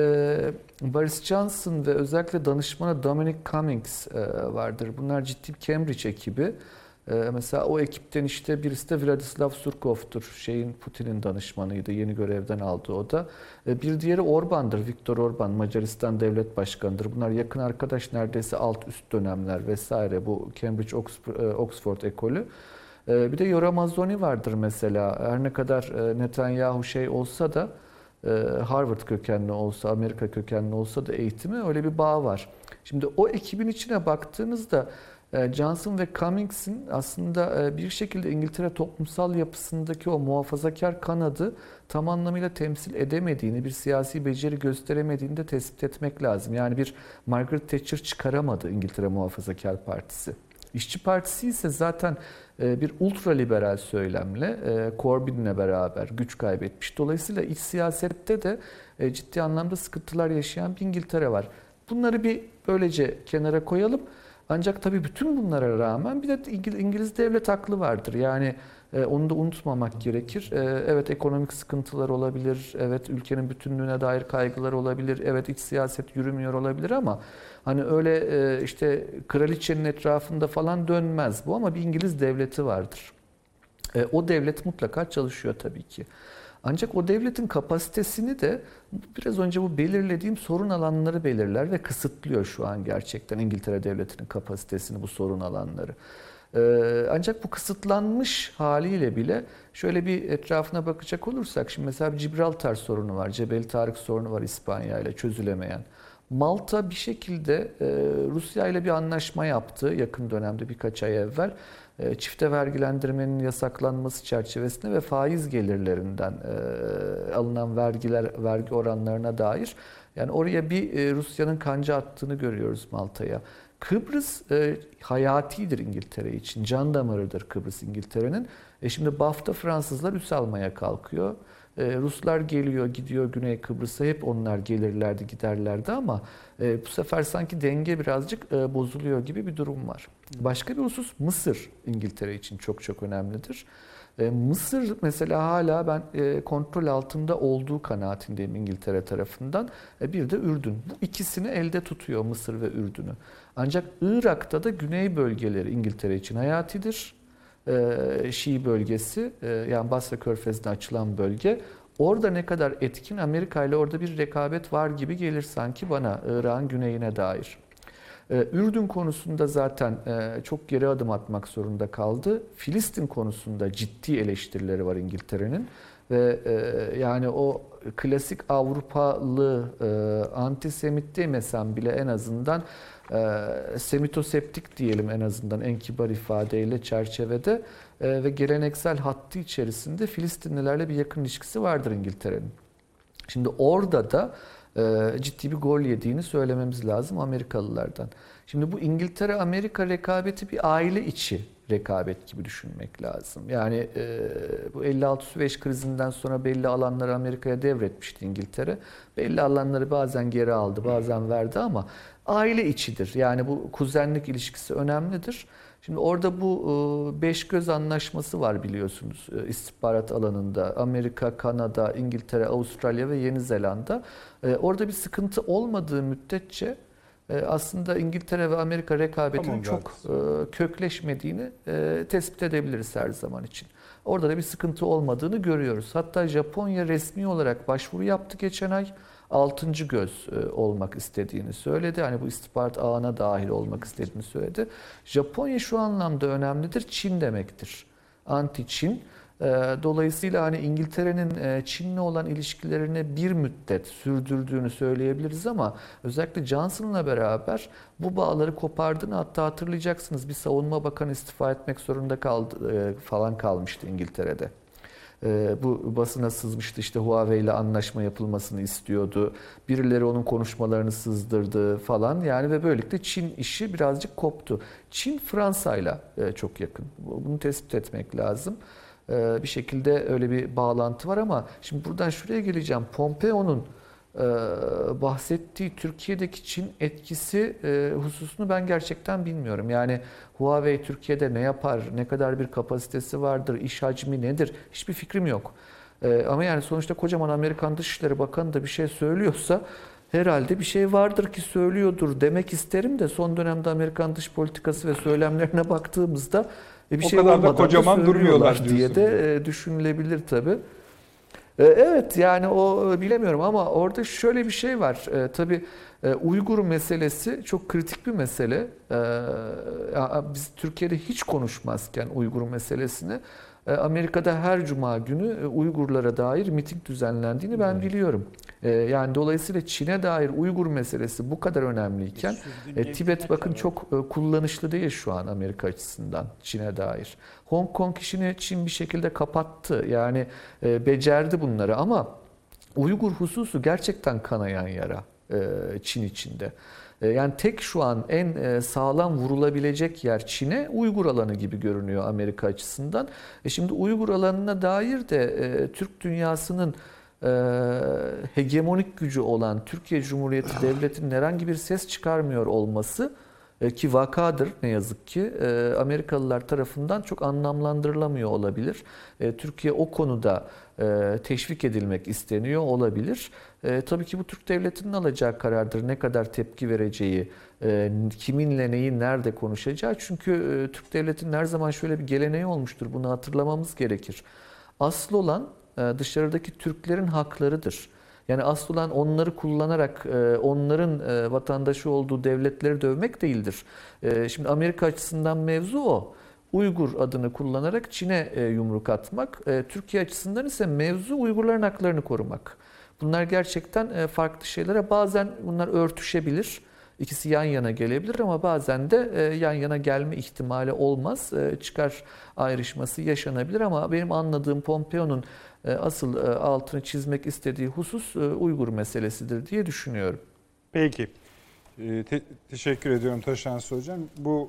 C: Boris Johnson ve özellikle danışmanı Dominic Cummings e, vardır. Bunlar ciddi bir Cambridge ekibi. Ee, mesela o ekipten işte birisi de Vladislav Surkov'tur. Şeyin, Putin'in danışmanıydı. Yeni görevden aldı o da. Ee, bir diğeri Orban'dır. Viktor Orban, Macaristan devlet başkanıdır. Bunlar yakın arkadaş, neredeyse alt üst dönemler vesaire. Bu Cambridge Oxford, Oxford ekolü. Ee, bir de Yora Mazzoni vardır mesela. Her ne kadar Netanyahu şey olsa da, Harvard kökenli olsa, Amerika kökenli olsa da eğitimi, öyle bir bağ var. Şimdi o ekibin içine baktığınızda Johnson ve Cummings'in aslında bir şekilde İngiltere toplumsal yapısındaki o muhafazakar kanadı tam anlamıyla temsil edemediğini, bir siyasi beceri gösteremediğini de tespit etmek lazım. Yani bir Margaret Thatcher çıkaramadı İngiltere Muhafazakar Partisi. İşçi Partisi ise zaten bir ultraliberal söylemle Corbyn'le beraber güç kaybetmiş. Dolayısıyla iç siyasette de ciddi anlamda sıkıntılar yaşayan bir İngiltere var. Bunları bir böylece kenara koyalım. Ancak tabii bütün bunlara rağmen bir de İngiliz devlet aklı vardır. Yani onu da unutmamak gerekir. Evet, ekonomik sıkıntılar olabilir. Evet, ülkenin bütünlüğüne dair kaygılar olabilir. Evet, iç siyaset yürümüyor olabilir ama hani öyle işte kraliçenin etrafında falan dönmez bu, ama bir İngiliz devleti vardır. O devlet mutlaka çalışıyor tabii ki. Ancak o devletin kapasitesini de biraz önce bu belirlediğim sorun alanları belirler ve kısıtlıyor şu an gerçekten İngiltere Devleti'nin kapasitesini, bu sorun alanları. Ancak bu kısıtlanmış haliyle bile şöyle bir etrafına bakacak olursak, şimdi mesela bir Gibraltar sorunu var, Cebel Tarık sorunu var İspanya ile çözülemeyen. Malta bir şekilde Rusya ile bir anlaşma yaptı yakın dönemde, birkaç ay evvel. Çifte vergilendirmenin yasaklanması çerçevesinde ve faiz gelirlerinden e, alınan vergiler, vergi oranlarına dair, yani oraya bir e, Rusya'nın kanca attığını görüyoruz Malta'ya. Kıbrıs e, hayatidir İngiltere için, can damarıdır Kıbrıs İngiltere'nin. E şimdi B A F'ta Fransızlar üs almaya kalkıyor. E, Ruslar geliyor, gidiyor Güney Kıbrıs'a, hep onlar gelirlerdi, giderlerdi ama e, bu sefer sanki denge birazcık e, bozuluyor gibi bir durum var. Başka bir husus, Mısır İngiltere için çok çok önemlidir. E, Mısır mesela hala ben e, kontrol altında olduğu kanaatindeyim İngiltere tarafından. E, bir de Ürdün. Bu ikisini elde tutuyor Mısır ve Ürdün'ü. Ancak Irak'ta da güney bölgeleri İngiltere için hayatidir. E, Şii bölgesi, e, yani Basra Körfezi'ne açılan bölge. Orada ne kadar etkin, Amerika ile orada bir rekabet var gibi gelir sanki bana Irak'ın güneyine dair. Ürdün konusunda zaten çok geri adım atmak zorunda kaldı. Filistin konusunda ciddi eleştirileri var İngiltere'nin ve yani o klasik Avrupalı antisemit demesem bile en azından semitoseptik diyelim, en azından en kibar ifadeyle çerçevede ve geleneksel hattı içerisinde Filistinlilerle bir yakın ilişkisi vardır İngiltere'nin. Şimdi orada da ciddi bir gol yediğini söylememiz lazım Amerikalılardan. Şimdi bu İngiltere-Amerika rekabeti bir aile içi rekabet gibi düşünmek lazım. Yani e, bu elli altı Süveyş krizinden sonra belli alanları Amerika'ya devretmişti İngiltere. Belli alanları bazen geri aldı, bazen verdi ama aile içidir. Yani bu kuzenlik ilişkisi önemlidir. Şimdi orada bu beş göz anlaşması var biliyorsunuz istihbarat alanında. Amerika, Kanada, İngiltere, Avustralya ve Yeni Zelanda. Orada bir sıkıntı olmadığı müddetçe aslında İngiltere ve Amerika rekabetinin tamam, çok evet. kökleşmediğini tespit edebiliriz her zaman için. Orada da bir sıkıntı olmadığını görüyoruz. Hatta Japonya resmi olarak başvuru yaptı geçen ay. Altıncı göz olmak istediğini söyledi. Hani bu istihbarat ağına dahil olmak istediğini söyledi. Japonya şu anlamda önemlidir. Çin demektir. Anti-Çin. Dolayısıyla hani İngiltere'nin Çin'le olan ilişkilerini bir müddet sürdürdüğünü söyleyebiliriz ama özellikle Johnson'la beraber bu bağları kopardığını, hatta hatırlayacaksınız bir savunma bakanı istifa etmek zorunda kaldı falan kalmıştı İngiltere'de. Bu basına sızmıştı, işte Huawei ile anlaşma yapılmasını istiyordu. Birileri onun konuşmalarını sızdırdı falan yani ve böylelikle Çin işi birazcık koptu. Çin Fransa'yla çok yakın. Bunu tespit etmek lazım. Bir şekilde öyle bir bağlantı var ama şimdi buradan şuraya geleceğim. Pompeo'nun bahsettiği Türkiye'deki Çin etkisi hususunu ben gerçekten bilmiyorum. Yani Huawei Türkiye'de ne yapar, ne kadar bir kapasitesi vardır, iş hacmi nedir hiçbir fikrim yok. Ama yani sonuçta kocaman Amerikan Dışişleri Bakanı da bir şey söylüyorsa herhalde bir şey vardır ki söylüyordur demek isterim de son dönemde Amerikan dış politikası ve söylemlerine baktığımızda bir
A: o
C: şey
A: kadar da kocaman durmuyorlar
C: diye de düşünülebilir tabii. Evet yani o bilemiyorum ama orada şöyle bir şey var. E, tabii e, Uygur meselesi çok kritik bir mesele. E, biz Türkiye'de hiç konuşmazken Uygur meselesini e, Amerika'da her cuma günü e, Uygurlara dair miting düzenlendiğini ben evet. biliyorum. E, yani dolayısıyla Çin'e dair Uygur meselesi bu kadar önemliyken e, Tibet bakın çok e, kullanışlı değil şu an Amerika açısından Çin'e dair. Hong Kong işini Çin bir şekilde kapattı. Yani e, becerdi bunları ama Uygur hususu gerçekten kanayan yara e, Çin içinde. E, yani tek şu an en e, sağlam vurulabilecek yer Çin'e Uygur alanı gibi görünüyor Amerika açısından. E, şimdi Uygur alanına dair de e, Türk dünyasının e, hegemonik gücü olan Türkiye Cumhuriyeti Devleti'nin herhangi bir ses çıkarmıyor olması ki vakadır ne yazık ki Amerikalılar tarafından çok anlamlandırılamıyor olabilir. Türkiye o konuda teşvik edilmek isteniyor olabilir. Tabii ki bu Türk Devleti'nin alacağı karardır. Ne kadar tepki vereceği, kiminle neyi nerede konuşacağı. Çünkü Türk Devleti'nin her zaman şöyle bir geleneği olmuştur. Bunu hatırlamamız gerekir. Asıl olan dışarıdaki Türklerin haklarıdır. Yani asıl olan onları kullanarak onların vatandaşı olduğu devletleri dövmek değildir. Şimdi Amerika açısından mevzu o. Uygur adını kullanarak Çin'e yumruk atmak. Türkiye açısından ise mevzu Uygurların haklarını korumak. Bunlar gerçekten farklı şeylere. Bazen bunlar örtüşebilir. İkisi yan yana gelebilir ama bazen de yan yana gelme ihtimali olmaz. Çıkar ayrışması yaşanabilir ama benim anladığım Pompeo'nun asıl altını çizmek istediği husus Uygur meselesidir diye düşünüyorum.
A: Peki. Te- teşekkür ediyorum Taşansı Hocam. Bu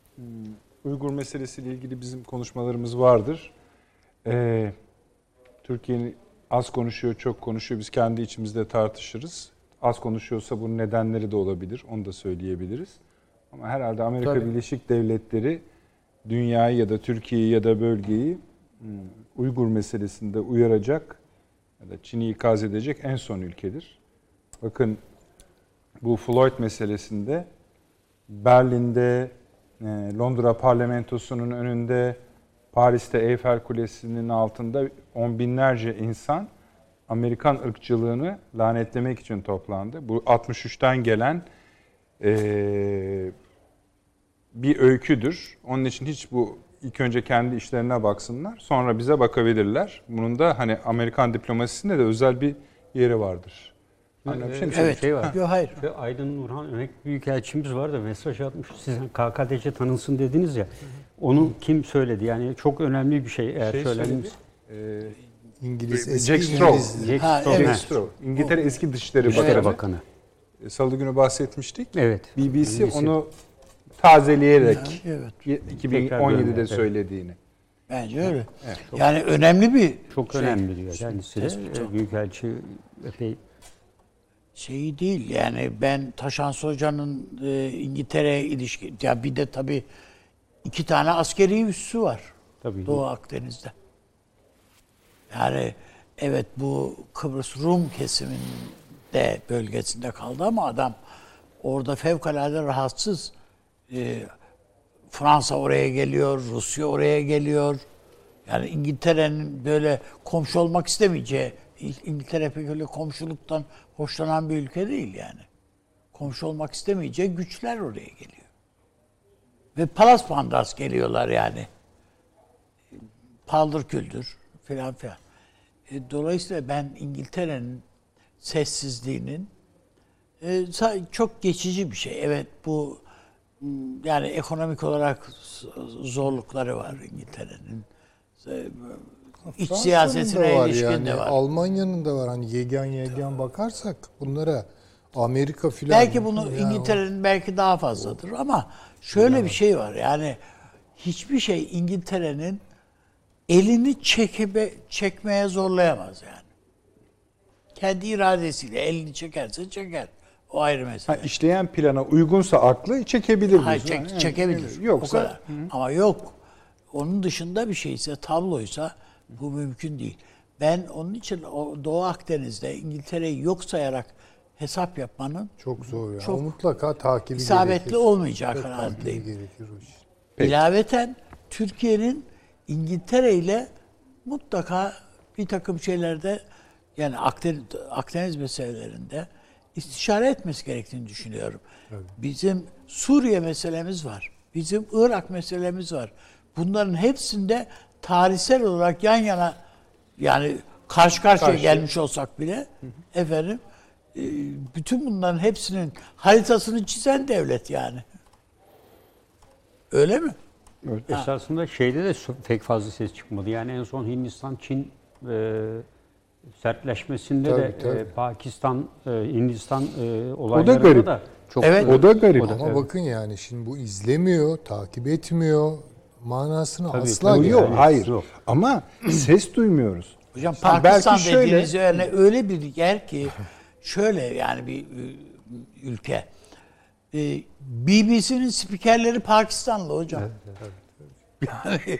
A: Uygur meselesiyle ilgili bizim konuşmalarımız vardır. Ee, Türkiye'nin az konuşuyor, çok konuşuyor. Biz kendi içimizde tartışırız. Az konuşuyorsa bunun nedenleri de olabilir. Onu da söyleyebiliriz. Ama herhalde Amerika Tabii. Birleşik Devletleri dünyayı ya da Türkiye'yi ya da bölgeyi Uygur meselesinde uyaracak ya da Çin'i ikaz edecek en son ülkedir. Bakın bu Floyd meselesinde Berlin'de, Londra parlamentosunun önünde, Paris'te Eyfel Kulesi'nin altında on binlerce insan Amerikan ırkçılığını lanetlemek için toplandı. Bu altmış üçten gelen e, bir öyküdür. Onun için hiç bu ilk önce kendi işlerine baksınlar, sonra bize bakabilirler. Bunun da hani Amerikan diplomasisinde de özel bir yeri vardır.
B: Anladım.
E: Şey,
B: şey,
E: evet.
B: Şey var.
E: Yok, hayır.
B: Şey, Aydın Nurhan Örnek Büyükelçimiz var da mesaj atmış. Sizin K K D C tanınsın dediniz ya. Onu kim söyledi? Yani çok önemli bir şey eğer
A: Şey
B: söylediniz.
A: Ee,
D: İngiliz, eski
A: Jack Straw.
D: İngiliz.
B: Jack
E: Ha,
B: Straw.
E: evet.
A: Jack Straw. İngiltere eski Dışişleri
B: Dışişleri
A: Bakanı.
B: Bakanı.
A: Salı günü bahsetmiştik.
B: Evet.
A: B B C
B: B B C.
A: onu tazeleyerek
E: Evet.
A: iki bin on yedide
B: evet.
A: söylediğini.
E: Bence öyle.
A: Evet.
E: Yani önemli bir
B: Çok
E: şey.
B: önemli diyor kendisi de.
E: Tespit o.
B: Büyükelçi epey
E: Şeyi değil yani ben Taşansı Hoca'nın e, İngiltere'ye ilişki ya bir de tabii iki tane askeri üssü var
B: tabii.
E: Doğu Akdeniz'de. Yani evet bu Kıbrıs Rum kesiminde bölgesinde kaldı ama adam orada fevkalade rahatsız. E, Fransa oraya geliyor, Rusya oraya geliyor. Yani İngiltere'nin böyle komşu olmak istemeyeceği, İngiltere pek öyle komşuluktan hoşlanan bir ülke değil yani. Komşu olmak istemeyeceği güçler oraya geliyor. Ve palas pandas geliyorlar yani. Paldır küldür filan filan. E, dolayısıyla ben İngiltere'nin sessizliğinin e, çok geçici bir şey. Evet bu yani ekonomik olarak zorlukları var İngiltere'nin. İç
D: Fransa'nın
E: siyasetine
D: da var
E: ilişkin
D: yani,
E: de var.
D: Almanya'nın da var. Hani yegan yegan bakarsak bunlara Amerika filan.
E: Belki bunu
D: yani
E: İngiltere'nin belki daha fazladır ama şöyle bir şey var. Yani hiçbir şey İngiltere'nin elini çekebe, çekmeye zorlayamaz yani. Kendi iradesiyle elini çekerse çeker. O ayrı mesele.
A: Ha, işleyen plana uygunsa aklı çekebilir.
E: Hayır,
A: diyorsun.
E: çek,
A: Ha,
E: çekebilir.
A: yani, yoksa
E: O kadar. Ama yok. Onun dışında bir şeyse, tabloysa bu mümkün değil. Ben onun için o Doğu Akdeniz'de İngiltere'yi yok sayarak hesap yapmanın
D: çok zor ya.
E: çok
D: O mutlaka takibi
E: isabetli
D: gerekir.
E: olmayacak
D: Çok takibi
E: kanaatindeyim.
D: gerekir o iş.
A: Peki.
E: İlaveten Türkiye'nin İngiltere ile mutlaka bir takım şeylerde yani Akdeniz, Akdeniz meselelerinde istişare etmesi gerektiğini düşünüyorum. Evet. Bizim Suriye meselemiz var. Bizim Irak meselemiz var. Bunların hepsinde tarihsel olarak yan yana yani karşı karşıya
A: Karşı.
E: gelmiş olsak bile hı hı. efendim bütün bunların hepsinin haritasını çizen devlet yani. Öyle mi?
B: Evet. Esasında şeyde de pek fazla ses çıkmadı. Yani en son Hindistan-Çin e, sertleşmesinde
D: tabii,
B: de
D: tabii.
B: E, Pakistan, e, Hindistan e, olaylarında
A: garip.
B: da çok
E: Evet.
A: O da garip.
B: O da-
D: Ama
B: evet.
D: bakın yani şimdi bu izlemiyor, takip etmiyor. Manasını
B: Tabii,
D: asla
B: tabii.
A: Yok,
D: gelmiyor.
A: hayır.
B: Yok.
A: Ama ses duymuyoruz.
E: Hocam
A: Yani
E: Pakistan
A: belki şöyle-
E: dediğiniz yani öyle bir yer ki şöyle yani bir ülke. Ee, B B C'nin spikerleri Pakistanlı hocam. Yani,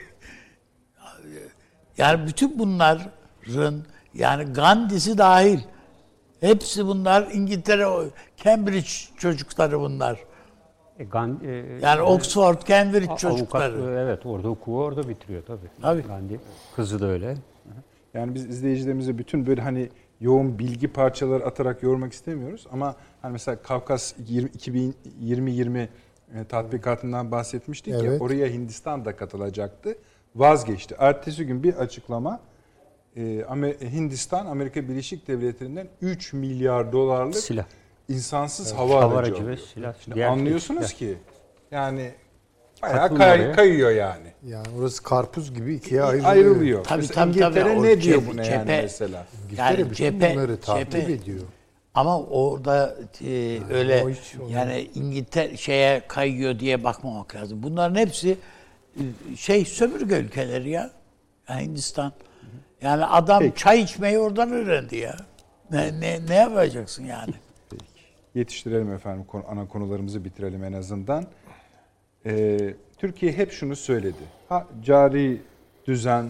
E: yani bütün bunların yani Gandhi'si dahil hepsi bunlar İngiltere, Cambridge çocukları bunlar.
B: E, Gan, e,
E: Yani Oxford, Cambridge
B: avukat,
E: çocukları.
B: evet orada okuyor, orada bitiriyor tabii.
E: Tabii.
B: Gandhi. Kızı da öyle.
A: Yani biz izleyicilerimize bütün böyle hani yoğun bilgi parçaları atarak yormak istemiyoruz ama hani mesela Kafkas iki bin yirmi yirmi tatbikatından bahsetmiştik ya,
D: Evet.
A: oraya Hindistan da katılacaktı. Vazgeçti. Ertesi gün bir açıklama, Hindistan Amerika Birleşik Devletleri'nden üç milyar dolarlık
B: Silah.
A: insansız hava,
B: Hava
A: aracı,
B: aracı ve
A: alıyor.
B: silah.
A: Şimdi
B: Diğer
A: anlıyorsunuz
B: silah.
A: ki yani bayağı
B: Katılma
A: kay,
B: oraya.
A: kayıyor yani.
D: Yani orası karpuz gibi ikiye ayrılıyor.
A: Ayrılıyor.
E: Tabii,
A: Mesela
E: tabii,
A: İngiltere
E: tabii. O
A: ne diyor
E: cephe-
A: buna yani
E: cephe-
A: mesela?
D: İngiltere
E: Yani
D: bütün
E: cephe-
D: bunları takip
E: cephe-
D: ediyor.
E: Ama orada e, öyle
D: o hiç olmaz.
E: yani İngiltere şeye kayıyor diye bakmamak lazım. Bunların hepsi e, şey sömürge ülkeleri ya. Yani Hindistan. Yani adam
A: Peki.
E: çay içmeyi oradan öğrendi ya. Ne, ne, ne yapacaksın yani?
A: Yetiştirelim efendim, konu- ana konularımızı bitirelim en azından. Ee, Türkiye hep şunu söyledi. Ha, cari düzen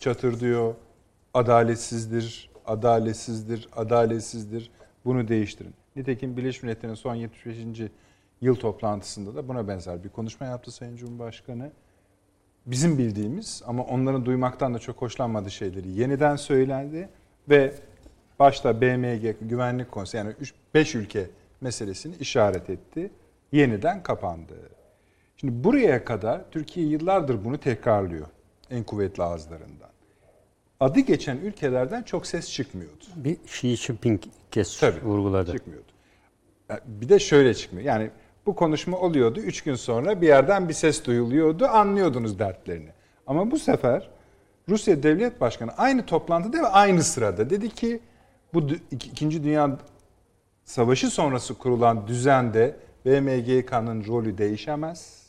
A: çatır diyor, adaletsizdir, adaletsizdir, adaletsizdir, bunu değiştirin. Nitekim Birleşmiş Milletler'in son yetmiş beşinci yıl toplantısında da buna benzer bir konuşma yaptı Sayın Cumhurbaşkanı. Bizim bildiğimiz ama onların duymaktan da çok hoşlanmadığı şeyleri yeniden söylendi ve başta B M G Güvenlik Konseyi yani beş ülke meselesini işaret etti. Yeniden kapandı. Şimdi buraya kadar Türkiye yıllardır bunu tekrarlıyor en kuvvetli ağızlarından. Adı geçen ülkelerden çok ses çıkmıyordu.
B: Bir Xi Jinping kez
A: Tabii,
B: vurguladı.
A: Çıkmıyordu. Bir de şöyle çıkmıyor. Yani bu konuşma oluyordu. Üç gün sonra bir yerden bir ses duyuluyordu. Anlıyordunuz dertlerini. Ama bu sefer Rusya Devlet Başkanı aynı toplantıda ve aynı sırada dedi ki bu İkinci Dünya Savaşı sonrası kurulan düzende B M G K'nın rolü değişemez.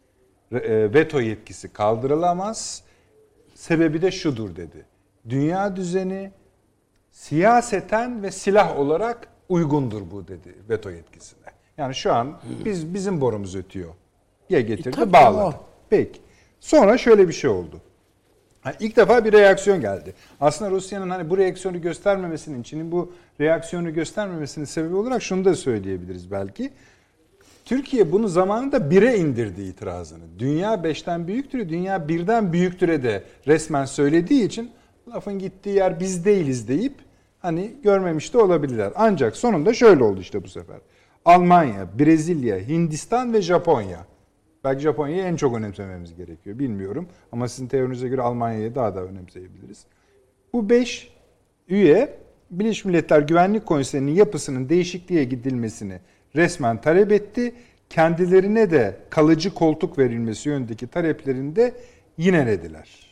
A: Veto yetkisi kaldırılamaz. Sebebi de şudur dedi. Dünya düzeni siyaseten ve silah olarak uygundur bu dedi veto yetkisine. Yani şu an biz bizim borumuz ötüyor. Ya getirdi e, bağladı. Peki. Sonra şöyle bir şey oldu. Yani ilk defa bir reaksiyon geldi. Aslında Rusya'nın hani bu reaksiyonu göstermemesinin, Çin'in bu reaksiyonu göstermemesinin sebebi olarak şunu da söyleyebiliriz belki. Türkiye bunu zamanında bire indirdi itirazını. Dünya beşten büyüktür, dünya birden büyüktüre de resmen söylediği için lafın gittiği yer biz değiliz deyip hani görmemiş de olabilirler. Ancak sonunda şöyle oldu işte bu sefer. Almanya, Brezilya, Hindistan ve Japonya. Belki Japonya'yı en çok önemsememiz gerekiyor. Bilmiyorum. Ama sizin teorinize göre Almanya'yı daha da önemseyebiliriz. Bu beş üye Birleşmiş Milletler Güvenlik Konseyi'nin yapısının değişikliğe gidilmesini resmen talep etti. Kendilerine de kalıcı koltuk verilmesi yönündeki taleplerini de yinelediler.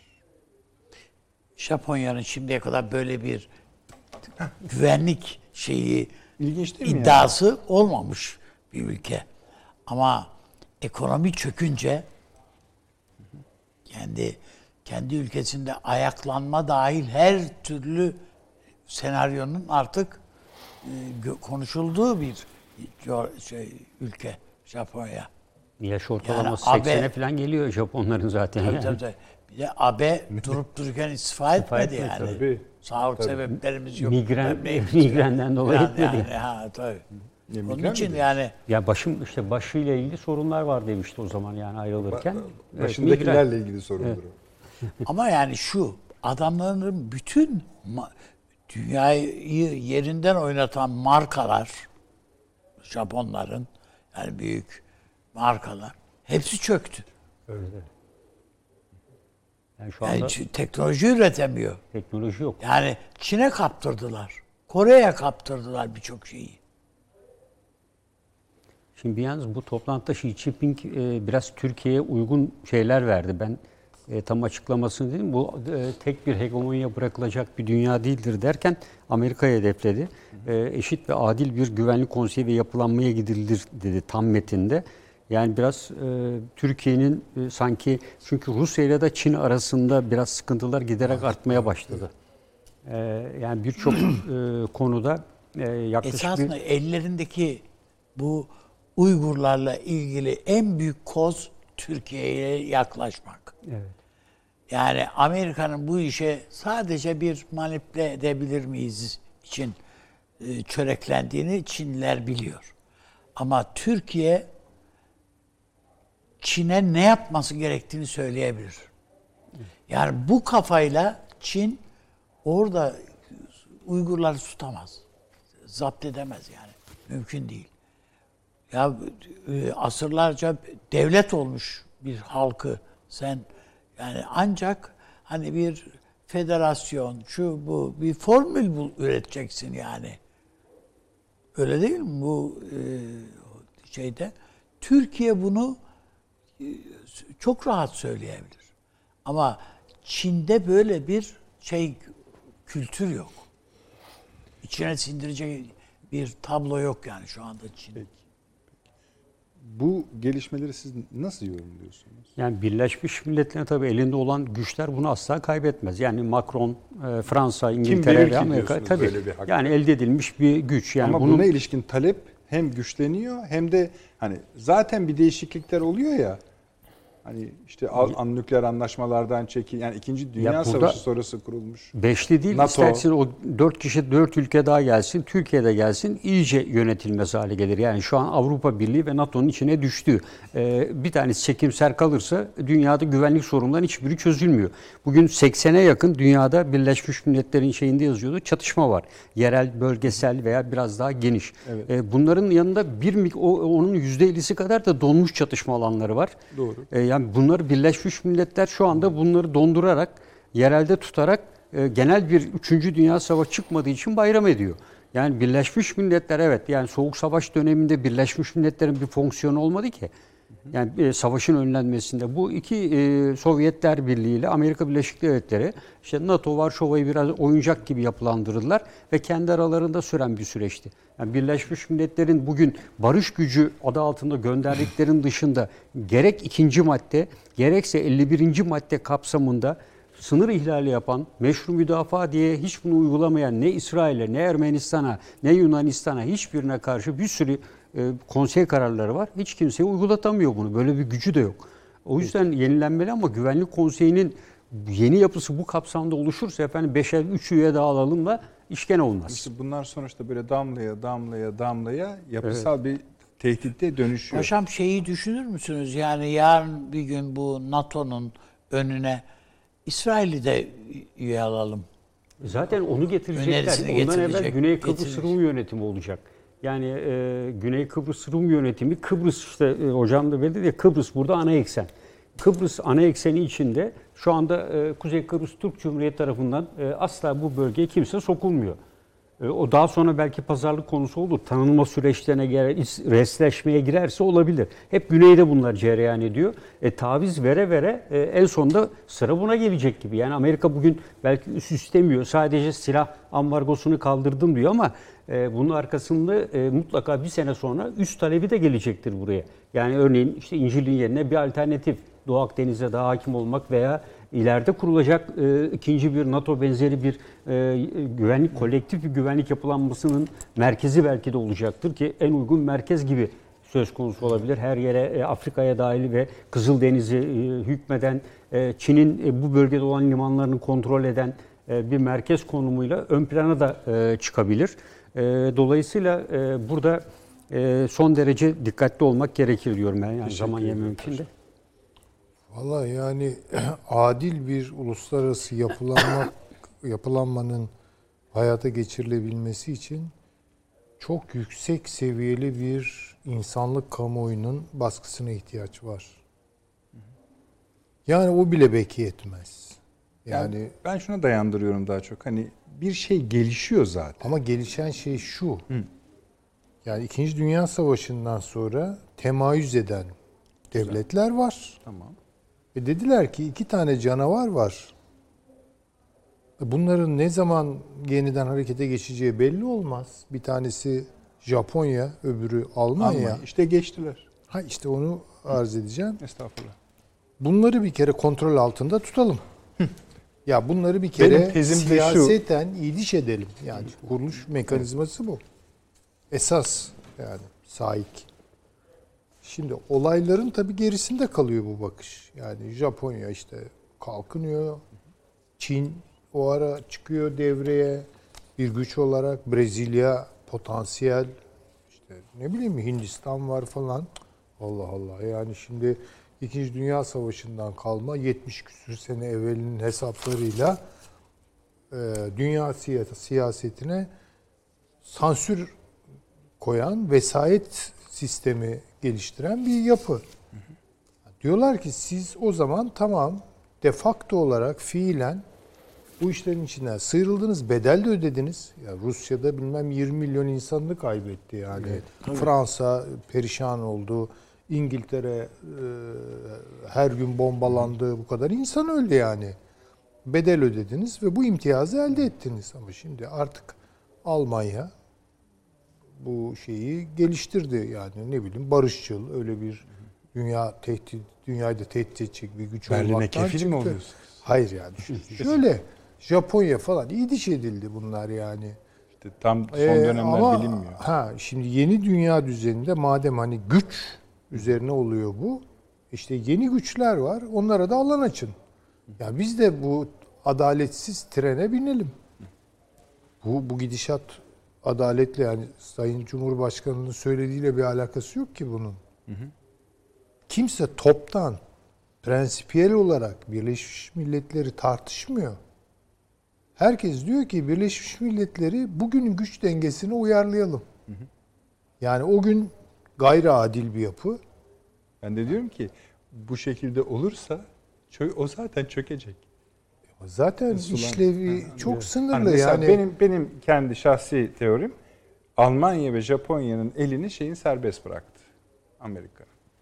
E: Japonya'nın şimdiye kadar böyle bir güvenlik şeyi
A: İlginç değil mi
E: iddiası
A: yani?
E: olmamış bir ülke. Ama ekonomi çökünce kendi kendi ülkesinde ayaklanma dahil her türlü senaryonun artık e, konuşulduğu bir şey ülke Japonya.
B: Yaş ortalaması
E: Yani
B: seksene falan geliyor Japonların zaten.
E: Tabii,
B: yani.
E: tabii, tabii. Bir de A B durup dururken istifa etmedi
B: etmedi,
E: yani.
A: Tabii.
E: Sağlık
A: Tabii.
E: sebeplerimiz yok.
B: Migren,
E: Neyimiz
B: migrenden dolayı
E: yani,
B: etmedi.
E: yani, ha, tabii.
A: Ya,
E: Onun
A: migren
E: için
A: mi
E: yani
B: Ya başım işte başıyla ilgili sorunlar var demişti o zaman yani ayrılırken. Evet,
A: Başındakilerle
B: migren.
A: ilgili sorundur o.
E: ama yani şu adamların bütün ma- dünyayı yerinden oynatan markalar Japonların yani büyük markalar hepsi çöktü.
B: Öyle. Yani şu
E: Yani
B: anda
E: ç- teknoloji üretemiyor.
B: teknoloji yok.
E: Yani Çin'e kaptırdılar. Kore'ye kaptırdılar birçok şeyi.
B: Şimdi yalnız bu toplantıda Xi Jinping e, biraz Türkiye'ye uygun şeyler verdi. Ben e, tam açıklamasını dedim. Bu e, tek bir hegemonya bırakılacak bir dünya değildir derken Amerika'yı hedefledi. E, eşit ve adil bir güvenlik konseyi ve yapılanmaya gidilir dedi tam metinde. Yani biraz e, Türkiye'nin e, sanki çünkü Rusya ile de Çin arasında biraz sıkıntılar giderek artmaya başladı. E, yani birçok e, konuda e, yaklaşık
E: Esasında
B: bir...
E: ellerindeki bu Uygurlarla ilgili en büyük koz Türkiye'ye yaklaşmak.
B: Evet.
E: Yani Amerika'nın bu işe sadece bir manipüle edebilir miyiz için e, çöreklendiğini Çinliler biliyor. Ama Türkiye Çin'e ne yapması gerektiğini söyleyebilir. Yani bu kafayla Çin orada Uygurları tutamaz. Zapt edemez yani. Mümkün değil. Ya e, asırlarca devlet olmuş bir halkı sen yani ancak hani bir federasyon şu bu bir formül bul, üreteceksin yani. Öyle değil mi bu e, şeyde? Türkiye bunu e, çok rahat söyleyebilir. Ama Çin'de böyle bir şey kültür yok. İçine sindirecek bir tablo yok yani şu anda Çin'de.
A: Bu gelişmeleri siz nasıl yorumluyorsunuz?
B: Yani Birleşmiş Milletler'in tabii elinde olan güçler bunu asla kaybetmez. Yani Macron, e, Fransa, İngiltere ve Amerika tabii yani elde edilmiş bir güç. Yani
A: ama
B: bunun...
A: buna ilişkin talep hem güçleniyor hem de hani zaten bir değişiklikler oluyor ya. Hani işte an, nükleer anlaşmalardan çekil, yani İkinci Dünya
B: Ya
A: Savaşı sonrası kurulmuş.
B: Beşli değil,
A: NATO.
B: istersen o dört kişi, dört ülke daha gelsin, Türkiye'de gelsin, iyice yönetilmez hale gelir. Yani şu an Avrupa Birliği ve NATO'nun içine düştü. Ee, bir tanesi çekimser kalırsa dünyada güvenlik sorunlarının hiçbiri çözülmüyor. Bugün seksene yakın dünyada Birleşmiş Milletler'in şeyinde yazıyordu, çatışma var. Yerel, bölgesel veya biraz daha geniş.
A: Evet.
B: Ee, bunların yanında bir o, onun yüzde ellisi kadar da donmuş çatışma alanları var.
A: Doğru.
B: Ee, yani bunları Birleşmiş Milletler şu anda bunları dondurarak, yerelde tutarak e, genel bir üçüncü Dünya Savaşı çıkmadığı için bayram ediyor. Yani Birleşmiş Milletler, evet, yani Soğuk Savaş döneminde Birleşmiş Milletler'in bir fonksiyonu olmadı ki. Yani e, savaşın önlenmesinde bu iki e, Sovyetler Birliği ile Amerika Birleşik Devletleri, işte NATO, Varşova'yı biraz oyuncak gibi yapılandırdılar ve kendi aralarında süren bir süreçti. Yani Birleşmiş Milletler'in bugün barış gücü adı altında gönderdiklerinin dışında gerek ikinci madde gerekse elli birinci madde kapsamında sınır ihlali yapan, meşru müdafaa diye hiç bunu uygulamayan ne İsrail'e, ne Ermenistan'a, ne Yunanistan'a, hiçbirine karşı bir sürü e, konsey kararları var. Hiç kimseye uygulatamıyor bunu. Böyle bir gücü de yok. O yüzden yenilenmeli ama Güvenlik Konseyi'nin yeni yapısı bu kapsamda oluşursa efendim beşer üç üye daha alalım da işken olmaz.
A: İşte bunlar sonuçta böyle damlaya damlaya damlaya yapısal evet. bir tehditte dönüşüyor.
E: Paşam şeyi düşünür müsünüz? Yani yarın bir gün bu NATO'nun önüne İsrail'i de üye alalım.
B: Zaten onu getirecekler. Ondan evvel Güney Kıbrıs Rum yönetimi olacak. Yani e, Güney Kıbrıs Rum yönetimi, Kıbrıs işte e, hocam da belirtti ya, Kıbrıs burada ana eksen. Kıbrıs ana ekseni içinde şu anda e, Kuzey Kıbrıs Türk Cumhuriyeti tarafından e, asla bu bölgeye kimse sokulmuyor. E, o daha sonra belki pazarlık konusu olur. Tanınma süreçlerine girer, resleşmeye girerse olabilir. Hep güneyde bunlar cereyan ediyor. E, taviz vere vere e, en sonunda sıra buna gelecek gibi. Yani Amerika bugün belki üst istemiyor. Sadece silah ambargosunu kaldırdım diyor ama e, bunun arkasında e, mutlaka bir sene sonra üst talebi de gelecektir buraya. Yani örneğin işte İncil'in yerine bir alternatif, Doğu Akdeniz'e daha hakim olmak veya ileride kurulacak e, ikinci bir NATO benzeri bir e, güvenlik, kolektif bir güvenlik yapılanmasının merkezi belki de olacaktır ki en uygun merkez gibi söz konusu olabilir. Her yere e, Afrika'ya dahil ve Kızıldeniz'i e, hükmeden, e, Çin'in e, bu bölgede olan limanlarını kontrol eden e, bir merkez konumuyla ön plana da e, çıkabilir. E, dolayısıyla e, burada e, son derece dikkatli olmak gerekir diyorum ben. Yani zaman yemem de.
D: Vallahi yani adil bir uluslararası yapılanma yapılanmanın hayata geçirilebilmesi için çok yüksek seviyeli bir insanlık kamuoyunun baskısına ihtiyaç var. Yani o bile belki yetmez. Yani,
A: yani ben şuna dayandırıyorum daha çok. Hani bir şey gelişiyor zaten.
D: Ama gelişen şey şu. Hı. Yani İkinci Dünya Savaşı'ndan sonra temayüz eden devletler var.
A: Tamam.
D: Ve dediler ki iki tane canavar var. Bunların ne zaman yeniden harekete geçeceği belli olmaz. Bir tanesi Japonya, öbürü Almanya. Almanya.
A: İşte geçtiler.
D: Ha işte onu arz edeceğim.
A: Estağfurullah.
D: Bunları bir kere kontrol altında tutalım. Ya bunları bir kere siyaseten iyiliş edelim. Yani kuruluş mekanizması bu. Esas yani saik. Şimdi olayların tabii gerisinde kalıyor bu bakış. Yani Japonya işte kalkınıyor. Çin o ara çıkıyor devreye bir güç olarak. Brezilya potansiyel. İşte ne bileyim Hindistan var falan. Allah Allah. Yani şimdi İkinci Dünya Savaşı'ndan kalma yetmiş küsür sene evvelinin hesaplarıyla e, dünya siyasetine sansür koyan vesayet sistemi geliştiren bir yapı. Hı hı. Diyorlar ki siz o zaman tamam de facto olarak fiilen bu işlerin içinden sıyrıldınız, bedel de ödediniz. Ya Rusya'da bilmem yirmi milyon insanını kaybetti yani. Evet, Fransa perişan oldu. İngiltere e, her gün bombalandı. Bu kadar insan öldü yani. Bedel ödediniz ve bu imtiyazı elde ettiniz. Ama şimdi artık Almanya bu şeyi geliştirdi yani ne bileyim barışçıl öyle bir dünya tehdit dünyayı da tehdit edecek bir güç
A: Berlin'e
D: olmaktan
A: kefil
D: çıktı.
A: mi oluyorsun?
D: Hayır yani şöyle Japonya falan iyi diş edildi bunlar yani.
A: İşte tam son
D: ee,
A: dönemler
D: ama,
A: bilinmiyor.
D: Ha şimdi yeni dünya düzeninde madem hani güç üzerine oluyor bu İşte yeni güçler var. Onlara da alan açın. Ya biz de bu adaletsiz trene binelim. Bu bu gidişat adaletle, yani Sayın Cumhurbaşkanı'nın söylediğiyle bir alakası yok ki bunun. Hı hı. Kimse toptan prensipiyel olarak Birleşmiş Milletleri tartışmıyor. Herkes diyor ki Birleşmiş Milletleri bugünün güç dengesini uyarlayalım. Hı hı. Yani o gün gayri adil bir yapı.
A: Ben de diyorum ki bu şekilde olursa o zaten çökecek.
D: Zaten Sulan. işlevi ha, çok evet. sınırlı.
A: Hani
D: yani
A: benim benim kendi şahsi teorim, Almanya ve Japonya'nın elini şeyin serbest bıraktı. Amerika.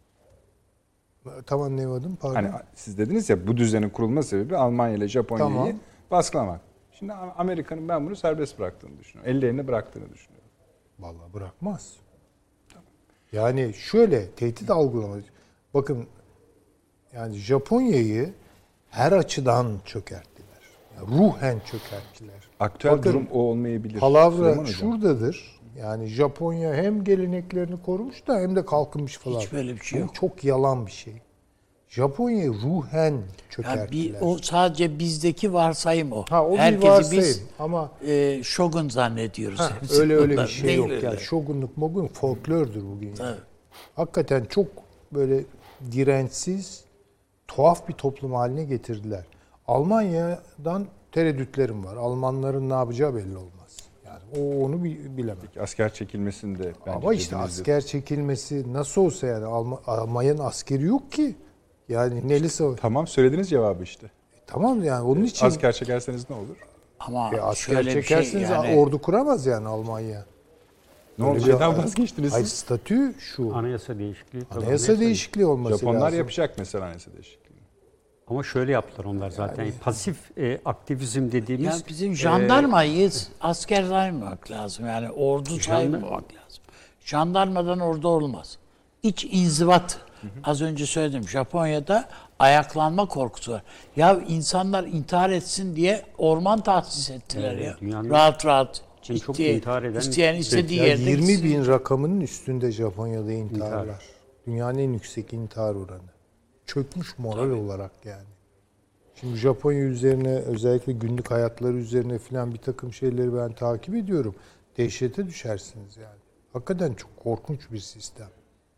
D: Tam anlayamadım, pardon.
A: Hani siz dediniz ya, bu düzenin kurulma sebebi Almanya ile Japonya'yı tamam. baskılamak. Şimdi Amerika'nın ben bunu serbest bıraktığını düşünüyorum. Ellerini bıraktığını düşünüyorum.
D: Vallahi bırakmaz. Tamam. Yani şöyle tehdit algılamak. Bakın, yani Japonya'yı her açıdan çökerttiler. Yani ruhen çökerttiler.
A: Aktüel
D: Bakın,
A: durum o olmayabilir.
D: Palavra şuradadır. Yani Japonya hem geleneklerini korumuş da hem de kalkınmış falan.
E: Hiç böyle bir şey yok.
D: Çok yalan bir şey. Japonya'yı ruhen çökerttiler.
E: Yani bir, o sadece bizdeki varsayım o.
D: Ha, o
E: Herkesi
D: bir varsayım
E: biz
D: ama
E: e, shogun zannediyoruz.
D: Ha, öyle öyle bir şey yok. Öyle. Yani shogunluk mogun folklördür bugün. Yani. Hakikaten çok böyle dirençsiz, tuhaf bir toplum haline getirdiler. Almanya'dan tereddütlerim var. Almanların ne yapacağı belli olmaz. Yani o onu bilemem.
A: Peki, asker çekilmesini de bence.
D: Ama işte asker çekilmesi nasıl olsa, yani Alm- Almanya'nın askeri yok ki. Yani neli savaş.
A: Tamam, söylediğiniz cevabı işte.
D: E, tamam yani onun için.
A: Asker çekerseniz ne olur?
E: Ama
D: e, asker
E: şöyle
D: çekerseniz
E: şey yani,
D: ordu kuramaz yani Almanya.
A: Ne oldu? Şeyden vazgeçtiniz
D: Hayır,
A: siz?
D: statü şu.
B: Anayasa değişikliği.
D: Anayasa, anayasa değişikliği olması
A: Japonlar
D: lazım.
A: yapacak mesela anayasa değişikliği.
B: Ama şöyle yaptılar onlar zaten. Yani, pasif e, aktivizm dediğimiz...
E: Yani bizim jandarmayı e, asker saymamak lazım. Yani ordu saymamak lazım. Jandarmadan ordu olmaz. İç inzivat. Hı hı. Az önce söyledim. Japonya'da ayaklanma korkusu var. Ya insanlar intihar etsin diye orman tahsis ettiler evet, ya. Rahat rahat.
B: En çok intihar eden...
E: İsteyen istediği yerde
D: yirmi bin gitsin. Rakamının üstünde Japonya'da intiharlar. İntihar. Dünyanın en yüksek intihar oranı. Çökmüş moral Tabii. olarak yani. Şimdi Japonya üzerine, özellikle günlük hayatları üzerine filan bir takım şeyleri ben takip ediyorum. Dehşete düşersiniz yani. Hakikaten çok korkunç bir sistem.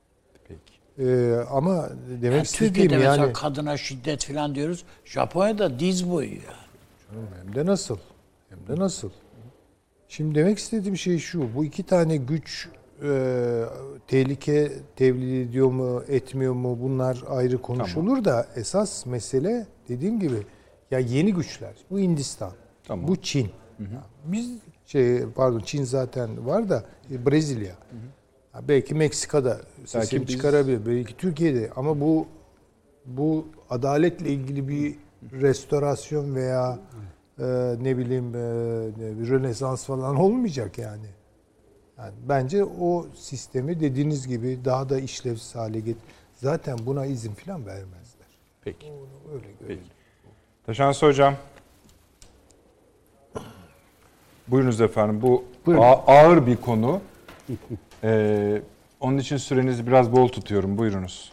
D: Peki. Ee, ama demek yani istediğim
E: Türkiye'de
D: yani...
E: mesela kadına şiddet filan diyoruz. Japonya'da diz boyu yani.
D: Canım, hem de nasıl? Hem de nasıl? Şimdi demek istediğim şey şu. Bu iki tane güç e, tehlike tevlid ediyor mu, etmiyor mu, bunlar ayrı konuşulur tamam. da esas mesele dediğim gibi ya yeni güçler. Bu Hindistan, tamam. bu Çin. Hı hı. Biz şey pardon Çin zaten var da Brezilya. Hı hı. Belki Meksika'da sesini biz... çıkarabilir. Belki Türkiye'de, ama bu bu adaletle ilgili bir restorasyon veya e, ne bileyim e, bir Rönesans falan olmayacak yani. Yani bence o sistemi dediğiniz gibi daha da işlevsiz hale get. Zaten buna izin falan vermezler.
A: Peki.
D: Onu öyle görüyorum.
A: Taşansı Hocam. Buyurunuz efendim. Bu a- ağır bir konu. ee, onun için sürenizi biraz bol tutuyorum. Buyurunuz.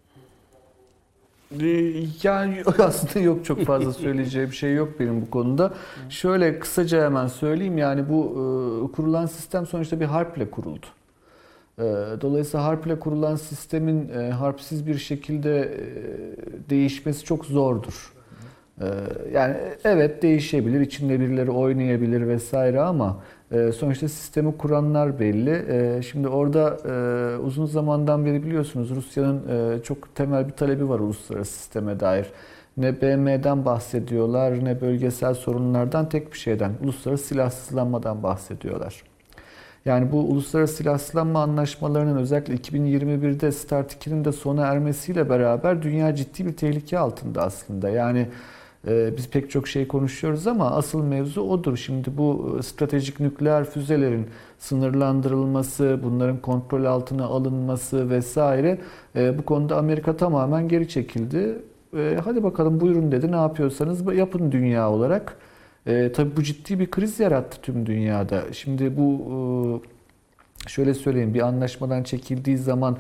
C: Yani aslında yok, çok fazla söyleyeceğim bir şey yok benim bu konuda. Şöyle kısaca hemen söyleyeyim, yani bu e, kurulan sistem sonuçta bir harple kuruldu. E, dolayısıyla harple kurulan sistemin e, harpsiz bir şekilde e, değişmesi çok zordur. E, yani evet değişebilir, içinde birileri oynayabilir vesaire, ama e, sonuçta sistemi kuranlar belli. E, şimdi orada e, uzun zamandan beri biliyorsunuz Rusya'nın e, çok temel bir talebi var uluslararası sisteme dair. Ne B M'den bahsediyorlar, ne bölgesel sorunlardan, tek bir şeyden, uluslararası silahsızlanmadan bahsediyorlar. Yani bu uluslararası silahsızlanma anlaşmalarının özellikle iki bin yirmi birde START iki'nin de sona ermesiyle beraber dünya ciddi bir tehlike altında aslında. Yani e, biz pek çok şey konuşuyoruz ama asıl mevzu odur. Şimdi bu stratejik nükleer füzelerin sınırlandırılması, bunların kontrol altına alınması vesaire, e, bu konuda Amerika tamamen geri çekildi. E, hadi bakalım buyurun dedi, ne yapıyorsanız yapın dünya olarak. E, tabii bu ciddi bir kriz yarattı tüm dünyada. Şimdi bu e, şöyle söyleyeyim, bir anlaşmadan çekildiği zaman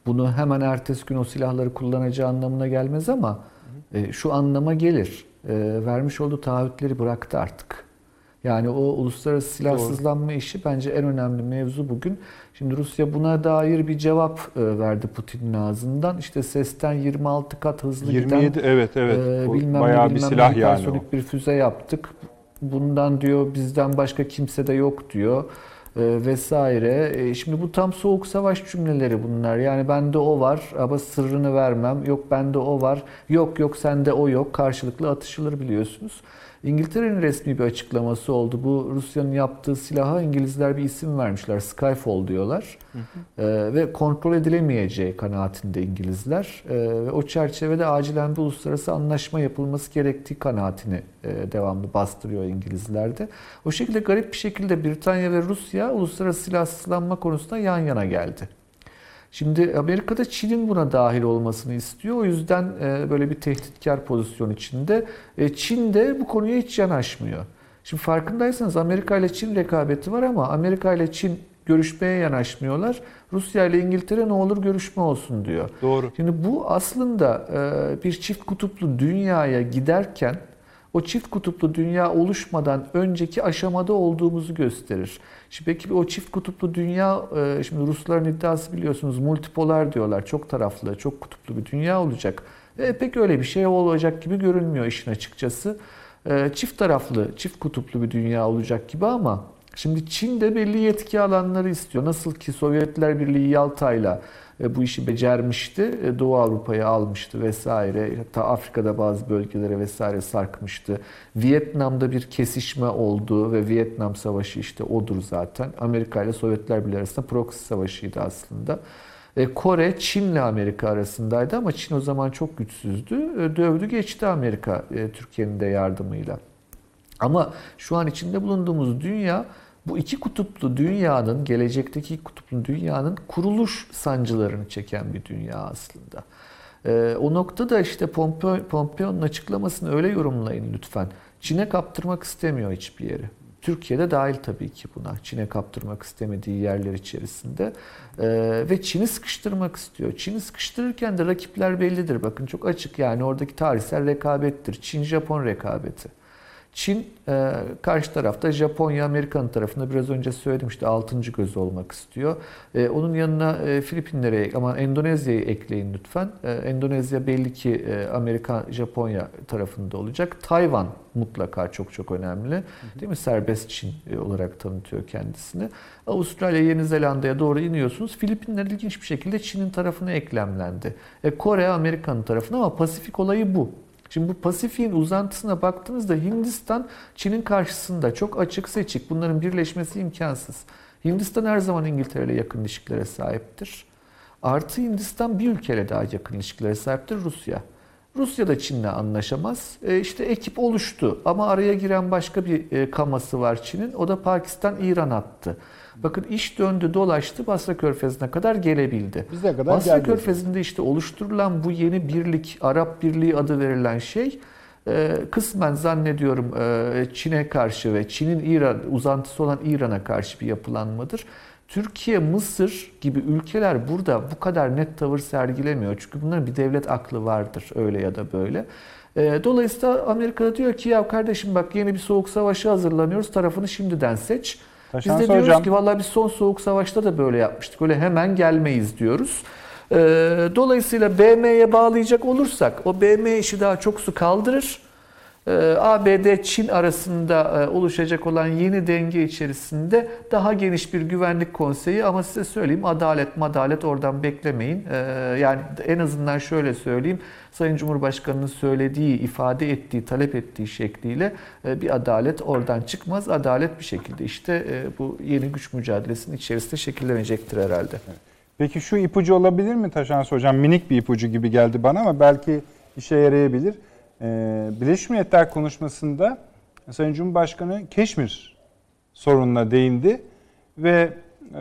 C: Bunu hemen ertesi gün o silahları kullanacağı anlamına gelmez ama e, şu anlama gelir. E, vermiş olduğu taahhütleri bıraktı artık. Yani o uluslararası silahsızlanma Doğru. işi bence en önemli mevzu bugün. Şimdi Rusya buna dair bir cevap e, verdi Putin'in ağzından. İşte sesten yirmi altı kat hızlı
A: yirmi yedi,
C: giden
A: evet evet.
C: E, bilmem
A: bayağı
C: ne,
A: bir
C: bilmem
A: silah
C: ne,
A: yani o.
C: bir füze yaptık. Bundan diyor bizden başka kimse de yok diyor. E, vesaire. E, şimdi bu tam soğuk savaş cümleleri bunlar. Yani bende o var ama sırrını vermem. Yok bende o var. Yok yok sende o yok. Karşılıklı atışılır biliyorsunuz. İngiltere'nin resmi bir açıklaması oldu. Bu Rusya'nın yaptığı silaha İngilizler bir isim vermişler. Skyfall diyorlar. Hı hı. Ee, ve kontrol edilemeyeceği kanaatinde İngilizler. Ee, ve o çerçevede acilen bir uluslararası anlaşma yapılması gerektiği kanaatini e, devamlı bastırıyor İngilizler de. O şekilde garip bir şekilde Britanya ve Rusya uluslararası silahsızlanma konusunda yan yana geldi. Şimdi Amerika'da Çin'in buna dahil olmasını istiyor. O yüzden böyle bir tehditkar pozisyon içinde. Çin de bu konuya hiç yanaşmıyor. Şimdi farkındaysanız Amerika ile Çin rekabeti var ama Amerika ile Çin görüşmeye yanaşmıyorlar. Rusya ile İngiltere ne olur görüşme olsun diyor.
A: Doğru.
C: Şimdi bu aslında bir çift kutuplu dünyaya giderken o çift kutuplu dünya oluşmadan önceki aşamada olduğumuzu gösterir. Şimdi peki o çift kutuplu dünya, şimdi Rusların iddiası biliyorsunuz multipolar diyorlar. Çok taraflı, çok kutuplu bir dünya olacak. E, pek öyle bir şey olacak gibi görünmüyor işin açıkçası. E, çift taraflı, çift kutuplu bir dünya olacak gibi ama şimdi Çin de belli yetki alanları istiyor. Nasıl ki Sovyetler Birliği Yalta'yla bu işi becermişti. Doğu Avrupa'yı almıştı vesaire. Hatta Afrika'da bazı bölgelere vesaire sarkmıştı. Vietnam'da bir kesişme oldu ve Vietnam Savaşı işte odur zaten. Amerika ile Sovyetler Birliği arasında proxy savaşıydı aslında. Kore, Çin'le Amerika arasındaydı ama Çin o zaman çok güçsüzdü. Dövdü geçti Amerika Türkiye'nin de yardımıyla. Ama şu an içinde bulunduğumuz dünya bu iki kutuplu dünyanın, gelecekteki iki kutuplu dünyanın kuruluş sancılarını çeken bir dünya aslında. Ee, o noktada işte Pompeo, Pompeo'nun açıklamasını öyle yorumlayın lütfen. Çin'e kaptırmak istemiyor hiçbir yeri. Türkiye'de dahil tabii ki buna. Çin'e kaptırmak istemediği yerler içerisinde. Ee, ve Çin'i sıkıştırmak istiyor. Çin'i sıkıştırırken de rakipler bellidir. Bakın çok açık yani oradaki tarihsel rekabettir. Çin-Japon rekabeti. Çin karşı tarafta Japonya, Amerika'nın tarafında biraz önce söyledim işte altıncı göz olmak istiyor. Onun yanına Filipinleri ama Endonezya'yı ekleyin lütfen. Endonezya belli ki Amerika, Japonya tarafında olacak. Tayvan mutlaka çok çok önemli. Değil mi? Serbest Çin olarak tanıtıyor kendisini. Avustralya, Yeni Zelanda'ya doğru iniyorsunuz. Filipinler ilginç bir şekilde Çin'in tarafına eklemlendi. Kore Amerika'nın tarafına ama Pasifik olayı bu. Şimdi bu Pasifik'in uzantısına baktığınızda Hindistan Çin'in karşısında çok açık seçik. Bunların birleşmesi imkansız. Hindistan her zaman İngiltere ile yakın ilişkilere sahiptir. Artı Hindistan bir ülkeyle daha yakın ilişkilere sahiptir, Rusya. Rusya da Çin'le anlaşamaz. E işte ekip oluştu ama araya giren başka bir e, kaması var Çin'in. O da Pakistan, İran attı. Bakın iş döndü dolaştı Basra Körfezi'ne kadar gelebildi.
A: Bize kadar
C: Basra
A: geldi.
C: Körfezi'nde işte oluşturulan bu yeni birlik, Arap Birliği adı verilen şey e, kısmen zannediyorum e, Çin'e karşı ve Çin'in İran uzantısı olan İran'a karşı bir yapılanmadır. Türkiye, Mısır gibi ülkeler burada bu kadar net tavır sergilemiyor. Çünkü bunların bir devlet aklı vardır öyle ya da böyle. Dolayısıyla Amerika diyor ki ya kardeşim bak yeni bir soğuk savaşa hazırlanıyoruz, tarafını şimdiden seç.
A: Taşan
C: Biz de diyoruz
A: hocam.
C: ki vallahi biz son soğuk savaşta da böyle yapmıştık. Öyle hemen gelmeyiz diyoruz. Dolayısıyla B M'ye bağlayacak olursak o B M işi daha çok su kaldırır. A B D-Çin arasında oluşacak olan yeni denge içerisinde daha geniş bir güvenlik konseyi ama size söyleyeyim adalet madalet oradan beklemeyin. Yani en azından şöyle söyleyeyim. Sayın Cumhurbaşkanı'nın söylediği, ifade ettiği, talep ettiği şekliyle bir adalet oradan çıkmaz. Adalet bir şekilde işte bu yeni güç mücadelesinin içerisinde şekillenecektir herhalde.
A: Peki şu ipucu olabilir mi Taşans Hocam? Minik bir ipucu gibi geldi bana ama belki işe yarayabilir. Ee, Birleşmiş Milletler konuşmasında Sayın Cumhurbaşkanı Keşmir sorununa değindi ve e,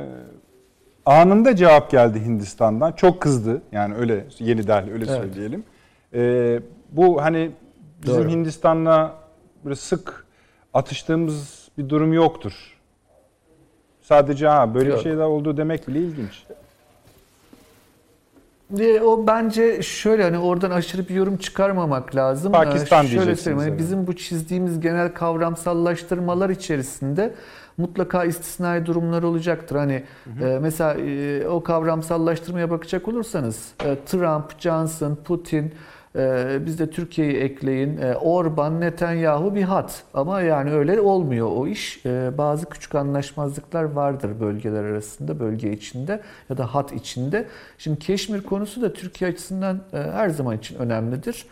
A: anında cevap geldi Hindistan'dan. Çok kızdı. Yani öyle Yeni Delhi öyle evet. söyleyelim. Ee, bu hani bizim Doğru. Hindistan'la böyle sık atıştığımız bir durum yoktur. Sadece ha böyle Yok. bir şeyler olduğu demek bile ilginç.
C: E, o bence şöyle, hani oradan aşırı bir yorum çıkarmamak lazım.
A: Pakistan
C: ee, şöyle
A: diyeceksiniz.
C: söyleyeyim, hani
A: Evet.
C: bizim bu çizdiğimiz genel kavramsallaştırmalar içerisinde mutlaka istisnai durumlar olacaktır. Hani hı hı. E, mesela e, o kavramsallaştırmaya bakacak olursanız e, Trump, Johnson, Putin, e, biz de Türkiye'yi ekleyin, e, Orban, Netanyahu bir hat. Ama yani öyle olmuyor o iş. E, bazı küçük anlaşmazlıklar vardır bölgeler arasında, bölge içinde ya da hat içinde. Şimdi Keşmir konusu da Türkiye açısından e, her zaman için önemlidir.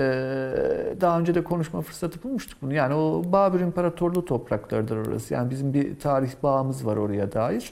C: Daha önce de konuşma fırsatı bulmuştuk bunu. Yani o Babür İmparatorluğu topraklarıdır orası. Yani bizim bir tarih bağımız var oraya dair.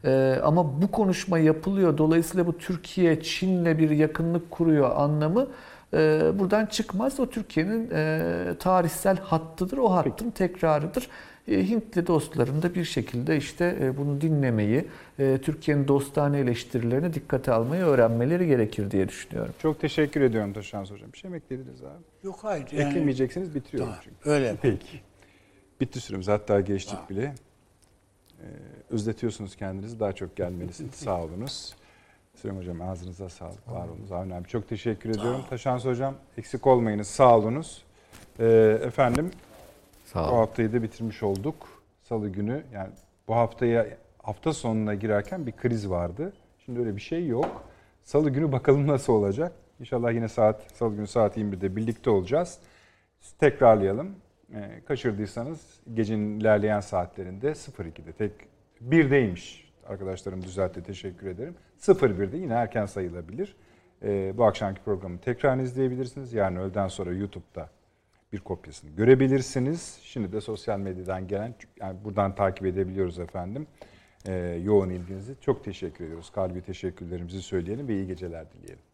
C: Ama bu konuşma yapılıyor. Dolayısıyla bu Türkiye Çin'le bir yakınlık kuruyor anlamı buradan çıkmaz. O Türkiye'nin tarihsel hattıdır. O hattın tekrarıdır. Hintli dostların da bir şekilde işte bunu dinlemeyi, Türkiye'nin dostane eleştirilerini dikkate almayı öğrenmeleri gerekir diye düşünüyorum.
A: Çok teşekkür ediyorum Taşans Hocam. Bir şey mi eklediniz abi?
E: Yok hayır. Yani,
A: eklemeyeceksiniz, bitiriyorum
E: tamam,
A: çünkü.
E: öyle.
A: Peki. Bitti süremiz, hatta geçtik tamam. bile. Ee, özletiyorsunuz kendinizi, daha çok gelmelisiniz. Sağ olunuz. Süleyman Hocam ağzınıza sağlık, var olunuz. Avni abi çok teşekkür ediyorum. Taşans Hocam eksik olmayınız, sağ olunuz. Ee, efendim
C: sağ olun.
A: Bu haftayı da bitirmiş olduk. Salı günü, yani bu haftaya hafta sonuna girerken bir kriz vardı. Şimdi öyle bir şey yok. Salı günü bakalım nasıl olacak. İnşallah yine saat Salı günü saat yirmi birde birlikte olacağız. Tekrarlayalım. Ee, kaçırdıysanız gecenin ilerleyen saatlerinde sıfır ikide tek birdeymiş. Arkadaşlarım düzeltti, teşekkür ederim. sıfır birde yine erken sayılabilir. Ee, bu akşamki programı tekrar izleyebilirsiniz. Yarın öğleden sonra YouTube'da bir kopyasını görebilirsiniz. Şimdi de sosyal medyadan gelen, yani buradan takip edebiliyoruz efendim. Ee, yoğun ilginizi. Çok teşekkür ediyoruz. Kalbi teşekkürlerimizi söyleyelim ve iyi geceler dileyelim.